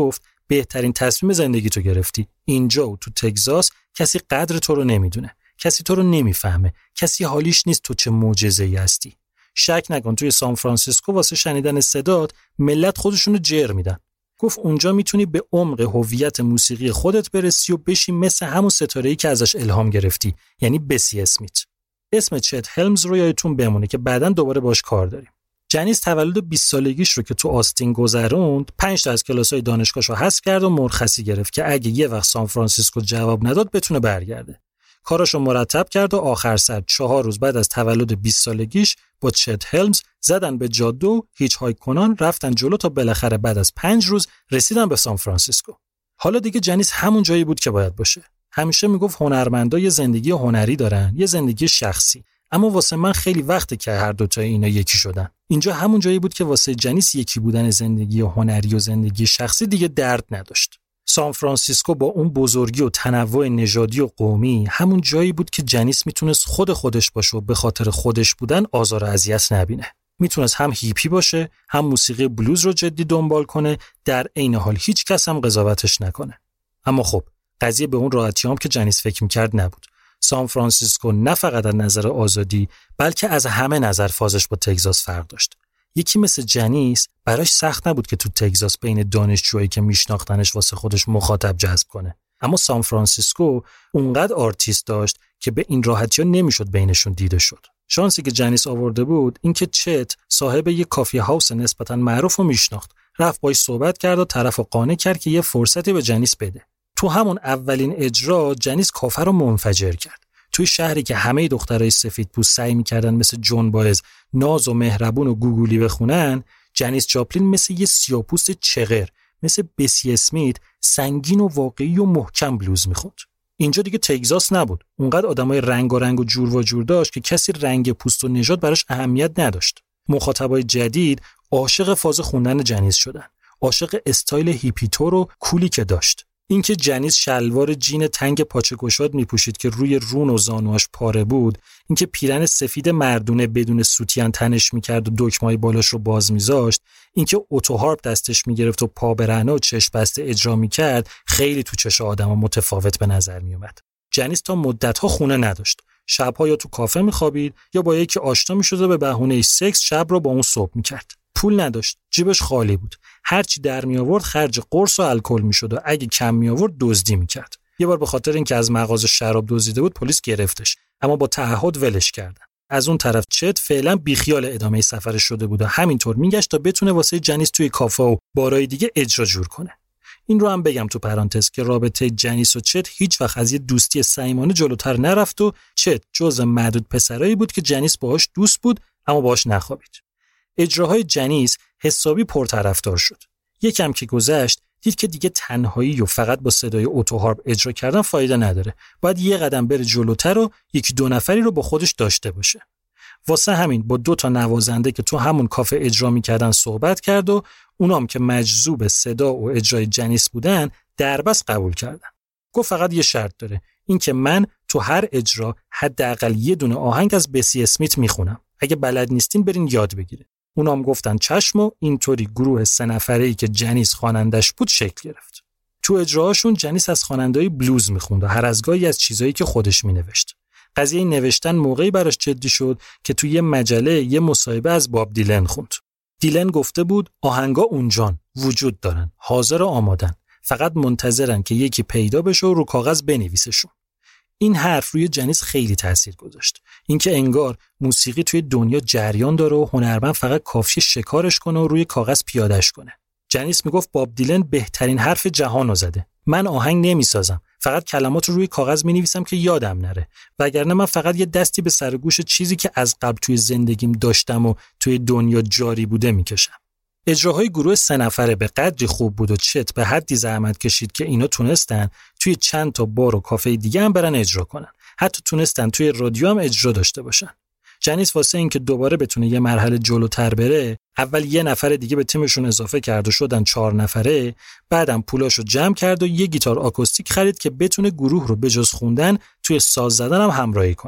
بهترین تصمیم زندگی تو گرفتی. اینجا و تو تگزاس کسی قدر تو رو نمیدونه، کسی تو رو نمیفهمه، کسی حالیش نیست تو چه معجزه‌ای هستی. شک نکن توی سان فرانسیسکو واسه شنیدن صدات ملت خودشونو جر میدن. گفت اونجا میتونی به عمق هویت موسیقی خودت برسی و بشی مثل همون ستاره‌ای که ازش الهام گرفتی، یعنی بسی اسمیت. اسم چت هلمز رو یادتون بمونه که بعداً دوباره باش کار داریم. جنیس تولد 20 سالگیش رو که تو آستین گذروند، 5 تا از کلاس‌های دانشگاهشو حذف کرد و مرخصی گرفت که اگه یه وقت سان فرانسیسکو جواب نداد بتونه برگرده. کاراشو مرتب کرد و آخر سر 4 روز بعد از تولد 20 سالگیش با چت هلمز زدن به جاده و هیچ هایک کنان رفتن جلو تا بالاخره بعد از 5 روز رسیدن به سان فرانسیسکو. حالا دیگه جنیس همون جایی بود که باید باشه. همیشه میگفت هنرمندا یه زندگی هنری دارن، یه زندگی شخصی. اما واسه من خیلی وقته که هر دوتا اینا یکی شدن. اینجا همون جایی بود که واسه جنیس یکی بودن زندگی هنری و زندگی شخصی دیگه درد نداشت. سان فرانسیسکو با اون بزرگی و تنوع نژادی و قومی همون جایی بود که جنیس میتونست خودش باشه و به خاطر خودش بودن آزار و اذیت نبینه. میتونست هم هیپی باشه، هم موسیقی بلوز رو جدی دنبال کنه، در عین حال هیچ کس هم قضاوتش نکنه. اما خب قضیه به اون راحتی هم که جنیس فکر می‌کرد نبود. سان فرانسیسکو نه فقط از نظر آزادی بلکه از همه نظر فازش با تگزاس فرق داشت. یکی مثل جنیس براش سخت نبود که تو تگزاس بین دانشجوهایی که میشناختنش واسه خودش مخاطب جذب کنه. اما سان فرانسیسکو اونقدر آرتیست داشت که به این راحتی ها نمیشد بینشون دیده شد. شانسی که جنیس آورده بود این که چت صاحب یک کافی هاوس نسبتاً معروف رو میشناخت. رفت باهاش صحبت کرد و طرفو قانع کرد که یه فرصتی به جنیس بده. تو همون اولین اجرا جنیس کافه رو منفجر کرد. توی شهری که همه دخترای سفیدپوست سعی می‌کردن مثل جون بایز ناز و مهربون و گوگولی بخونن، جنیس جاپلین مثل یه سیاه‌پوست چغر، مثل بسی اسمیت سنگین و واقعی و محکم بلوز می‌خوند. اینجا دیگه تگزاس نبود. اونقدر آدمای رنگ و جور و جور داشت که کسی رنگ پوست و نژاد براش اهمیت نداشت. مخاطبای جدید عاشق فاز خوندن جنیس شدن. عاشق استایل هیپیتور و کولی که داشت. اینکه جنیس شلوار جین تنگ پاچه گشاد میپوشید که روی رون و زانوهاش پاره بود، اینکه پیرن سفید مردونه بدون سوتین تنش میکرد و دکمه‌های بالاش رو باز میذاشت، اینکه اتوهارپ دستش میگرفت و پا برهنه و چشم بسته اجرا میکرد، خیلی تو چش آدم‌ها متفاوت به نظر میومد. جنیس تا مدت‌ها خونه نداشت. شب‌ها یا تو کافه میخوابید یا با یکی آشنا میشد و به بهونه سکس شب رو با اون صبح میکرد. پول نداشت، جیبش خالی بود. هر چی در می آورد خرج قرص و الکل میشد و اگه کم می آورد دزدی میکرد. یه بار به خاطر اینکه از مغازه شراب دزدیده بود پلیس گرفتش، اما با تعهد ولش کردن. از اون طرف چت فعلا بیخیال ادامه سفرش شده بود و همینطور میگشت تا بتونه واسه جنیس توی کافه و بارای دیگه اجرا جور کنه. این رو هم بگم تو پرانتز که رابطه جنیس و چت هیچ وقت از یه دوستی صمیمانه جلوتر نرفت و چت جزء معدود پسرایی بود که جنیس باهاش دوست بود اما باهاش نخوابید. اجراهای جنیس حسابی پرطرفدار شد. یکم که گذشت دید که دیگه تنهایی و فقط با صدای اتوهارپ اجرا کردن فایده نداره. باید یه قدم بره جلوتر و یکی دو نفری رو با خودش داشته باشه. واسه همین با 2 تا نوازنده که تو همون کافه اجرا می‌کردن صحبت کرد و اونام که مجذوب صدا و اجرای جنیس بودن دربست قبول کردن. گفت فقط یه شرط داره، این که من تو هر اجرا حداقل یه دونه آهنگ از بسی اسمیت میخونم. اگه بلد نیستین برین یاد بگیرین. اونام گفتن چشم و اینطوری گروه 3 نفره‌ای که جنیس خوانندش بود شکل گرفت. تو اجراهاشون جنیس از خواننده‌های بلوز میخوند و هر از گاهی از چیزایی که خودش مینوشت. قضیه نوشتن موقعی براش جدی شد که توی یه مجله یه مصاحبه از باب دیلن خوند. دیلن گفته بود آهنگا اونجان وجود دارن، حاضر و آمادن، فقط منتظرن که یکی پیدا بشه و رو کاغذ بنویسشون. این حرف روی جنیس خیلی تاثیر گذاشت. اینکه انگار موسیقی توی دنیا جریان داره و هنرمند فقط کافیه شکارش کنه و روی کاغذ پیادهش کنه. جنیس میگفت باب دیلن بهترین حرف جهانو زده. من آهنگ نمیسازم، فقط کلمات رو روی کاغذ مینویسم که یادم نره، وگرنه من فقط یه دستی به سر گوش چیزی که از قبل توی زندگیم داشتم و توی دنیا جاری بوده میکشم. اجراهای گروه 3 نفره به قدری خوب بود و چت به حدی زحمت کشید که اینا تونستن توی چند تا بار و کافه دیگه هم برن اجرا کنن. حتی تونستن توی رادیو هم اجرا داشته باشن. جنیس واسه این که دوباره بتونه یه مرحله جلوتر بره، اول 1 نفر دیگه به تیمشون اضافه کرد و شدن 4 نفره، بعدم پولاشو جمع کرد و یه گیتار آکوستیک خرید که بتونه گروه رو بجز خوندن توی ساز زدن هم همراهی کنه.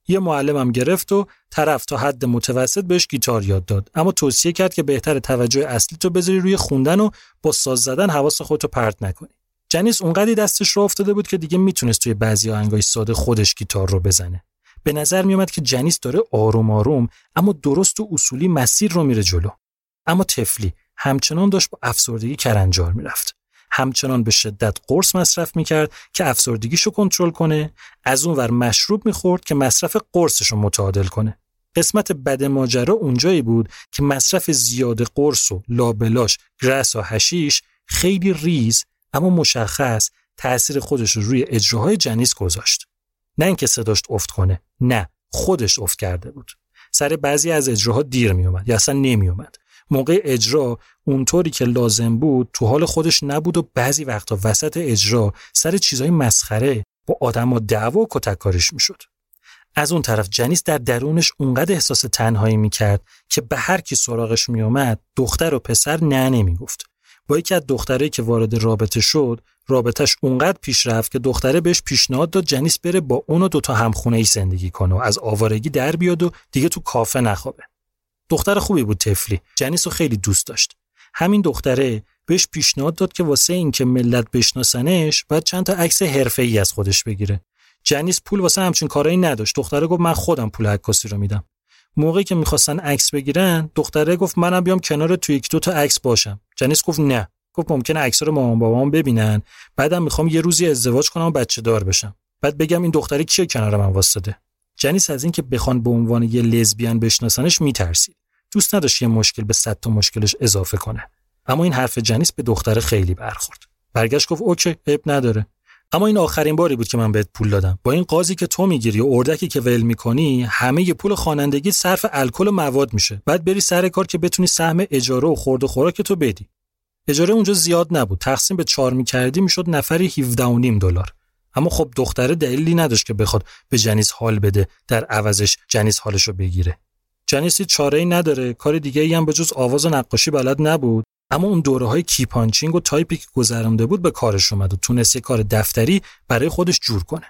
یه معلمم گرفت و طرف تا حد متوسط بهش گیتار یاد داد، اما توصیه کرد که بهتره توجه اصلی تو بذاری روی خوندن و با ساز زدن حواس خودتو پرت نکنی. جنیس اونقدی دستش رو افتاده بود که دیگه میتونست توی بعضی آهنگای ساده خودش گیتار رو بزنه. به نظر میومد که جنیس داره آروم آروم اما درست و اصولی مسیر رو میره جلو. اما طفلی همچنان داشت با افسردگی کرنجار میرفت. همچنان به شدت قرص مصرف میکرد که افسردگیشو کنترل کنه، از اون ور مشروب میخورد که مصرف قرصشو متعادل کنه. قسمت بد ماجرا اونجایی بود که مصرف زیاد قرص و لابلاش، گرس و حشیش خیلی ریز اما مشخص تأثیر خودش رو روی اجراهای جنیس گذاشت. نه اینکه صداش افت کنه، نه، خودش افت کرده بود. سر بعضی از اجراها دیر میومد یا اصلا نمیومد. موقع اجرا اونطوری که لازم بود تو حال خودش نبود و بعضی وقتا وسط اجرا سر چیزای مسخره با آدما دعوا و کتککاریش میشد. از اون طرف جنیس در درونش اونقدر احساس تنهایی میکرد که به هر کی سراغش میومد دختر و پسر نه نمیگفت. با یکی از دخترایی که وارد رابطه شد، رابطش اونقدر پیش رفت که دختره بهش پیشنهاد داد جنیس بره با اون و دوتا همخونه‌ای زندگی کنه و از آوارگی در بیاد و دیگه تو کافه نخوابه. دختر خوبی بود طفلی. جنیس رو خیلی دوست داشت. همین دختره بهش پیشنهاد داد که واسه این که ملت بشناسنش باید چند تا عکس حرفه‌ای از خودش بگیره. جنیس پول واسه همچین کارایی نداشت. دختره گفت من خودم پول عکاسی رو میدم. موقعی که می‌خواستن عکس بگیرن، دختره گفت منم بیام کنار تو یک دو تا عکس باشم. جنیس گفت نه. گفت ممکنه عکس‌ها رو مامان بابام ببینن، بعدم می‌خوام یه روزی ازدواج کنم و بچه‌دار بشم. بعد بگم این دختره کیه کنار من واسطه. جنیس از این که بخوان به عنوان یه لزبیان بشناسنش میترسید. دوست نداشت یه مشکل به 100 تا مشکلش اضافه کنه. اما این حرف جنیس به دختره خیلی برخورد. برگشت گفت اوکی، عیب نداره. اما این آخرین باری بود که من بهت پول دادم. با این قاضی که تو میگیری و اردکی که ول میکنی، همه ی پول خوانندگی صرف الکل و مواد میشه. بعد بری سر کار که بتونی سهم اجاره و خورد و خوراک تو بدی. اجاره اونجا زیاد نبود. تقسیم به 4 میکردی میشد نفری $17.5. اما خب دختره دلیلی نداشت که بخواد به جنیس حال بده در عوضش جنیس حالشو بگیره. جنیس چاره‌ای نداره، کار دیگه‌ای هم به جز آواز و نقاشی بلد نبود، اما اون دوره‌های کیپانچینگ و تایپی که گذرونده بود به کارش اومد و تونست یه کار دفتری برای خودش جور کنه.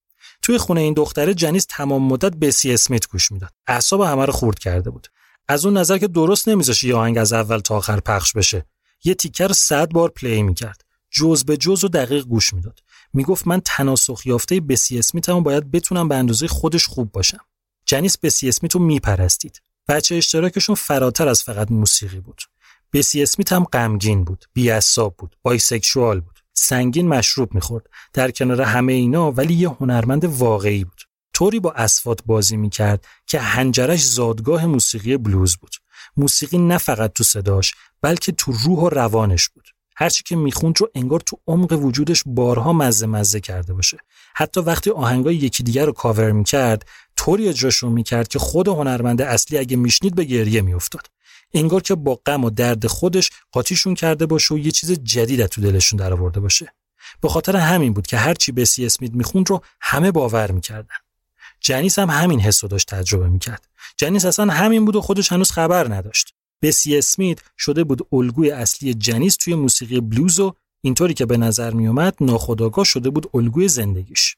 توی خونه این دختره جنیس تمام مدت بسی اسمیت گوش میداد. اعصاب همه رو خورد کرده بود. از اون نظر که درست نمیذاشه یه آهنگ از اول تا آخر پخش بشه. یه تیکر رو 100 بار پلی میکرد. جز به جز و دقیق گوش میداد. میگفت من تناسخ یافته بسی اسمیتم باید بتونم به اندازه خودش خوب باشم. جنیس بسی اسمیت رو میپرستید. بچه اشتراکشون فراتر از فقط موسیقی بود. بسی اسمیت هم غمگین بود، بی‌عصاب بود، بایسکشوال بود، سنگین مشروب میخورد. در کنار همه اینا ولی یه هنرمند واقعی بود. طوری با اصوات بازی میکرد که حنجرش زادگاه موسیقی بلوز بود. موسیقی نه فقط تو صداش بلکه تو روح و روانش بود. هرچی که میخوند رو انگار تو عمق وجودش بارها مزه کرده باشه. حتی وقتی آهنگای یکی دیگر رو کاور میکرد طوری اجراش رو میکرد که خود هنرمند اصلی اگه میشنید به گریه میافتاد. انگار که با غم و درد خودش قاطیشون کرده باشه و یه چیز جدید تو دلشون در آورده باشه. به خاطر همین بود که هرچی بسی اسمیت میخوند رو همه باور میکردن. جنیس هم همین حسو داشت تجربه میکرد. جنیس اصلا همین بود و خودش هنوز خبر نداشت. بسی اسمیت شده بود الگوی اصلی جنیس توی موسیقی بلوز و اینطوری که به نظر میومد ناخودآگاه شده بود الگوی زندگیش.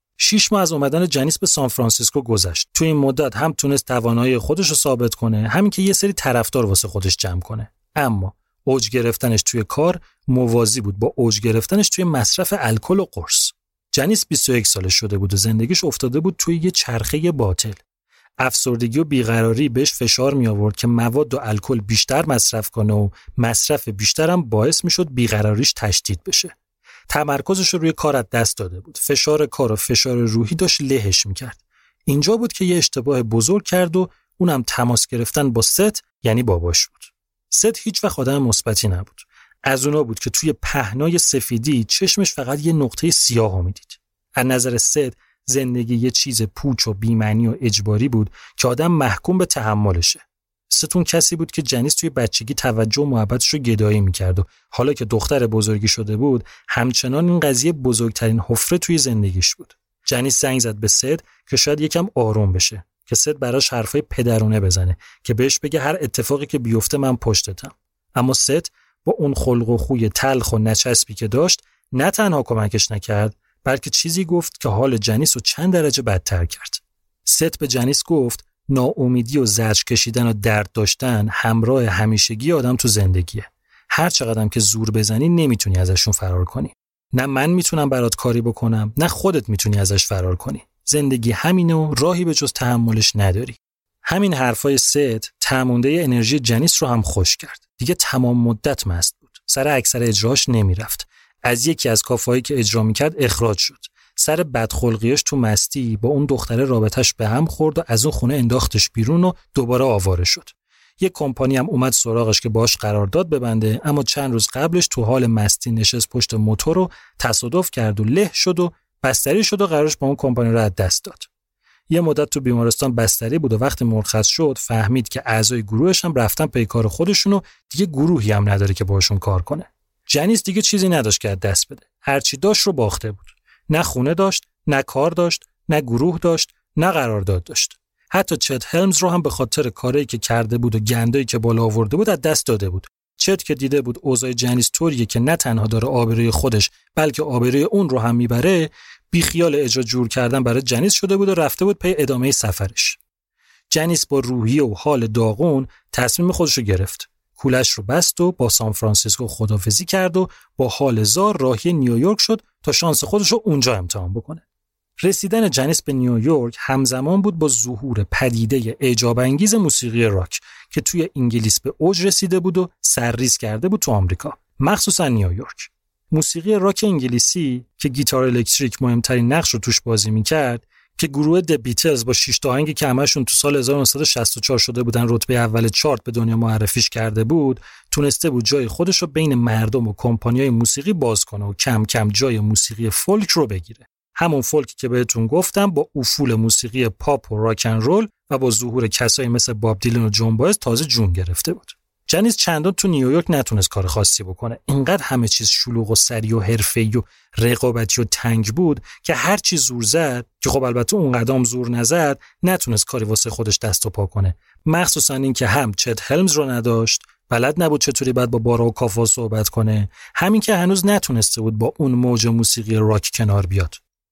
6 ماه از اومدن جنیس به سان فرانسیسکو گذشت. توی این مدت هم تونست توانایی خودش رو ثابت کنه، همین که یه سری طرفدار واسه خودش جمع کنه. اما اوج گرفتنش توی کار موازی بود با اوج گرفتنش توی مصرف الکل و قرص. جنیس 21 سالش شده بود و زندگیش افتاده بود توی یه چرخه باطل. افسردگی و بیقراری بهش فشار می آورد که مواد و الکل بیشتر مصرف کنه و مصرف بیشتر هم باعث می شد بیقراریش تشدید بشه. تمرکزش رو روی کار از دست داده بود. فشار کار و فشار روحی داشت لهش می کرد. اینجا بود که یه اشتباه بزرگ کرد و اونم تماس گرفتن با ست، یعنی باباش بود. ست هیچ وقت آدم مثبتی نبود. از اونا بود که توی پهنای سفیدی چشمش فقط یه نقطه سیاه می دید. از نظر ست زندگی یه چیز پوچ و بی‌معنی و اجباری بود که آدم محکوم به تحملشه. ستون کسی بود که جنیس توی بچگی توجه و محبتش رو گدایی می‌کرد و حالا که دختر بزرگی شده بود همچنان این قضیه بزرگترین حفره توی زندگیش بود. جنیس زنگ زد به ست که شاید یکم آروم بشه، که ست براش حرفای پدرونه بزنه، که بهش بگه هر اتفاقی که بیفته من پشتتم. اما ست با اون خلق و خوی تلخ و نچسبی که داشت نه تنها کمکش نکرد بلکه چیزی گفت که حال جنیس رو چند درجه بدتر کرد. ست به جنیس گفت ناامیدی و زجر کشیدن و درد داشتن همراه همیشگی آدم تو زندگیه. هر چقدرم که زور بزنی نمیتونی ازشون فرار کنی. نه من میتونم برات کاری بکنم، نه خودت میتونی ازش فرار کنی. زندگی همینه و راهی به جز تحملش نداری. همین حرفای ست تمونده انرژی جنیس رو هم خوش کرد. دیگه تمام مدت مست بود. سر اکثر اجراش نمیرفت. از یکی از کافه‌هایی که اجرا میکرد اخراج شد. سر بدخلقیش تو مستی با اون دختره رابطش به هم خورد و از اون خونه انداختش بیرون و دوباره آواره شد. یک کمپانی هم اومد سراغش که باش قرارداد ببنده، اما چند روز قبلش تو حال مستی نشست پشت موتور رو تصادف کرد و له شد و بستری شد و قرارش با اون کمپانی رو از دست داد. یه مدت تو بیمارستان بستری بود و وقتی مرخص شد فهمید که اعضای گروهش هم رفتن پی کار خودشون و دیگه گروهی هم نداره که باشون کار کنه. جنیس دیگه چیزی نداشت که از دست بده. هر چی داشت رو باخته بود. نه خونه داشت، نه کار داشت، نه گروه داشت، نه قرارداد داشت. حتی چت هلمز رو هم به خاطر کاری که کرده بود و گندایی که بالا آورده بود از دست داده بود. چت که دیده بود اوضاع جنیس طوریه که نه تنها داره آبروی خودش بلکه آبروی اون رو هم میبره، بی خیال اجرا جور کردن برای جنیس شده بود و رفته بود پی ادامه سفرش. جنیس با روحیه و حال داغون تصمیم خودش رو گرفت. کولش رو بست و با سان فرانسیسکو خداحافظی کرد و با حال زار راهی نیویورک شد تا شانس خودش رو اونجا امتحان بکنه. رسیدن جنیس به نیویورک همزمان بود با ظهور پدیده اعجاب انگیز موسیقی راک که توی انگلیس به اوج رسیده بود و سرریز کرده بود تو آمریکا، مخصوصا نیویورک. موسیقی راک انگلیسی که گیتار الکتریک مهمترین نقش رو توش بازی می‌کرد، که گروه د بیتلز با 6 تا آهنگی که همشون تو سال 1964 شده بودن رتبه اول چارت به دنیا معرفیش کرده بود، تونسته بود جای خودش رو بین مردم و کمپانی‌های موسیقی باز کنه و کم کم جای موسیقی فولک رو بگیره. همون فولکی که بهتون گفتم با افول موسیقی پاپ و راک ان رول و با ظهور کسایی مثل باب دیلن و جون بایز تازه جون گرفته بود. جنیس چندان تو نیویورک نتونست کار خاصی بکنه. اینقدر همه چیز شلوغ و سری و حرفه‌ای و رقابتی و تنگ بود که هر چی زور زد، که خب البته اون قدم زور نزد، نتونست کاری واسه خودش دست و پا کنه. مخصوصا این که هم چت هلمز رو نداشت، بلد نبود چطوری بعد با بارا و کافا صحبت کنه، همین که هنوز نتونسته بود با اون موج موسیقی راک کنار بیاد.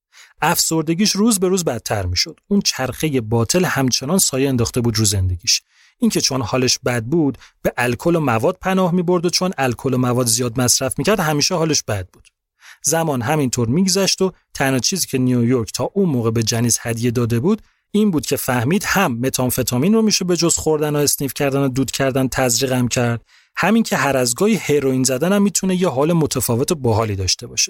افسردگیش روز به روز بدتر میشد. اون چرخه باطل همچنان سایه انداخته بود رو زندگیش. اینکه چون حالش بد بود به الکل و مواد پناه می‌برد و چون الکل و مواد زیاد مصرف می‌کرد همیشه حالش بد بود. زمان همینطور میگذشت و تنها چیزی که نیویورک تا اون موقع به جنیس هدیه داده بود این بود که فهمید هم متامفتامین رو میشه به جز خوردن و اسنیف کردن و دود کردن تزریق هم کرد، همین که هر از گاهی هروئین زدن هم میتونه یه حال متفاوت و باحالی داشته باشه.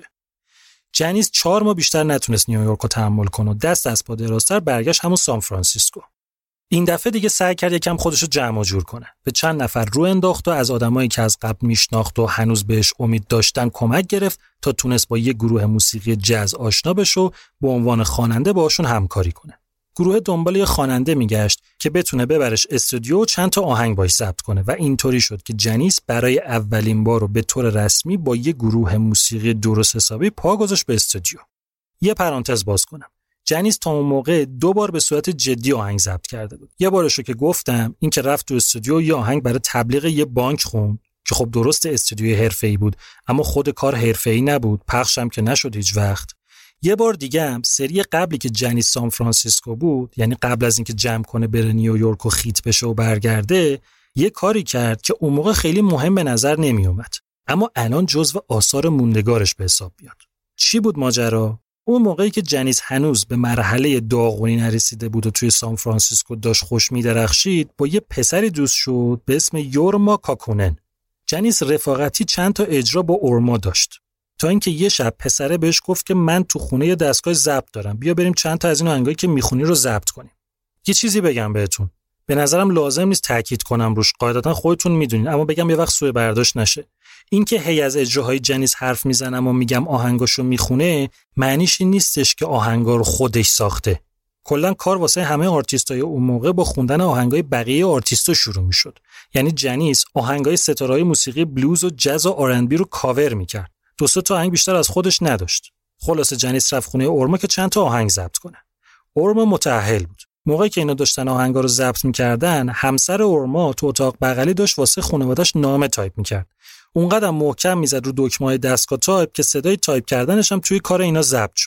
جنیس 4 ماه بیشتر نتونست نیویورک رو تحمل کنه و دست از پا درازتر برگشت همون سان فرانسیسکو. این دفعه دیگه سعی کرد یکم خودش رو جمع و جور کنه. به چند نفر رو انداخت و از آدمایی که از قبل میشناخت و هنوز بهش امید داشتن کمک گرفت تا تونست با یه گروه موسیقی جاز آشنا بشه و به عنوان خواننده باشون همکاری کنه. گروه دنبال یه خواننده میگشت که بتونه ببرش استودیو و چند تا آهنگ باهاش ضبط کنه و اینطوری شد که جنیس برای اولین بار رو به طور رسمی با یه گروه موسیقی درست حسابی پا گذاشت به استودیو. یه پرانتز باز کنم. جنیس تا اون موقع 2 بار به صورت جدی آهنگ ضبط کرده بود. یه بارشو که گفتم این که رفت تو استودیو یه آهنگ برای تبلیغ یه بانک خوند که خب درست استودیوی حرفه‌ای بود اما خود کار حرفه‌ای نبود، پخشم که نشد هیچ وقت. یه بار دیگه هم سری قبلی که جنیس سان فرانسیسکو بود، یعنی قبل از اینکه جمع کنه بره نیویورک و خیت بشه و برگرده، یه کاری کرد که اون موقع خیلی مهم به نظر نمی اومد اما الان جزو آثار موندگارش به حساب بیاد. چی بود ماجرا؟ اون موقعی که جنیس هنوز به مرحله داغونی نرسیده بود و توی سان فرانسیسکو داشت خوش می‌درخشید، با یه پسری دوست شد به اسم یورما کاکونن. جنیس رفاقتی چند تا اجرا با اورما داشت تا اینکه یه شب پسره بهش گفت که من تو خونه یه دستگاه ضبط دارم، بیا بریم چند تا از این آهنگایی که میخونی رو ضبط کنیم. یه چیزی بگم بهتون، به نظرم لازم نیست تاکید کنم روش، قاعدتا خودتون میدونین، اما بگم یه وقت سوء برداشت نشه. این که هی از اجراهای جنیس حرف میزنم و میگم آهنگاشو میخونه، معنیش این نیستش که آهنگا رو خودش ساخته. کلا کار واسه همه آرتیستای اون موقع با خوندن آهنگای بقیه آرتیستا شروع میشد. یعنی جنیس آهنگای ستاره‌های موسیقی بلوز و جاز و آرندبی رو کاور میکرد. 2-3 تا آهنگ بیشتر از خودش نداشت. خلاصه جنیس رفت خونه اورما که چند تا آهنگ ضبط کنه. اورما متأهل بود. موقعی که اینا داشتن آهنگا رو ضبط میکردن، همسر اورما تو اتاق بغلی داشت واسه خانواده‌اش نامه تایپ میکرد. اونقدر محکم میزد رو دکمه‌های دستگاه تایپ که صدای تایپ کردنش هم توی کار اینا ضبط شد.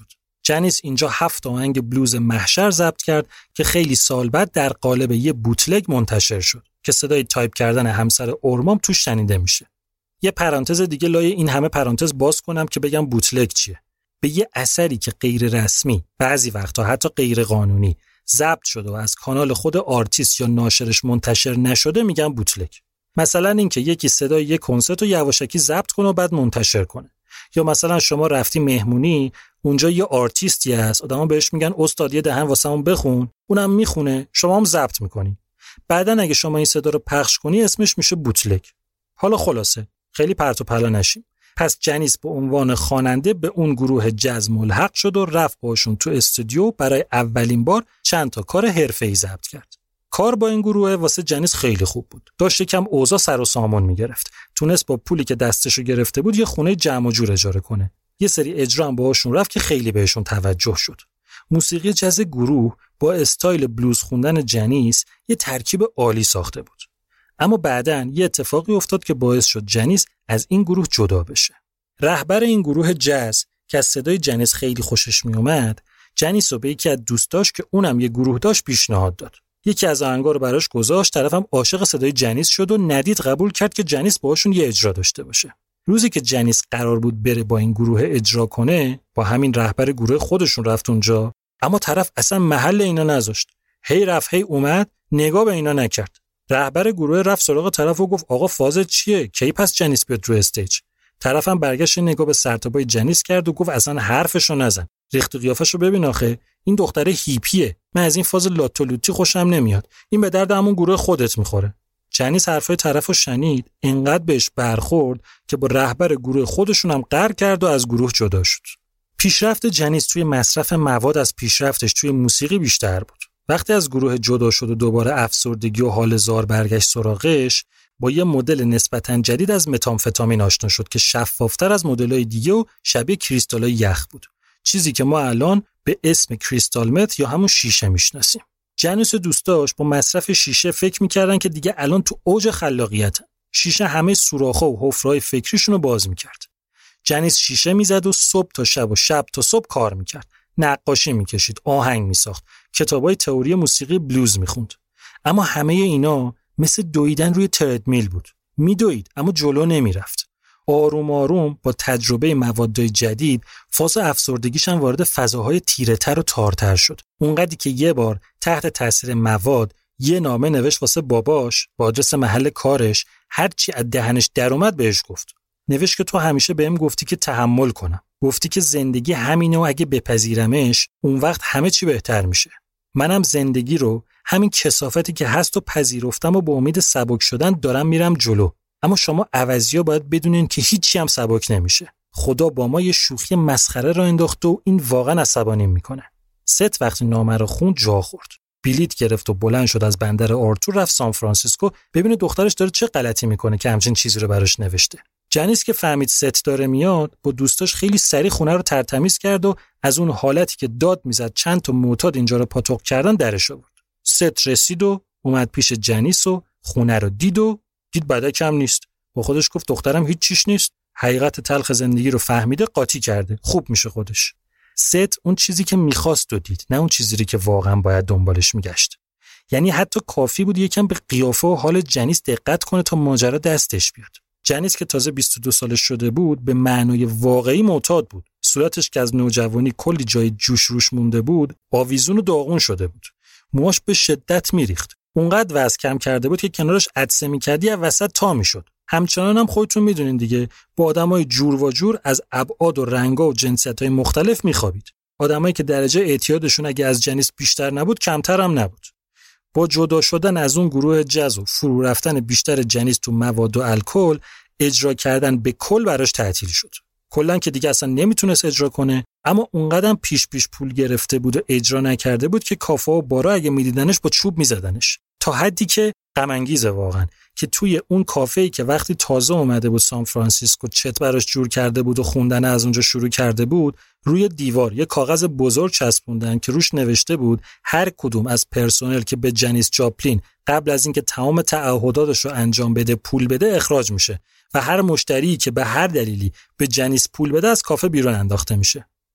جنیس اینجا 7 آهنگ بلوز محشر ضبط کرد که خیلی سال بعد در قالب یه بوتلگ منتشر شد که صدای تایپ کردن همسر اورمام توش شنیده میشه. یه پرانتز دیگه لای این همه پرانتز باز کنم که بگم بوتلگ چیه. به یه اثری که غیر رسمی، بعضی وقتا حتی غیر قانونی ضبط شده و از کانال خود آرتیست یا ناشرش منتشر نشده میگن بوتلگ. مثلا اینکه یکی صدای یک کنسرت رو یواشکی ضبط کنه و بعد منتشر کنه. یا مثلا شما رفتی مهمونی، اونجا یه آرتیستی هست، آدما بهش میگن استاد یه دهن واسمون بخون، اونم میخونه، شما هم ضبط میکنی. بعدن اگه شما این صدا رو پخش کنی اسمش میشه بوتلگ. حالا خلاصه خیلی پرت و پلا نشیم. پس جنیس به عنوان خواننده به اون گروه جاز ملحق شد و رفت باشون تو استودیو برای اولین بار چند تا کار حرفه‌ای ضبط کرد. کار با این گروه واسه جنیس خیلی خوب بود. داشت یکم اوضاع سر و سامان میگرفت. تونست با پولی که دستشو گرفته بود یه خونه جمع و جور اجاره کنه. یه سری اجرا هم باهاشون رفت که خیلی بهشون توجه شد. موسیقی جاز گروه با استایل بلوز خوندن جنیس یه ترکیب عالی ساخته بود. اما بعدن یه اتفاقی افتاد که باعث شد جنیس از این گروه جدا بشه. رهبر این گروه جاز که از صدای جنیس خیلی خوشش می اومد، جنیس رو به یکی از دوستاش که اونم یه گروه داشت پیشنهاد داد. یکی از آهنگا رو براش گذاشت، طرفم عاشق صدای جنیس شد و ندید قبول کرد که جنیس باهاشون یه اجرا داشته باشه. روزی که جنیس قرار بود بره با این گروه اجرا کنه، با همین رهبر گروه خودشون رفت اونجا، اما طرف اصلا محل اینا نذاشت. هی رفت هی اومد، نگاه به اینا نکرد. رهبر گروه رفت سراغ طرف و گفت آقا فازت چیه؟ کی پس جنیس بیاد رو استیج؟ طرفم برگشت نگاه به سرتاپای جنیس کرد و گفت اصلا حرفشو نزن. ریخت و قیافشو ببین آخه، این دختره هیپیه. من از این فاز لاتولوتی خوشم نمیاد. این به درد همون گروه خودت میخوره. جنیس حرفای طرفو شنید، انقدر بهش برخورد که با رهبر گروه خودشون هم قهر کرد و از گروه جدا شد. پیشرفت جنیس توی مصرف مواد از پیشرفتش توی موسیقی بیشتر بود. وقتی از گروه جدا شد و دوباره افسردگی و حال زار برگشت سراغش، با یه مدل نسبتاً جدید از متامفتامین آشنا شد که شفافتر از مدل‌های دیگه و شبیه کریستال‌های یخ بود. چیزی که ما الان به اسم کریستال مت یا همون شیشه میشناسیم. جنیس و دوستاش با مصرف شیشه فکر می‌کردن که دیگه الان تو اوج خلاقیتن. شیشه همه سوراخ‌ها و حفره‌های فکریشون رو باز می‌کرد. جنیس شیشه می‌زد و صبح تا شب و شب تا صبح کار می‌کرد. نقاشی می‌کشید، آهنگ می‌ساخت، کتابای تئوری موسیقی بلوز می‌خوند. اما همه اینا مثل دویدن روی تردمیل بود. میدوید اما جلو نمیرفت. آروم آروم با تجربه موادهای جدید فاز افسردگیش هم وارد فضاهای تیره‌تر و تارتر شد. اونقدری که یه بار تحت تاثیر مواد یه نامه نوشت واسه باباش با آدرس محل کارش، هر چی از دهنش در اومد بهش گفت. نوشت که تو همیشه بهم گفتی که تحمل کنم. گفتی که زندگی همینه و اگه بپذیرمش اون وقت همه چی بهتر میشه. منم زندگی رو همین کثافتی که هست و پذیرفتم و با امید سبک شدن دارم میرم جلو. اما شما عوضی‌ها باید بدونین که هیچی هم سبک نمیشه. خدا با ما یه شوخی مسخره را انداخت و این واقعا عصبانی میکنه. ست وقتی نامه رو خوند جا خورد. بلیط گرفت و بلند شد از بندر آرتور رفت سان فرانسیسکو ببینه دخترش داره چه غلطی میکنه که همچین چیزی رو براش نوشته. جنیس که فهمید ست داره میاد با دوستاش خیلی سریع خونه رو ترتمیز کرد و از اون حالتی که داد میزد چند تا معتاد اینجا رو پاتوق کردن درش آورد. ست رسید و اومد پیش جنیس و خونه رو دید بعدا کم نیست. با خودش گفت دخترم هیچ چیش نیست. حقیقت تلخ زندگی رو فهمیده، قاطی کرده. خوب میشه خودش. ست اون چیزی که میخواست و دید، نه اون چیزی که واقعا باید دنبالش میگشت. یعنی حتی کافی بود یکم به قیافه و حال جنیس دقت کنه تا ماجرا دستش بیاد. جنیس که تازه 22 سالش شده بود به معنای واقعی معتاد بود. صورتش که از نوجوانی کلی جای جوش روش مونده بود، آویزون و داغون شده بود. موهاش به شدت میریخت. اونقدر وزن کم کرده بود که کنارش عطسه می‌کردی از وسط تا میشد. همچنان هم خودتون میدونین دیگه، با آدمای جور و جور از ابعاد و رنگا و جنسیت‌های مختلف میخوابید. آدمایی که درجه اعتیادشون اگه از جنیس بیشتر نبود کمتر هم نبود. با جدا شدن از اون گروه جاز و فرو رفتن بیشتر جنیس تو مواد و الکل، اجرا کردن به کل براش تعطیل شد. کلاً که دیگه اصلا نمیتونست اجرا کنه، اما اونقدرم پیش پول گرفته بود و اجرا نکرده بود که کافه و بارا اگه میدیدنش با چوب میزدنش. تا حدی که غم انگیزه واقعا که توی اون کافه‌ای که وقتی تازه اومده بود سان فرانسیسکو چت براش جور کرده بود و خوندن از اونجا شروع کرده بود، روی دیوار یه کاغذ بزرگ چسبوندن که روش نوشته بود هر کدوم از پرسنل که به جنیس جاپلین قبل از اینکه تمام تعهداتش رو انجام بده پول بده اخراج میشه و هر مشتری که به هر دلیلی به جنیس پول بده از کافه بیرون انداخته میشه.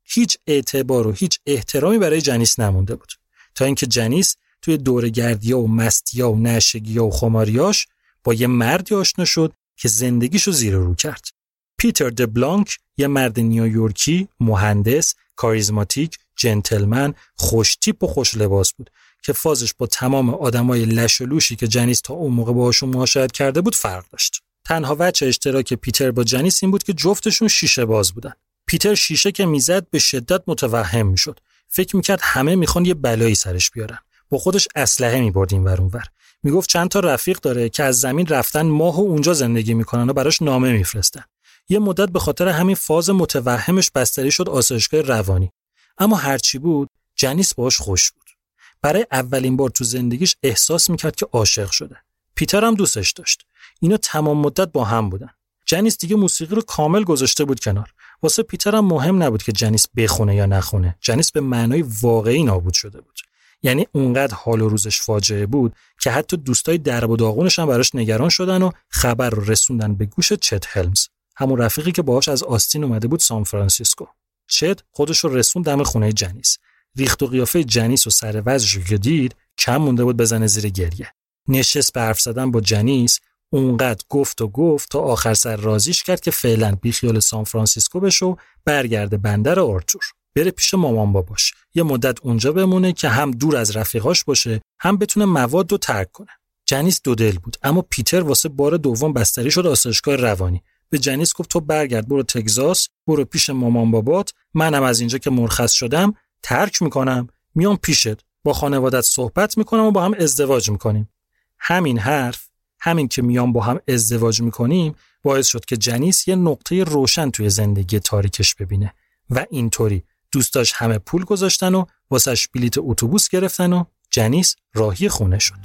هیچ اعتبار و هیچ احترامی برای جنیس نمونده بود، تا اینکه جنیس توی دورگردی‌ها و مستی‌ها و نشگی‌ها و خماریاش با یه مردی آشنا شد که زندگیشو زیر و رو کرد. پیتر دبلانک، یه مرد نیویورکی، مهندس، کاریزماتیک، جنتلمن، خوش تیپ و خوش لباس بود که فازش با تمام آدمای لش و لوشی که جنیس تا اون موقع باهاشون معاشرت کرده بود فرق داشت. تنها وجه اشتراک پیتر با جنیس این بود که جفتشون شیشه باز بودن. پیتر شیشه که میزد به شدت متوهم میشد. فکر میکرد همه میخوان یه بلایی سرش بیارن. با خودش اسلحه میبرد اینور اونور. میگفت چند تا رفیق داره که از زمین رفتن ماه و اونجا زندگی میکنن و براش نامه میفرستن. یه مدت به خاطر همین فاز متوهمش بستری شد آسایشگاه روانی. اما هرچی بود جنیس باهاش خوش بود. برای اولین بار تو زندگیش احساس میکرد که عاشق شده. پیتر هم دوستش داشت. اینا تمام مدت با هم بودن. جنیس دیگه موسیقی رو کامل گذاشته بود کنار. واسه پیتر هم مهم نبود که جنیس بخونه یا نخونه. جنیس به معنای واقعی نابود شده بود. یعنی اونقدر حال و روزش فاجعه بود که حتی دوستای درب و داغونش هم براش نگران شدن و خبر رو رسوندن به گوش چت هلمز، همون رفیقی که باهاش از آستین اومده بود سان فرانسیسکو. چت خودش رو رسوند دم خونه جنیس. ریخت و قیافه جنیس و سر وضعش که دید کم مونده بود بزنه زیر گریه. نشست به حرف زدن با جنیس، اونقدر گفت تا آخر سر راضیش کرد که فعلا بی خیال سان فرانسیسکو بشه و برگرده بندر آرتور، بره پیش مامان باباش، یه مدت اونجا بمونه که هم دور از رفیقاش باشه هم بتونه مواد رو ترک کنه. جنیس دو دل بود، اما پیتر واسه بار دوم بستری شد آسایشگاه روانی. به جنیس گفت تو برگرد برو تگزاس، برو پیش مامان بابات، منم از اینجا که مرخص شدم ترک میکنم، میام پیشت، با خانوادت صحبت میکنم و با هم ازدواج میکنیم. همین حرف، همین که میام با هم ازدواج میکنیم، باعث شد که جنیس یه نقطه روشن توی زندگی تاریکش ببینه و اینطوری دوستاش همه پول گذاشتن و واسش بلیت اتوبوس گرفتن و جنیس راهی خونه شد.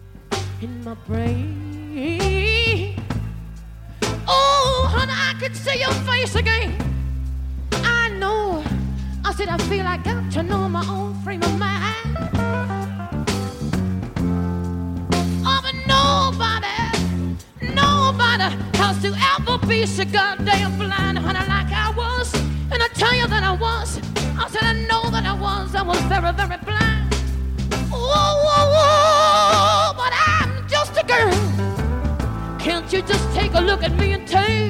Has to ever be so goddamn blind, honey, like I was. And I tell you that I was. I said I know that I was very, very blind. Oh, but I'm just a girl. Can't you just take a look at me and tell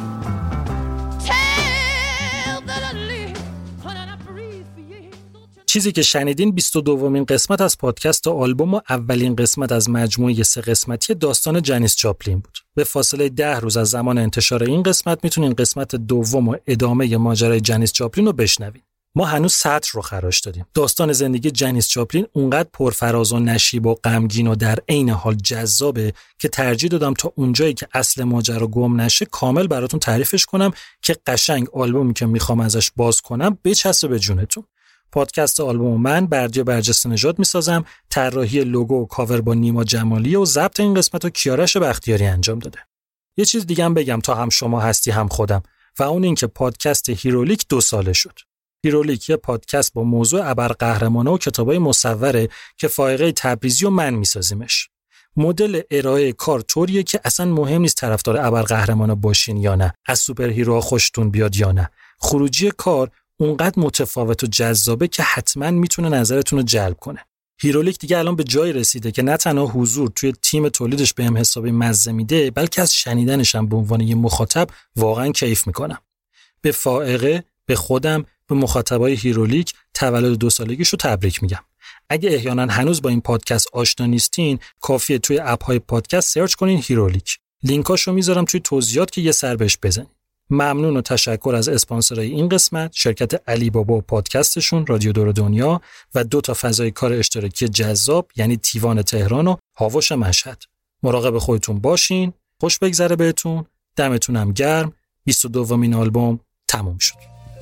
that I live, honey, I breathe for you. چیزی که شنیدین 22مین قسمت از پادکست آلبوم و اولین قسمت از مجموعه 3 قسمتی داستان جنیس جاپلین بود. به فاصله 10 روز از زمان انتشار این قسمت میتونین قسمت دوم و ادامه ماجرای جنیس جاپلین رو بشنوین. ما هنوز سطر رو خراش دادیم. داستان زندگی جنیس جاپلین اونقدر پرفراز و نشیب و غمگین و در عین حال جذابه که ترجیح دادم تا اونجایی که اصل ماجرا گم نشه کامل براتون تعریفش کنم که قشنگ آلبومی که میخوام ازش باز کنم بچسبه به جونتون. پادکست آلبوم من بردیا برجسته نژاد میسازم، طراحی لوگو و کاور با نیما جمالی و ضبط این قسمت رو کیارش بختیاری انجام داده. یه چیز دیگه هم بگم تا هم شما هستی هم خودم و اون این که پادکست هیرولیک 2 ساله شد. هیرولیک یه پادکست با موضوع ابرقهرمانا و کتابای مصوره که فائقه تبریزی و من میسازیمش. مدل ارائه کار طوریه که اصلا مهم نیست طرفدار ابرقهرمانا باشین یا نه، از سوپر هیروها خوشتون بیاد یا نه. خروجی کار اونقدر متفاوت و جذابه که حتما میتونه نظرتون رو جلب کنه. هیرولیک دیگه الان به جای رسیده که نه تنها حضور توی تیم تولیدش بهم حسابی مزه میده، بلکه از شنیدنش هم به عنوان یه مخاطب واقعا کیف میکنم. به فائقه، به خودم، به مخاطبای هیرولیک تولد 2 سالگیشو تبریک میگم. اگه احیانا هنوز با این پادکست آشنا نیستین، کافیه توی اپ‌های پادکست سرچ کنین هیرولیک. لینکاشو میذارم توی توضیحات که یه سر بهش بزنین. ممنون و تشکر از اسپانسرای این قسمت، شرکت علی بابا و پادکستشون رادیو دور دنیا و 2 تا فضای کار اشتراکی جذاب یعنی تیوان تهران و هاوش مشهد. مراقب خودتون باشین، خوش بگذره بهتون، دمتونم گرم. 22مین آلبوم تموم شد.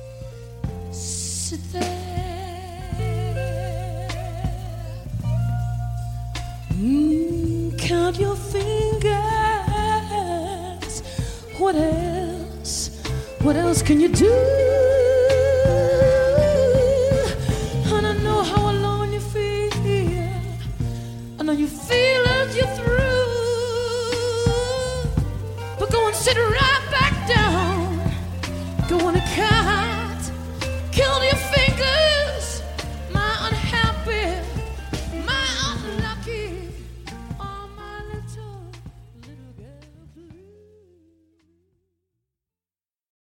Count your fingers. What else can you do? And I know how alone you feel. I know you feel as you're through. But go and sit right back down. Go on and count.